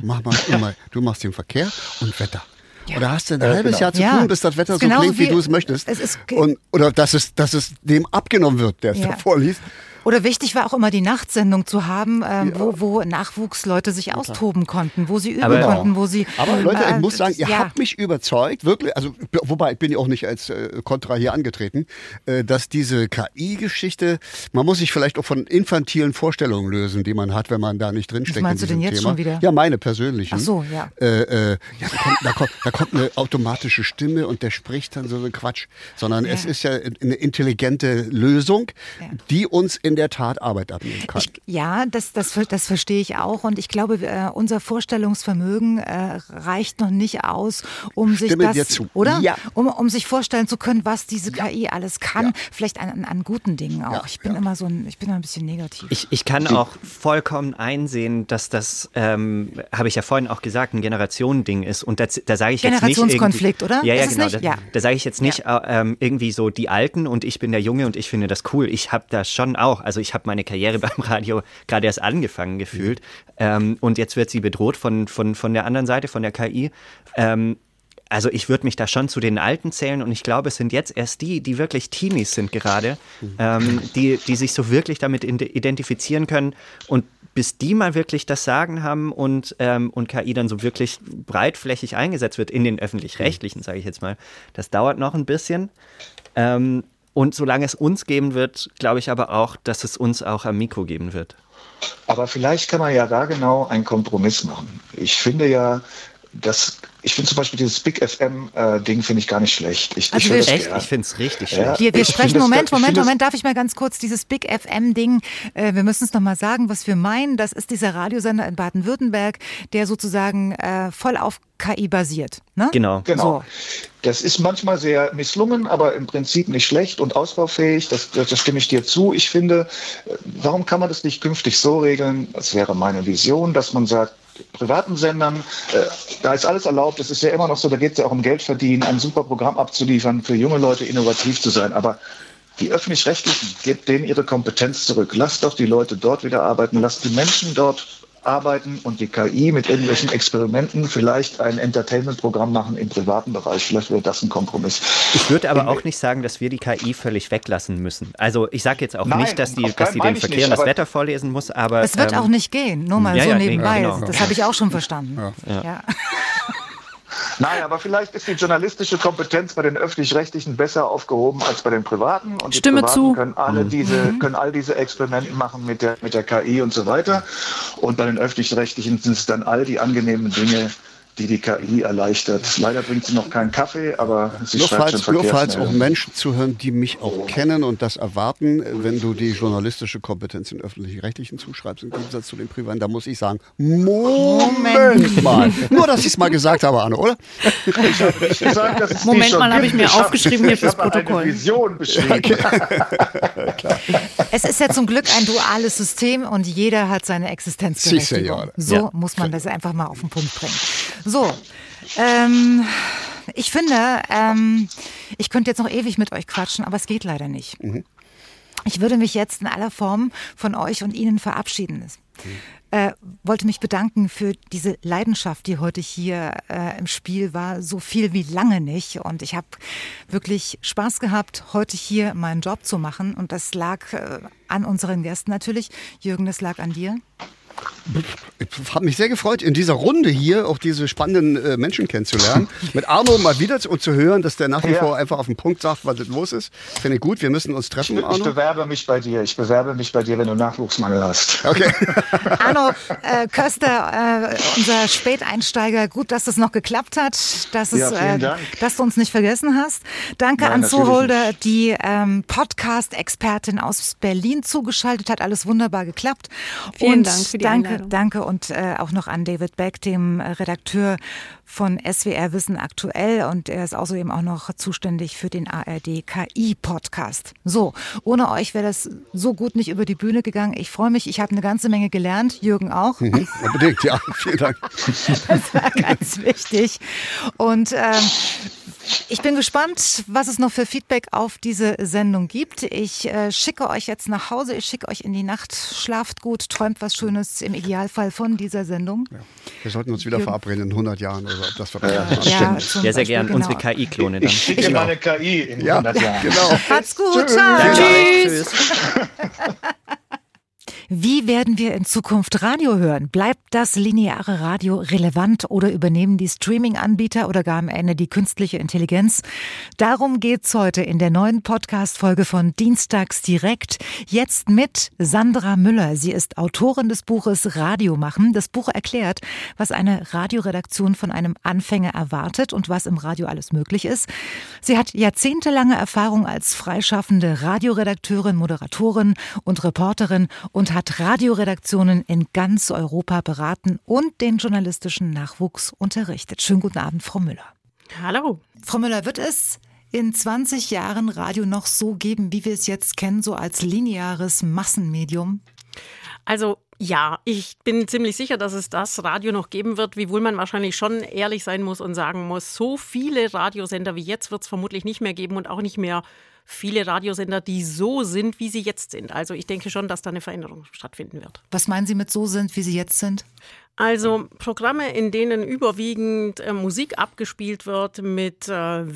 Du machst den Verkehr und Wetter. Ja. Oder hast du ein halbes Jahr zu tun, bis das Wetter so klingt, wie du es möchtest. Oder dass es dem abgenommen wird, der es da vorliest. Oder wichtig war auch immer die Nachtsendung zu haben, wo Nachwuchsleute sich austoben konnten, wo sie üben konnten, wo sie... Aber Leute, ich muss sagen, ihr habt mich überzeugt, wirklich, also wobei, ich bin ja auch nicht als Kontra hier angetreten, dass diese KI-Geschichte, man muss sich vielleicht auch von infantilen Vorstellungen lösen, die man hat, wenn man da nicht drinsteckt. Was meinst du denn jetzt schon wieder? Ja, meine persönlichen. Ach so, ja. Da kommt eine automatische Stimme und der spricht dann so einen Quatsch. Sondern es ist ja eine intelligente Lösung, die uns in der Tat Arbeit abnehmen kann. Das verstehe ich auch. Und ich glaube, unser Vorstellungsvermögen reicht noch nicht aus, um sich um sich vorstellen zu können, was diese KI alles kann. Ja. Vielleicht an guten Dingen auch. Ich bin immer ein bisschen negativ. Ich kann auch vollkommen einsehen, dass das, habe ich ja vorhin auch gesagt, ein Generationending ist. Und da sage ich jetzt nicht Generationskonflikt, oder? Ja, genau. Da sage ich jetzt nicht irgendwie so die Alten und ich bin der Junge und ich finde das cool. Ich habe das schon auch. Also ich habe meine Karriere beim Radio gerade erst angefangen gefühlt und jetzt wird sie bedroht von der anderen Seite, von der KI. Also ich würde mich da schon zu den Alten zählen und ich glaube, es sind jetzt erst die wirklich Teenies sind gerade, die sich so wirklich damit identifizieren können und bis die mal wirklich das Sagen haben und KI dann so wirklich breitflächig eingesetzt wird in den Öffentlich-Rechtlichen, sage ich jetzt mal. Das dauert noch ein bisschen. Und solange es uns geben wird, glaube ich aber auch, dass es uns auch am Mikro geben wird. Aber vielleicht kann man ja da genau einen Kompromiss machen. Ich finde zum Beispiel dieses Big FM-Ding finde ich gar nicht schlecht. Ich finde es richtig schlecht. Wir sprechen, Moment, darf ich mal ganz kurz dieses Big FM-Ding, wir müssen es nochmal sagen, was wir meinen. Das ist dieser Radiosender in Baden-Württemberg, der sozusagen voll auf KI basiert. Ne? Genau. So. Das ist manchmal sehr misslungen, aber im Prinzip nicht schlecht und ausbaufähig. Das stimme ich dir zu. Ich finde, warum kann man das nicht künftig so regeln? Das wäre meine Vision, dass man sagt, privaten Sendern, da ist alles erlaubt. Es ist ja immer noch so, da geht es ja auch um Geld verdienen, ein super Programm abzuliefern, für junge Leute innovativ zu sein. Aber die Öffentlich-Rechtlichen, gebt denen ihre Kompetenz zurück. Lasst doch die Leute dort wieder arbeiten. Lasst die Menschen dort arbeiten und die KI mit irgendwelchen Experimenten vielleicht ein Entertainment-Programm machen im privaten Bereich. Vielleicht wäre das ein Kompromiss. Ich würde aber auch nicht sagen, dass wir die KI völlig weglassen müssen. Also ich sage jetzt auch nicht, dass die den Verkehr und das Wetter vorlesen muss, aber... Es wird auch nicht gehen, nur mal so nebenbei. Genau. Das habe ich auch schon verstanden. Ja. Nein, aber vielleicht ist die journalistische Kompetenz bei den Öffentlich-Rechtlichen besser aufgehoben als bei den Privaten. Und die Privaten können all diese Experimente machen mit der KI und so weiter. Und bei den Öffentlich-Rechtlichen sind es dann all die angenehmen Dinge, die KI erleichtert. Leider bringt sie noch keinen Kaffee, aber sie schreibt schon Nur falls auch Verkehrsmeldungen. Menschen zuhören, die mich auch kennen und das erwarten, wenn du die journalistische Kompetenz in öffentlich-rechtlichen zuschreibst, im Gegensatz zu den privaten, da muss ich sagen, Moment mal. Nur, dass ich es mal gesagt habe, Anne, oder? Ich habe nicht gesagt, dass es Moment die schon mal, habe ich gibt. mir aufgeschrieben hier fürs Ich habe Protokoll. eine Vision beschrieben. Es ist ja zum Glück ein duales System und jeder hat seine Existenzberechtigung. Signore. So Ja. muss man das einfach mal auf den Punkt bringen. So, ich finde, ich könnte jetzt noch ewig mit euch quatschen, aber es geht leider nicht. Ich würde mich jetzt in aller Form von euch und Ihnen verabschieden. Wollte mich bedanken für diese Leidenschaft, die heute hier im Spiel war. So viel wie lange nicht. Und ich habe wirklich Spaß gehabt, heute hier meinen Job zu machen. Und das lag an unseren Gästen natürlich. Jürgen, das lag an dir. Ich habe mich sehr gefreut, in dieser Runde hier auch diese spannenden Menschen kennenzulernen. Mit Arno mal wieder und zu hören, dass der nach wie vor einfach auf den Punkt sagt, was los ist. Finde ich gut, wir müssen uns treffen, Ich Arno. bewerbe mich bei dir. Ich bewerbe mich bei dir, wenn du Nachwuchsmangel hast. Okay. Arno Köster, unser Späteinsteiger, gut, dass es noch geklappt hat, dass, Ja, vielen Dank. dass du uns nicht vergessen hast. Danke Nein, an natürlich Zuholder, die Podcast-Expertin aus Berlin zugeschaltet hat. Alles wunderbar geklappt. Vielen und Dank für die danke, Einladung. danke und auch noch an David Beck, dem Redakteur von SWR Wissen aktuell, und er ist außerdem auch noch zuständig für den ARD KI Podcast. So, ohne euch wäre das so gut nicht über die Bühne gegangen. Ich freue mich, ich habe eine ganze Menge gelernt, Jürgen auch. Unbedingt, ja. Vielen Dank. Das war ganz wichtig. Und ich bin gespannt, was es noch für Feedback auf diese Sendung gibt. Ich schicke euch jetzt nach Hause, ich schicke euch in die Nacht. Schlaft gut, träumt was Schönes im Idealfall von dieser Sendung. Ja. Wir sollten uns wieder Jürgen. verabreden in 100 Jahren oder so. Ob das Ja, zum Ja, sehr Beispiel, gern. genau. Unsere KI-Klone dann. Ich schicke meine KI in Ja, 100 Jahren. genau. Macht's gut, ciao. Danke. Tschüss. Wie werden wir in Zukunft Radio hören? Bleibt das lineare Radio relevant oder übernehmen die Streaming-Anbieter oder gar am Ende die künstliche Intelligenz? Darum geht's heute in der neuen Podcast-Folge von Dienstags direkt. Jetzt mit Sandra Müller. Sie ist Autorin des Buches Radio machen. Das Buch erklärt, was eine Radioredaktion von einem Anfänger erwartet und was im Radio alles möglich ist. Sie hat jahrzehntelange Erfahrung als freischaffende Radioredakteurin, Moderatorin und Reporterin und hat Radioredaktionen in ganz Europa beraten und den journalistischen Nachwuchs unterrichtet. Schönen guten Abend, Frau Müller. Hallo. Frau Müller, wird es in 20 Jahren Radio noch so geben, wie wir es jetzt kennen, so als lineares Massenmedium? Also ja, ich bin ziemlich sicher, dass es das Radio noch geben wird, wiewohl man wahrscheinlich schon ehrlich sein muss und sagen muss, so viele Radiosender wie jetzt wird es vermutlich nicht mehr geben und auch nicht mehr viele Radiosender, die so sind, wie sie jetzt sind. Also ich denke schon, dass da eine Veränderung stattfinden wird. Was meinen Sie mit so sind, wie sie jetzt sind? Also Programme, in denen überwiegend Musik abgespielt wird mit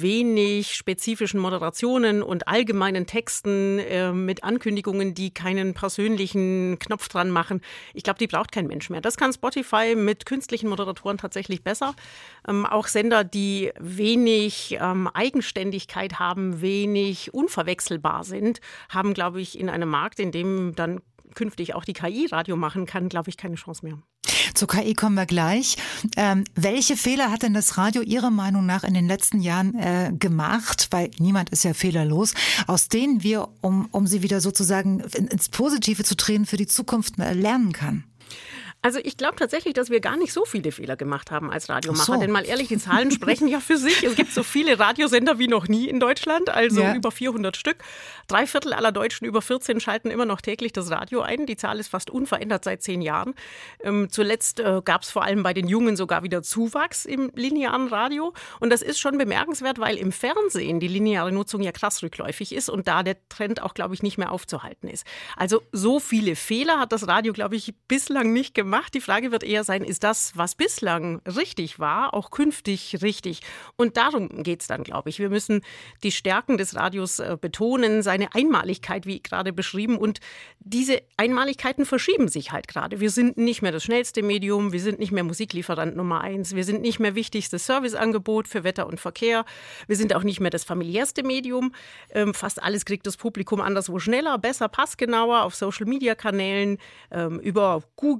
wenig spezifischen Moderationen und allgemeinen Texten, mit Ankündigungen, die keinen persönlichen Knopf dran machen. Ich glaube, die braucht kein Mensch mehr. Das kann Spotify mit künstlichen Moderatoren tatsächlich besser. Auch Sender, die wenig Eigenständigkeit haben, wenig unverwechselbar sind, haben, glaube ich, in einem Markt, in dem dann künftig auch die KI Radio machen kann, glaube ich, keine Chance mehr. Zur KI kommen wir gleich. Welche Fehler hat denn das Radio Ihrer Meinung nach in den letzten Jahren gemacht, weil niemand ist ja fehlerlos, aus denen wir, um sie wieder sozusagen ins Positive zu drehen, für die Zukunft lernen kann? Also ich glaube tatsächlich, dass wir gar nicht so viele Fehler gemacht haben als Radiomacher. Ach so. Denn mal ehrlich, die Zahlen sprechen ja für sich. Es gibt so viele Radiosender wie noch nie in Deutschland, also Ja. über 400 Stück. 3/4 aller Deutschen über 14 schalten immer noch täglich das Radio ein. Die Zahl ist fast unverändert seit 10 Jahren. Zuletzt gab es vor allem bei den Jungen sogar wieder Zuwachs im linearen Radio. Und das ist schon bemerkenswert, weil im Fernsehen die lineare Nutzung ja krass rückläufig ist und da der Trend auch, glaube ich, nicht mehr aufzuhalten ist. Also so viele Fehler hat das Radio, glaube ich, bislang nicht gemacht. Die Frage wird eher sein, ist das, was bislang richtig war, auch künftig richtig? Und darum geht es dann, glaube ich. Wir müssen die Stärken des Radios betonen, seine Einmaligkeit, wie gerade beschrieben. Und diese Einmaligkeiten verschieben sich halt gerade. Wir sind nicht mehr das schnellste Medium, wir sind nicht mehr Musiklieferant Nummer 1, wir sind nicht mehr wichtigstes Serviceangebot für Wetter und Verkehr, wir sind auch nicht mehr das familiärste Medium. Fast alles kriegt das Publikum anderswo schneller, besser, passgenauer auf Social-Media-Kanälen, über Google,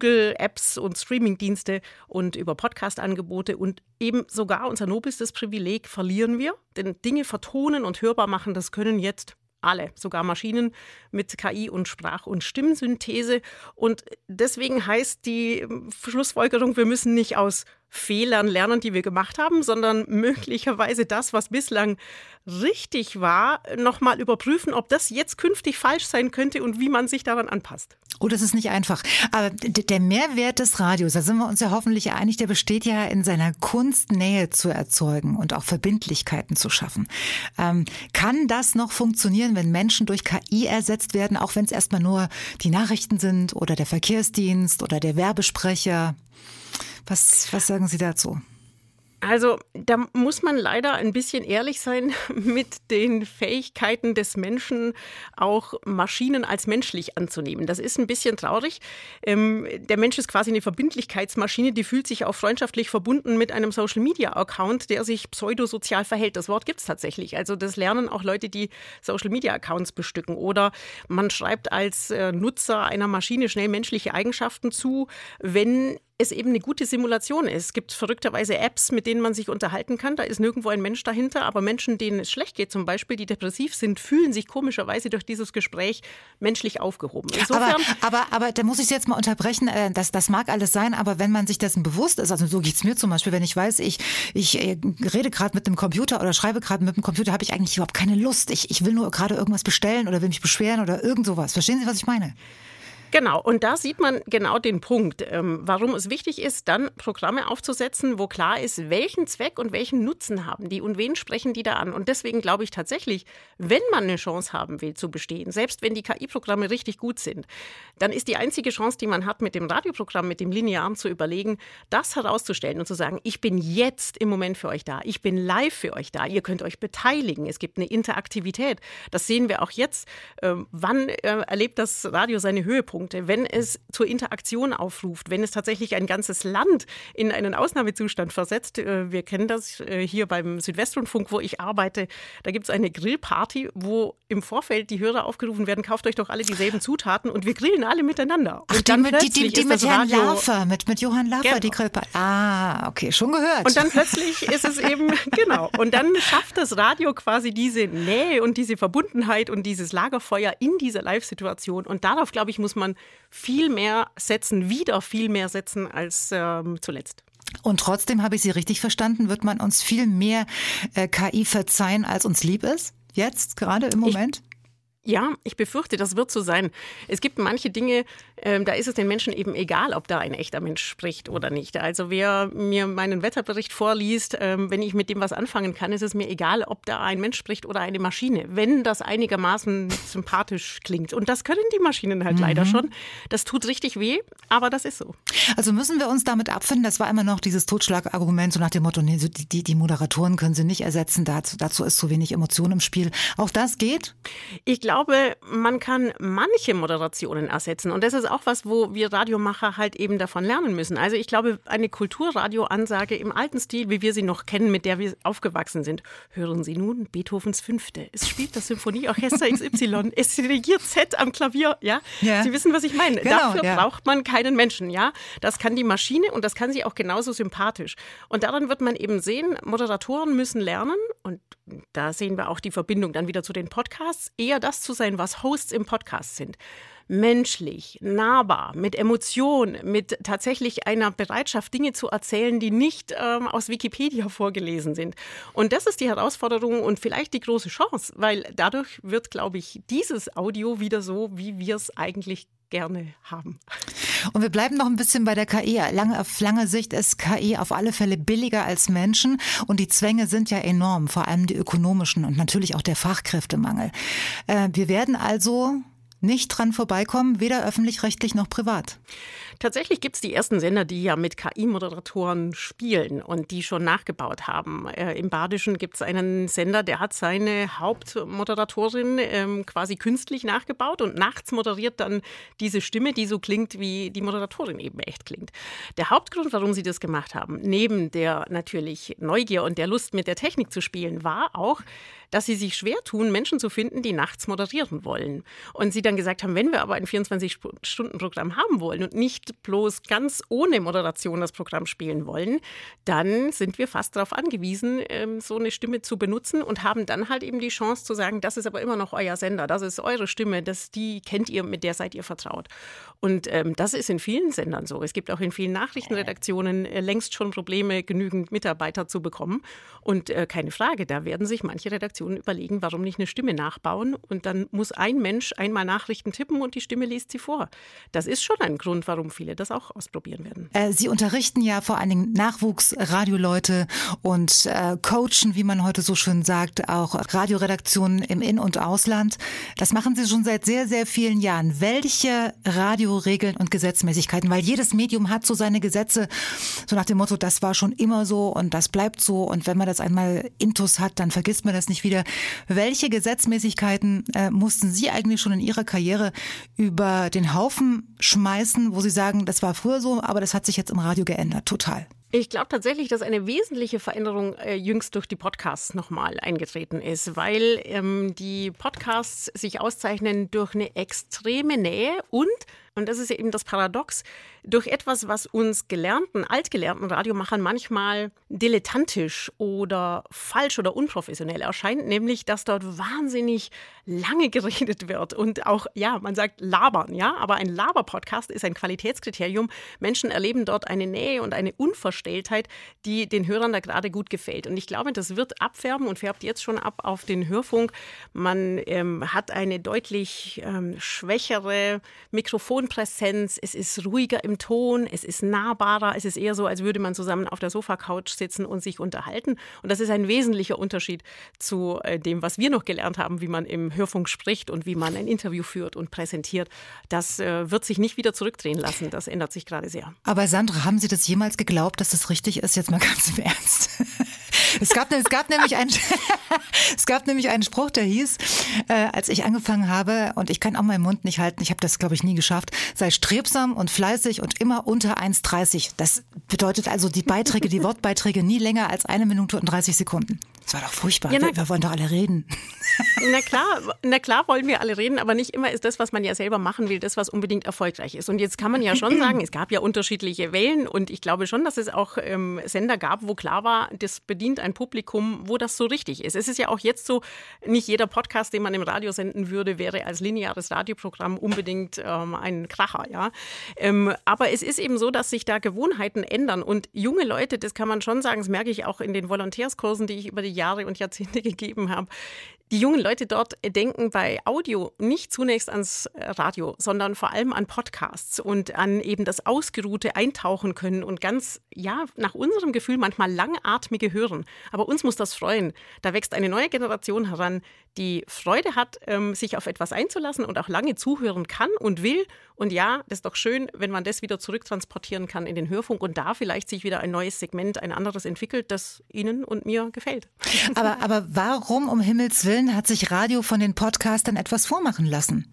Apps und Streamingdienste und über Podcast-Angebote und eben sogar unser nobelstes Privileg verlieren wir. Denn Dinge vertonen und hörbar machen, das können jetzt alle, sogar Maschinen mit KI und Sprach- und Stimmsynthese. Und deswegen heißt die Schlussfolgerung, wir müssen nicht aus Fehlern lernen, die wir gemacht haben, sondern möglicherweise das, was bislang richtig war, nochmal überprüfen, ob das jetzt künftig falsch sein könnte und wie man sich daran anpasst. Oh, das ist nicht einfach. Aber der Mehrwert des Radios, da sind wir uns ja hoffentlich einig, der besteht ja in seiner Kunst, Nähe zu erzeugen und auch Verbindlichkeiten zu schaffen. Kann das noch funktionieren, wenn Menschen durch KI ersetzt werden, auch wenn es erstmal nur die Nachrichten sind oder der Verkehrsdienst oder der Werbesprecher? Was sagen Sie dazu? Also da muss man leider ein bisschen ehrlich sein mit den Fähigkeiten des Menschen, auch Maschinen als menschlich anzunehmen. Das ist ein bisschen traurig. Der Mensch ist quasi eine Verbindlichkeitsmaschine, die fühlt sich auch freundschaftlich verbunden mit einem Social-Media-Account, der sich pseudosozial verhält. Das Wort gibt es tatsächlich. Also das lernen auch Leute, die Social-Media-Accounts bestücken. Oder man schreibt als Nutzer einer Maschine schnell menschliche Eigenschaften zu, wenn es eben eine gute Simulation ist. Es gibt verrückterweise Apps, mit denen man sich unterhalten kann. Da ist nirgendwo ein Mensch dahinter. Aber Menschen, denen es schlecht geht, zum Beispiel, die depressiv sind, fühlen sich komischerweise durch dieses Gespräch menschlich aufgehoben. Insofern, aber da muss ich Sie jetzt mal unterbrechen. Das mag alles sein, aber wenn man sich dessen bewusst ist, also so geht's mir zum Beispiel, wenn ich weiß, ich rede gerade mit dem Computer oder schreibe gerade mit dem Computer, habe ich eigentlich überhaupt keine Lust. Ich will nur gerade irgendwas bestellen oder will mich beschweren oder irgend sowas. Verstehen Sie, was ich meine? Genau, und da sieht man genau den Punkt, warum es wichtig ist, dann Programme aufzusetzen, wo klar ist, welchen Zweck und welchen Nutzen haben die und wen sprechen die da an. Und deswegen glaube ich tatsächlich, wenn man eine Chance haben will zu bestehen, selbst wenn die KI-Programme richtig gut sind, dann ist die einzige Chance, die man hat, mit dem Radioprogramm, mit dem Linearen zu überlegen, das herauszustellen und zu sagen, ich bin jetzt im Moment für euch da, ich bin live für euch da, ihr könnt euch beteiligen, es gibt eine Interaktivität. Das sehen wir auch jetzt. Wann erlebt das Radio seine Höhepunkte? Wenn es zur Interaktion aufruft, wenn es tatsächlich ein ganzes Land in einen Ausnahmezustand versetzt. Wir kennen das hier beim Südwestrundfunk, wo ich arbeite. Da gibt es eine Grillparty, wo im Vorfeld die Hörer aufgerufen werden, kauft euch doch alle dieselben Zutaten und wir grillen alle miteinander. Ach, und dann die mit Herrn Laffer, mit Johann Laffer, genau. Die Grillparty. Ah, okay, schon gehört. Und dann plötzlich ist es eben, genau, und dann schafft das Radio quasi diese Nähe und diese Verbundenheit und dieses Lagerfeuer in dieser Live-Situation. Und darauf, glaube ich, muss man viel mehr setzen, wieder viel mehr setzen als zuletzt. Und trotzdem, habe ich Sie richtig verstanden, wird man uns viel mehr KI verzeihen, als uns lieb ist? Jetzt, gerade im Moment? Ja, ich befürchte, das wird so sein. Es gibt manche Dinge, da ist es den Menschen eben egal, ob da ein echter Mensch spricht oder nicht. Also wer mir meinen Wetterbericht vorliest, wenn ich mit dem was anfangen kann, ist es mir egal, ob da ein Mensch spricht oder eine Maschine, wenn das einigermaßen sympathisch klingt. Und das können die Maschinen halt leider schon. Das tut richtig weh, aber das ist so. Also müssen wir uns damit abfinden, das war immer noch dieses Totschlagargument, so nach dem Motto, nee, die Moderatoren können sie nicht ersetzen, dazu ist zu wenig Emotion im Spiel. Auch das geht? Ich glaube, man kann manche Moderationen ersetzen und das ist auch was, wo wir Radiomacher halt eben davon lernen müssen. Also ich glaube, eine Kulturradioansage im alten Stil, wie wir sie noch kennen, mit der wir aufgewachsen sind. Hören Sie nun Beethovens Fünfte. Es spielt das Symphonieorchester XY. Es dirigiert Z am Klavier. Ja? Sie wissen, was ich meine. Genau, Dafür braucht man keinen Menschen. Ja? Das kann die Maschine und das kann sie auch genauso sympathisch. Und daran wird man eben sehen, Moderatoren müssen lernen und da sehen wir auch die Verbindung dann wieder zu den Podcasts, eher das zu sein, was Hosts im Podcast sind. Menschlich, nahbar, mit Emotion, mit tatsächlich einer Bereitschaft, Dinge zu erzählen, die nicht aus Wikipedia vorgelesen sind. Und das ist die Herausforderung und vielleicht die große Chance, weil dadurch wird, glaube ich, dieses Audio wieder so, wie wir es eigentlich gerne haben. Und wir bleiben noch ein bisschen bei der KI. Auf lange Sicht ist KI auf alle Fälle billiger als Menschen und die Zwänge sind ja enorm, vor allem die ökonomischen und natürlich auch der Fachkräftemangel. Wir werden also nicht dran vorbeikommen, weder öffentlich-rechtlich noch privat. Tatsächlich gibt es die ersten Sender, die ja mit KI-Moderatoren spielen und die schon nachgebaut haben. Im Badischen gibt es einen Sender, der hat seine Hauptmoderatorin quasi künstlich nachgebaut und nachts moderiert dann diese Stimme, die so klingt, wie die Moderatorin eben echt klingt. Der Hauptgrund, warum sie das gemacht haben, neben der natürlich Neugier und der Lust, mit der Technik zu spielen, war auch, dass sie sich schwer tun, Menschen zu finden, die nachts moderieren wollen. Und sie dann dann gesagt haben, wenn wir aber ein 24-Stunden-Programm haben wollen und nicht bloß ganz ohne Moderation das Programm spielen wollen, dann sind wir fast darauf angewiesen, so eine Stimme zu benutzen und haben dann halt eben die Chance zu sagen, das ist aber immer noch euer Sender, das ist eure Stimme, die kennt ihr, mit der seid ihr vertraut. Und das ist in vielen Sendern so. Es gibt auch in vielen Nachrichtenredaktionen längst schon Probleme, genügend Mitarbeiter zu bekommen. Und keine Frage, da werden sich manche Redaktionen überlegen, warum nicht eine Stimme nachbauen. Und dann muss ein Mensch einmal Nachrichten tippen und die Stimme liest sie vor. Das ist schon ein Grund, warum viele das auch ausprobieren werden. Sie unterrichten ja vor allen Dingen Nachwuchsradioleute und coachen, wie man heute so schön sagt, auch Radioredaktionen im In- und Ausland. Das machen Sie schon seit sehr, sehr vielen Jahren. Welche Radioregeln und Gesetzmäßigkeiten? Weil jedes Medium hat so seine Gesetze, so nach dem Motto, das war schon immer so und das bleibt so. Und wenn man das einmal intus hat, dann vergisst man das nicht wieder. Welche Gesetzmäßigkeiten mussten Sie eigentlich schon in Ihrer Karriere über den Haufen schmeißen, wo Sie sagen, das war früher so, aber das hat sich jetzt im Radio geändert, total? Ich glaube tatsächlich, dass eine wesentliche Veränderung jüngst durch die Podcasts nochmal eingetreten ist, weil die Podcasts sich auszeichnen durch eine extreme Nähe und das ist ja eben das Paradox, durch etwas, was uns altgelernten Radiomachern manchmal dilettantisch oder falsch oder unprofessionell erscheint, nämlich, dass dort wahnsinnig lange geredet wird und auch, ja, man sagt labern, ja, aber ein Laber-Podcast ist ein Qualitätskriterium. Menschen erleben dort eine Nähe und eine Unverstelltheit, die den Hörern da gerade gut gefällt. Und ich glaube, das wird abfärben und färbt jetzt schon ab auf den Hörfunk. Man hat eine deutlich schwächere Mikrofonpräsenz, es ist ruhiger im Ton, es ist nahbarer, es ist eher so, als würde man zusammen auf der Sofacouch sitzen und sich unterhalten. Und das ist ein wesentlicher Unterschied zu dem, was wir noch gelernt haben, wie man im Hörfunk spricht und wie man ein Interview führt und präsentiert. Das wird sich nicht wieder zurückdrehen lassen, das ändert sich gerade sehr. Aber Sandra, haben Sie das jemals geglaubt, dass das richtig ist? Jetzt mal ganz im Ernst. Es gab nämlich einen Spruch, der hieß, als ich angefangen habe, und ich kann auch meinen Mund nicht halten, ich habe das, glaube ich, nie geschafft, sei strebsam und fleißig und immer unter 1,30. Das bedeutet also die Wortbeiträge nie länger als 1 Minute und 30 Sekunden. Das war doch furchtbar. Ja, wir wollen doch alle reden. Na klar wollen wir alle reden, aber nicht immer ist das, was man ja selber machen will, das, was unbedingt erfolgreich ist. Und jetzt kann man ja schon sagen, es gab ja unterschiedliche Wellen und ich glaube schon, dass es auch Sender gab, wo klar war, das bedient ein Publikum, wo das so richtig ist. Es ist ja auch jetzt so, nicht jeder Podcast, den man im Radio senden würde, wäre als lineares Radioprogramm unbedingt ein Kracher. Ja? Aber es ist eben so, dass sich da Gewohnheiten ändern und junge Leute, das kann man schon sagen, das merke ich auch in den Volontärskursen, die ich über die Jahre und Jahrzehnte gegeben habe. Die jungen Leute dort denken bei Audio nicht zunächst ans Radio, sondern vor allem an Podcasts und an eben das ausgeruhte Eintauchen können und ganz, ja, nach unserem Gefühl manchmal langatmige Hören. Aber uns muss das freuen. Da wächst eine neue Generation heran, die Freude hat, sich auf etwas einzulassen und auch lange zuhören kann und will. Und ja, das ist doch schön, wenn man das wieder zurücktransportieren kann in den Hörfunk und da vielleicht sich wieder ein neues Segment, ein anderes entwickelt, das Ihnen und mir gefällt. Aber warum um Himmels Willen hat sich Radio von den Podcastern etwas vormachen lassen?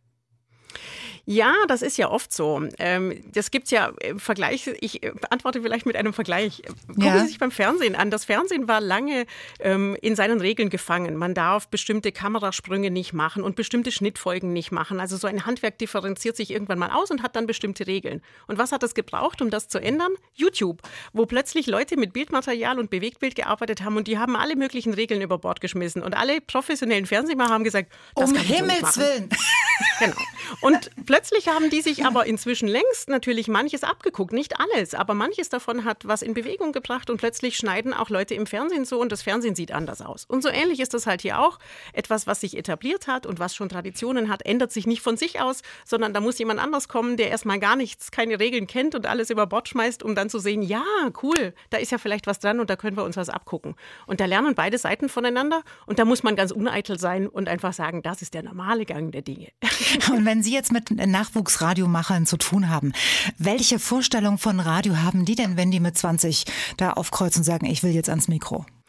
Ja, das ist ja oft so. Das gibt's ja im Vergleich. Ich antworte vielleicht mit einem Vergleich. Gucken Sie sich beim Fernsehen an. Das Fernsehen war lange in seinen Regeln gefangen. Man darf bestimmte Kamerasprünge nicht machen und bestimmte Schnittfolgen nicht machen. Also so ein Handwerk differenziert sich irgendwann mal aus und hat dann bestimmte Regeln. Und was hat es gebraucht, um das zu ändern? YouTube, wo plötzlich Leute mit Bildmaterial und Bewegtbild gearbeitet haben und die haben alle möglichen Regeln über Bord geschmissen. Und alle professionellen Fernsehmacher haben gesagt, das kann ich so nicht machen. Um Himmels Willen! Genau. Und plötzlich haben die sich aber inzwischen längst natürlich manches abgeguckt, nicht alles, aber manches davon hat was in Bewegung gebracht und plötzlich schneiden auch Leute im Fernsehen so und das Fernsehen sieht anders aus. Und so ähnlich ist das halt hier auch. Etwas, was sich etabliert hat und was schon Traditionen hat, ändert sich nicht von sich aus, sondern da muss jemand anders kommen, der erstmal gar nichts, keine Regeln kennt und alles über Bord schmeißt, um dann zu sehen, ja, cool, da ist ja vielleicht was dran und da können wir uns was abgucken. Und da lernen beide Seiten voneinander und da muss man ganz uneitel sein und einfach sagen, das ist der normale Gang der Dinge. Und wenn Sie jetzt mit Nachwuchsradiomachern zu tun haben, welche Vorstellung von Radio haben die denn, wenn die mit 20 da aufkreuzen und sagen, ich will jetzt ans Mikro?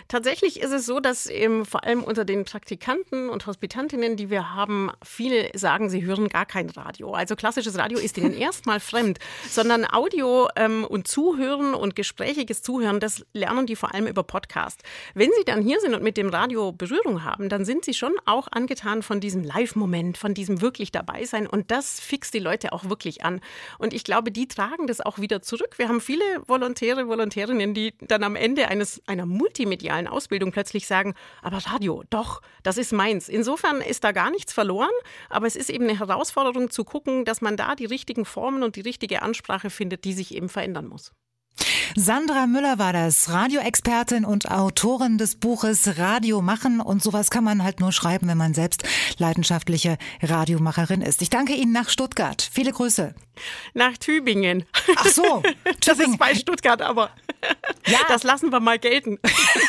Tatsächlich ist es so, dass vor allem unter den Praktikanten und Hospitantinnen, die wir haben, viele sagen, sie hören gar kein Radio. Also klassisches Radio ist ihnen erstmal fremd, sondern Audio und Zuhören und gesprächiges Zuhören, das lernen die vor allem über Podcast. Wenn sie dann hier sind und mit dem Radio Berührung haben, dann sind sie schon auch angetan von diesem Live-Moment, von diesem wirklich dabei sein, und das fixt die Leute auch wirklich an. Und ich glaube, die tragen das auch wieder zurück. Wir haben viele Volontärinnen, die dann am Ende einer multimedialen Ausbildung plötzlich sagen, aber Radio, doch, das ist meins. Insofern ist da gar nichts verloren, aber es ist eben eine Herausforderung zu gucken, dass man da die richtigen Formen und die richtige Ansprache findet, die sich eben verändern muss. Sandra Müller war das, Radioexpertin und Autorin des Buches Radio machen, und sowas kann man halt nur schreiben, wenn man selbst leidenschaftliche Radiomacherin ist. Ich danke Ihnen nach Stuttgart. Viele Grüße. Nach Tübingen. Ach so, das ist bei Stuttgart, aber ja, das lassen wir mal gelten.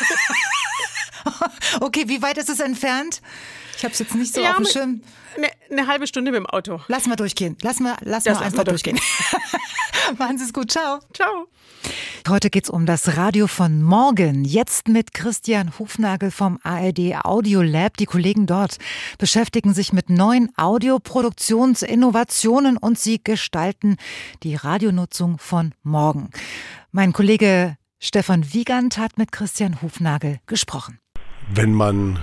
Okay, wie weit ist es entfernt? Ich habe es jetzt nicht so auf dem Schirm. Eine halbe Stunde mit dem Auto. Lass mal durchgehen. Lass mal einfach durchgehen. Machen Sie es gut. Ciao. Ciao. Heute geht's um das Radio von morgen. Jetzt mit Christian Hufnagel vom ARD Audio Lab. Die Kollegen dort beschäftigen sich mit neuen Audioproduktionsinnovationen und sie gestalten die Radionutzung von morgen. Mein Kollege Stefan Wiegand hat mit Christian Hufnagel gesprochen. Wenn man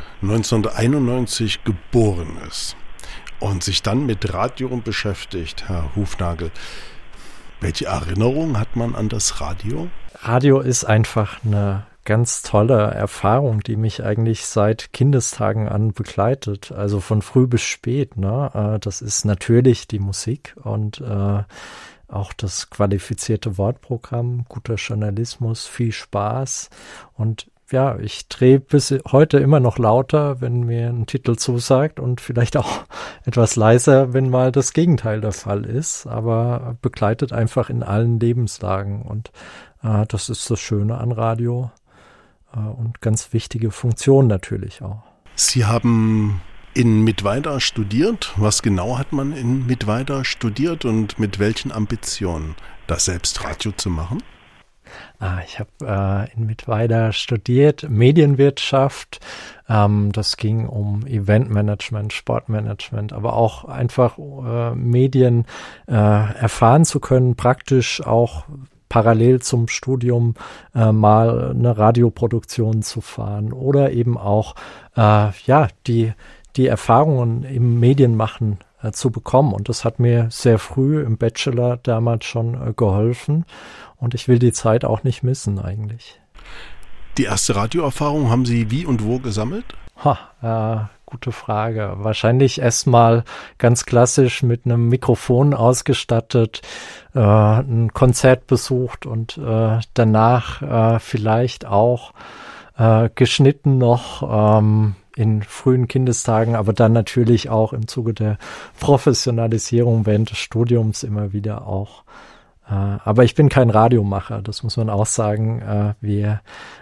1991 geboren ist und sich dann mit Radio beschäftigt, Herr Hufnagel, welche Erinnerung hat man an das Radio? Radio ist einfach eine ganz tolle Erfahrung, die mich eigentlich seit Kindestagen an begleitet, also von früh bis spät. Ne? Das ist natürlich die Musik und auch das qualifizierte Wortprogramm, guter Journalismus, viel Spaß, und ja, ich drehe bis heute immer noch lauter, wenn mir ein Titel zusagt, und vielleicht auch etwas leiser, wenn mal das Gegenteil der Fall ist, aber begleitet einfach in allen Lebenslagen, und das ist das Schöne an Radio und ganz wichtige Funktion natürlich auch. Sie haben in Mittweida studiert. Was genau hat man in Mittweida studiert und mit welchen Ambitionen, da selbst Radio zu machen? Ich habe in Mittweida studiert, Medienwirtschaft. Das ging um Eventmanagement, Sportmanagement, aber auch einfach Medien erfahren zu können, praktisch auch parallel zum Studium mal eine Radioproduktion zu fahren oder eben auch die Erfahrungen im Medienmachen zu bekommen. Und das hat mir sehr früh im Bachelor damals schon geholfen. Und ich will die Zeit auch nicht missen eigentlich. Die erste Radioerfahrung haben Sie wie und wo gesammelt? Gute Frage. Wahrscheinlich erstmal ganz klassisch mit einem Mikrofon ausgestattet, ein Konzert besucht und danach vielleicht auch geschnitten noch in frühen Kindestagen, aber dann natürlich auch im Zuge der Professionalisierung während des Studiums immer wieder auch. Aber ich bin kein Radiomacher, das muss man auch sagen. Wir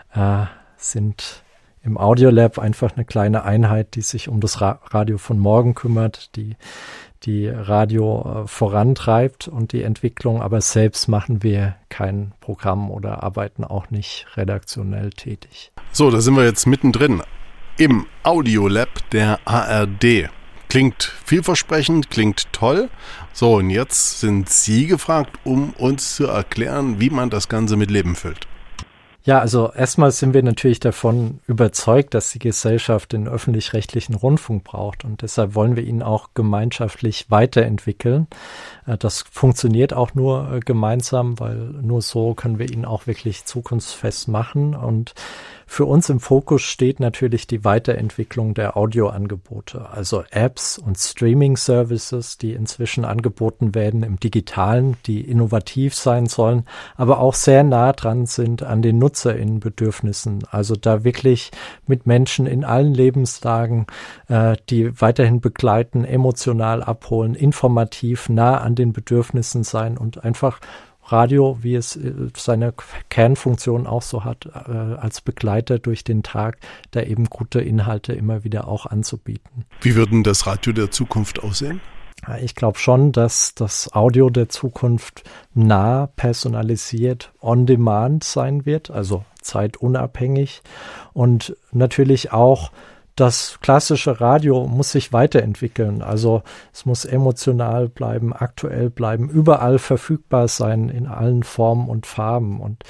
sind im Audiolab einfach eine kleine Einheit, die sich um das Radio von morgen kümmert, die Radio vorantreibt und die Entwicklung, aber selbst machen wir kein Programm oder arbeiten auch nicht redaktionell tätig. So, da sind wir jetzt mittendrin im Audiolab der ARD. Klingt vielversprechend, klingt toll. So, und jetzt sind Sie gefragt, um uns zu erklären, wie man das Ganze mit Leben füllt. Ja, also erstmal sind wir natürlich davon überzeugt, dass die Gesellschaft den öffentlich-rechtlichen Rundfunk braucht, und deshalb wollen wir ihn auch gemeinschaftlich weiterentwickeln. Das funktioniert auch nur gemeinsam, weil nur so können wir ihn auch wirklich zukunftsfest machen, und für uns im Fokus steht natürlich die Weiterentwicklung der Audioangebote, also Apps und Streaming-Services, die inzwischen angeboten werden im Digitalen, die innovativ sein sollen, aber auch sehr nah dran sind an den NutzerInnenbedürfnissen. Also da wirklich mit Menschen in allen Lebenslagen, die weiterhin begleiten, emotional abholen, informativ nah an den Bedürfnissen sein und einfach Radio, wie es seine Kernfunktion auch so hat, als Begleiter durch den Tag, da eben gute Inhalte immer wieder auch anzubieten. Wie wird denn das Radio der Zukunft aussehen? Ich glaube schon, dass das Audio der Zukunft nah, personalisiert, on demand sein wird. Also zeitunabhängig. Und natürlich auch das klassische Radio muss sich weiterentwickeln. Also es muss emotional bleiben, aktuell bleiben, überall verfügbar sein in allen Formen und Farben. Und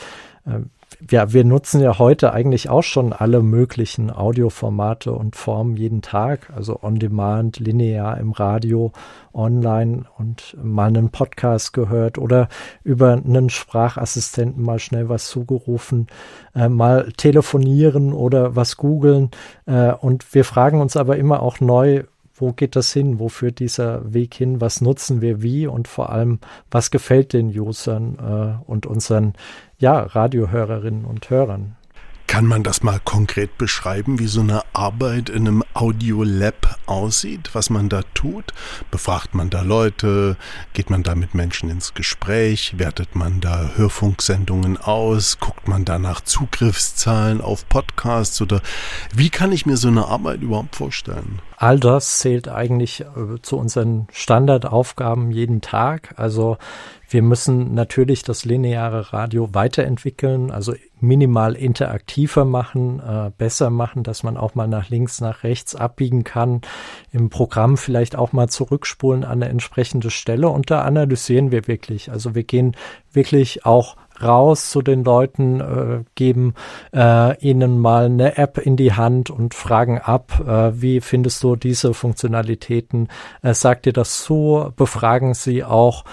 wir nutzen ja heute eigentlich auch schon alle möglichen Audioformate und Formen jeden Tag, also on demand, linear im Radio, online und mal einen Podcast gehört oder über einen Sprachassistenten mal schnell was zugerufen, mal telefonieren oder was googeln. Und wir fragen uns aber immer auch neu, wo geht das hin? Wo führt dieser Weg hin? Was nutzen wir wie? Und vor allem, was gefällt den Usern und unseren Radiohörerinnen und Hörern? Kann man das mal konkret beschreiben, wie so eine Arbeit in einem Audio-Lab aussieht, was man da tut? Befragt man da Leute? Geht man da mit Menschen ins Gespräch? Wertet man da Hörfunksendungen aus? Guckt man da nach Zugriffszahlen auf Podcasts? Oder wie kann ich mir so eine Arbeit überhaupt vorstellen? All das zählt eigentlich zu unseren Standardaufgaben jeden Tag. Also wir müssen natürlich das lineare Radio weiterentwickeln, also minimal interaktiver machen, besser machen, dass man auch mal nach links, nach rechts abbiegen kann, im Programm vielleicht auch mal zurückspulen an eine entsprechende Stelle und da analysieren wir wirklich. Also wir gehen wirklich auch raus zu den Leuten, geben ihnen mal eine App in die Hand und fragen ab, wie findest du diese Funktionalitäten? Sagt dir das zu? Befragen sie auch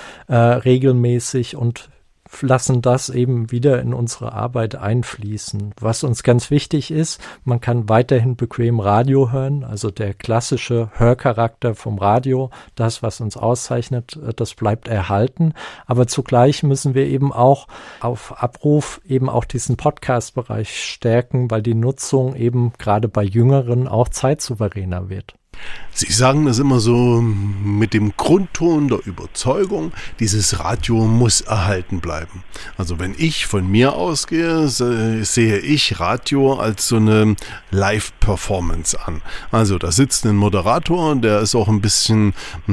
regelmäßig und lassen das eben wieder in unsere Arbeit einfließen. Was uns ganz wichtig ist, man kann weiterhin bequem Radio hören, also der klassische Hörcharakter vom Radio, das, was uns auszeichnet, das bleibt erhalten. Aber zugleich müssen wir eben auch auf Abruf eben auch diesen Podcast-Bereich stärken, weil die Nutzung eben gerade bei Jüngeren auch zeitsouveräner wird. Sie sagen das immer so mit dem Grundton der Überzeugung, dieses Radio muss erhalten bleiben. Also wenn ich von mir ausgehe, sehe ich Radio als so eine Live-Performance an. Also da sitzt ein Moderator, der ist auch ein bisschen,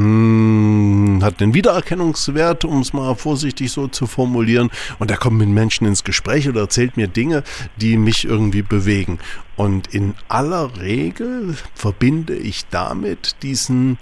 hat einen Wiedererkennungswert, um es mal vorsichtig so zu formulieren. Und der kommt mit Menschen ins Gespräch oder erzählt mir Dinge, die mich irgendwie bewegen. Und in aller Regel verbinde ich damit diesen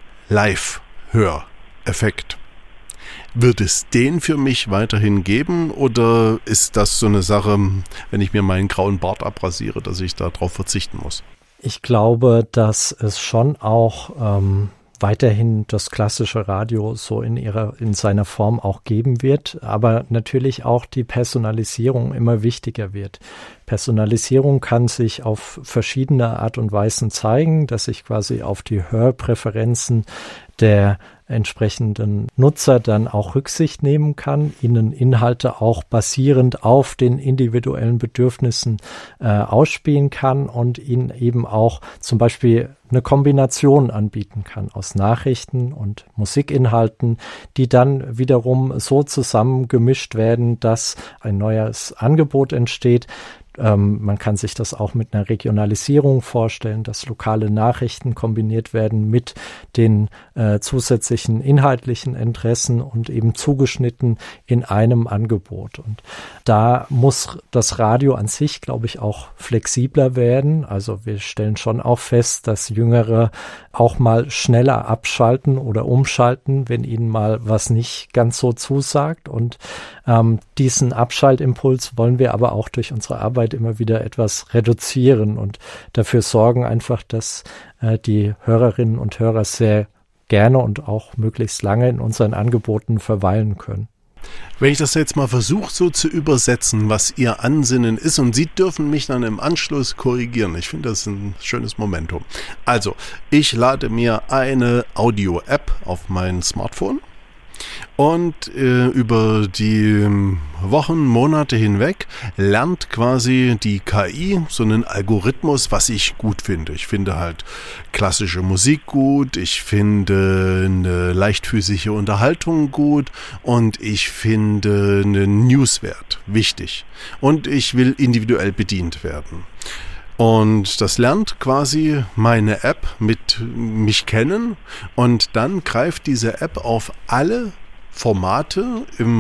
Live-Höreffekt. Wird es den für mich weiterhin geben oder ist das so eine Sache, wenn ich mir meinen grauen Bart abrasiere, dass ich darauf verzichten muss? Ich glaube, dass es schon auch weiterhin das klassische Radio so in seiner Form auch geben wird, aber natürlich auch die Personalisierung immer wichtiger wird. Personalisierung kann sich auf verschiedene Art und Weisen zeigen, dass ich quasi auf die Hörpräferenzen der entsprechenden Nutzer dann auch Rücksicht nehmen kann, ihnen Inhalte auch basierend auf den individuellen Bedürfnissen ausspielen kann und ihnen eben auch zum Beispiel eine Kombination anbieten kann aus Nachrichten und Musikinhalten, die dann wiederum so zusammengemischt werden, dass ein neues Angebot entsteht. Man kann sich das auch mit einer Regionalisierung vorstellen, dass lokale Nachrichten kombiniert werden mit den zusätzlichen inhaltlichen Interessen und eben zugeschnitten in einem Angebot. Und da muss das Radio an sich, glaube ich, auch flexibler werden. Also wir stellen schon auch fest, dass Jüngere auch mal schneller abschalten oder umschalten, wenn ihnen mal was nicht ganz so zusagt. Und diesen Abschaltimpuls wollen wir aber auch durch unsere Arbeit immer wieder etwas reduzieren und dafür sorgen einfach, dass die Hörerinnen und Hörer sehr gerne und auch möglichst lange in unseren Angeboten verweilen können. Wenn ich das jetzt mal versuche so zu übersetzen, was Ihr Ansinnen ist, und Sie dürfen mich dann im Anschluss korrigieren. Ich finde das ein schönes Momentum. Also, ich lade mir eine Audio-App auf mein Smartphone und über die Wochen, Monate hinweg lernt quasi die KI so einen Algorithmus, was ich gut finde. Ich finde halt klassische Musik gut, ich finde eine leichtfüßige Unterhaltung gut und ich finde einen Newswert wichtig. Und ich will individuell bedient werden. Und das lernt quasi meine App mit mich kennen und dann greift diese App auf alle Formate im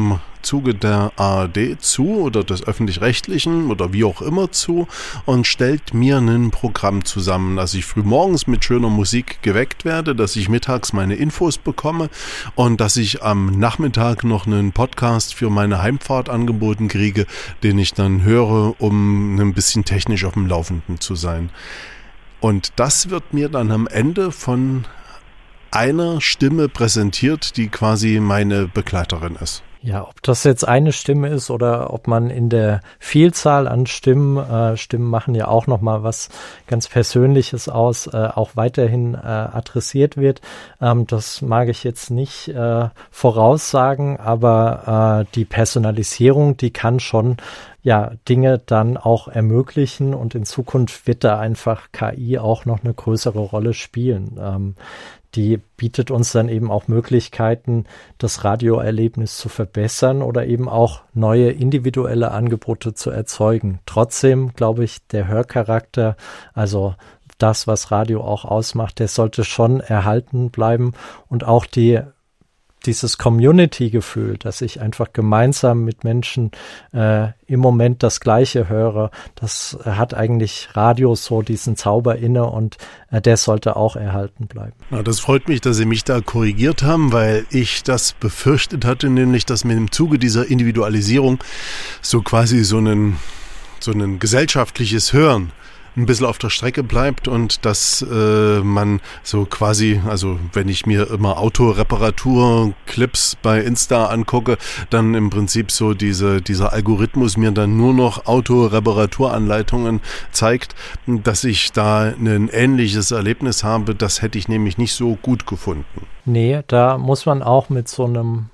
Zuge der ARD zu oder des Öffentlich-Rechtlichen oder wie auch immer zu und stellt mir ein Programm zusammen, dass ich frühmorgens mit schöner Musik geweckt werde, dass ich mittags meine Infos bekomme und dass ich am Nachmittag noch einen Podcast für meine Heimfahrt angeboten kriege, den ich dann höre, um ein bisschen technisch auf dem Laufenden zu sein. Und das wird mir dann am Ende von einer Stimme präsentiert, die quasi meine Begleiterin ist. Ja, ob das jetzt eine Stimme ist oder ob man in der Vielzahl an Stimmen, Stimmen machen ja auch nochmal was ganz Persönliches aus, auch weiterhin adressiert wird. Das mag ich jetzt nicht voraussagen, aber die Personalisierung, die kann schon Dinge dann auch ermöglichen und in Zukunft wird da einfach KI auch noch eine größere Rolle spielen. Die bietet uns dann eben auch Möglichkeiten, das Radioerlebnis zu verbessern oder eben auch neue individuelle Angebote zu erzeugen. Trotzdem glaube ich, der Hörcharakter, also das, was Radio auch ausmacht, der sollte schon erhalten bleiben und auch dieses Community-Gefühl, dass ich einfach gemeinsam mit Menschen im Moment das Gleiche höre, das hat eigentlich Radio so diesen Zauber inne und der sollte auch erhalten bleiben. Na, das freut mich, dass Sie mich da korrigiert haben, weil ich das befürchtet hatte, nämlich, dass mir im Zuge dieser Individualisierung so quasi so ein gesellschaftliches Hören ein bisschen auf der Strecke bleibt und dass man so quasi, also wenn ich mir immer Autoreparatur-Clips bei Insta angucke, dann im Prinzip so dieser Algorithmus mir dann nur noch Autoreparaturanleitungen zeigt, dass ich da ein ähnliches Erlebnis habe. Das hätte ich nämlich nicht so gut gefunden. Nee, da muss man auch mit so einem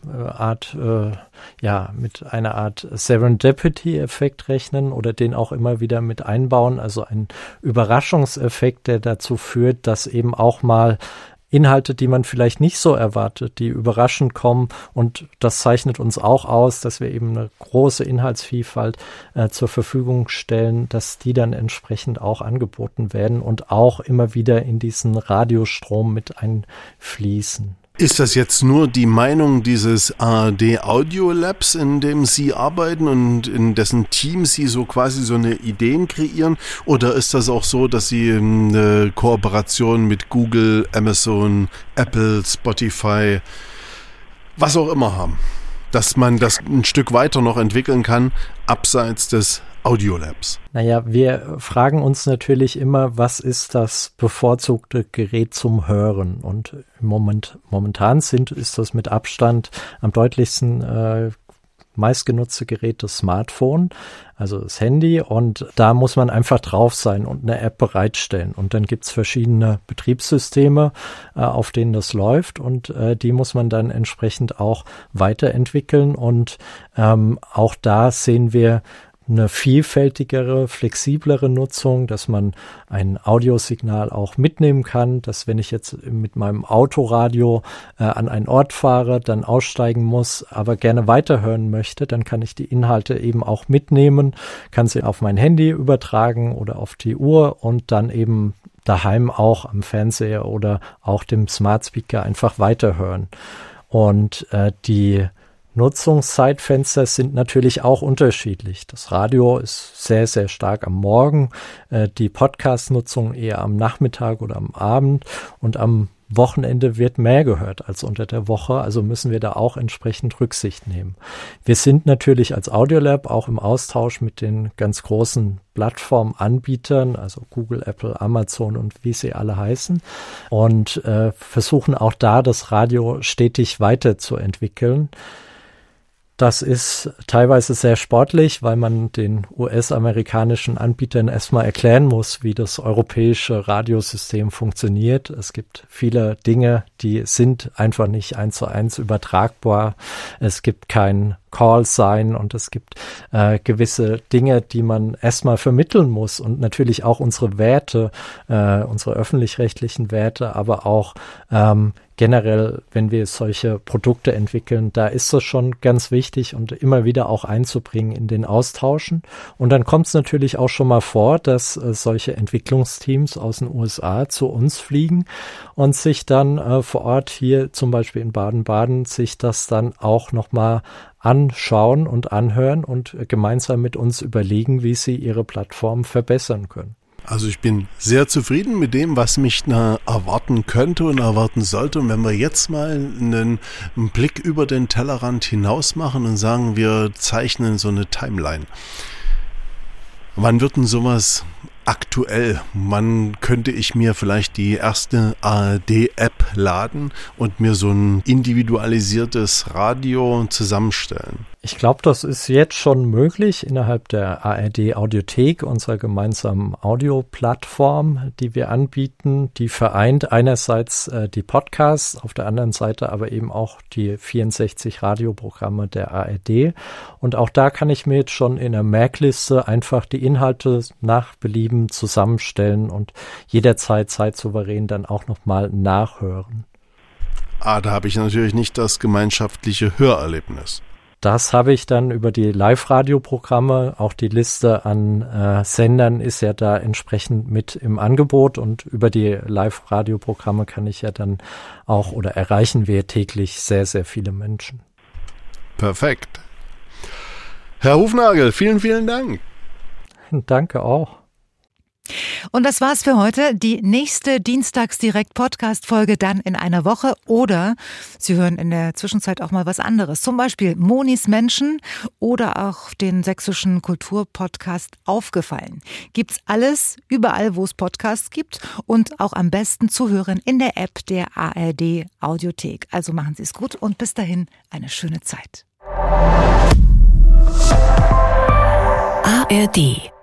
mit einer Art Serendipity-Effekt rechnen oder den auch immer wieder mit einbauen, also ein Überraschungseffekt, der dazu führt, dass eben auch mal Inhalte, die man vielleicht nicht so erwartet, die überraschend kommen und das zeichnet uns auch aus, dass wir eben eine große Inhaltsvielfalt zur Verfügung stellen, dass die dann entsprechend auch angeboten werden und auch immer wieder in diesen Radiostrom mit einfließen. Ist das jetzt nur die Meinung dieses ARD Audio Labs, in dem Sie arbeiten und in dessen Team Sie so quasi so eine Ideen kreieren? Oder ist das auch so, dass Sie eine Kooperation mit Google, Amazon, Apple, Spotify, was auch immer haben? Dass man das ein Stück weiter noch entwickeln kann, abseits des Audiolabs? Naja, wir fragen uns natürlich immer, was ist das bevorzugte Gerät zum Hören? Und momentan ist das mit Abstand am deutlichsten meistgenutzte Gerät das Smartphone, also das Handy, und da muss man einfach drauf sein und eine App bereitstellen. Und dann gibt's verschiedene Betriebssysteme, auf denen das läuft und die muss man dann entsprechend auch weiterentwickeln. Und auch da sehen wir eine vielfältigere, flexiblere Nutzung, dass man ein Audiosignal auch mitnehmen kann, dass wenn ich jetzt mit meinem Autoradio an einen Ort fahre, dann aussteigen muss, aber gerne weiterhören möchte, dann kann ich die Inhalte eben auch mitnehmen, kann sie auf mein Handy übertragen oder auf die Uhr und dann eben daheim auch am Fernseher oder auch dem Smart Speaker einfach weiterhören. Und die Nutzungszeitfenster sind natürlich auch unterschiedlich. Das Radio ist sehr, sehr stark am Morgen, die Podcast-Nutzung eher am Nachmittag oder am Abend und am Wochenende wird mehr gehört als unter der Woche, also müssen wir da auch entsprechend Rücksicht nehmen. Wir sind natürlich als Audiolab auch im Austausch mit den ganz großen Plattformanbietern, also Google, Apple, Amazon und wie sie alle heißen, und versuchen auch da das Radio stetig weiterzuentwickeln. Das ist teilweise sehr sportlich, weil man den US-amerikanischen Anbietern erstmal erklären muss, wie das europäische Radiosystem funktioniert. Es gibt viele Dinge, die sind einfach nicht 1:1 übertragbar. Es gibt kein Call-Sign und es gibt gewisse Dinge, die man erstmal vermitteln muss und natürlich auch unsere Werte, unsere öffentlich-rechtlichen Werte, aber auch generell, wenn wir solche Produkte entwickeln, da ist es schon ganz wichtig und immer wieder auch einzubringen in den Austauschen. Und dann kommt es natürlich auch schon mal vor, dass solche Entwicklungsteams aus den USA zu uns fliegen und sich dann vor Ort hier zum Beispiel in Baden-Baden sich das dann auch nochmal anschauen und anhören und gemeinsam mit uns überlegen, wie sie ihre Plattform verbessern können. Also ich bin sehr zufrieden mit dem, was mich da erwarten könnte und erwarten sollte. Und wenn wir jetzt mal einen Blick über den Tellerrand hinaus machen und sagen, wir zeichnen so eine Timeline. Wann wird denn sowas aktuell? Wann könnte ich mir vielleicht die erste ARD-App laden und mir so ein individualisiertes Radio zusammenstellen? Ich glaube, das ist jetzt schon möglich innerhalb der ARD Audiothek, unserer gemeinsamen Audioplattform, die wir anbieten. Die vereint einerseits die Podcasts, auf der anderen Seite aber eben auch die 64 Radioprogramme der ARD. Und auch da kann ich mir jetzt schon in der Merkliste einfach die Inhalte nach Belieben zusammenstellen und jederzeit zeitsouverän dann auch nochmal nachhören. Da habe ich natürlich nicht das gemeinschaftliche Hörerlebnis. Das habe ich dann über die Live-Radio-Programme. Auch die Liste an Sendern ist ja da entsprechend mit im Angebot. Und über die Live-Radio-Programme kann ich ja dann auch oder erreichen wir täglich sehr, sehr viele Menschen. Perfekt. Herr Hufnagel, vielen, vielen Dank. Danke auch. Und das war's für heute. Die nächste Dienstagsdirekt-Podcast-Folge dann in einer Woche oder Sie hören in der Zwischenzeit auch mal was anderes. Zum Beispiel Monis Menschen oder auch den sächsischen Kulturpodcast Aufgefallen. Gibt's alles überall, wo es Podcasts gibt und auch am besten zu hören in der App der ARD Audiothek. Also machen Sie es gut und bis dahin eine schöne Zeit. ARD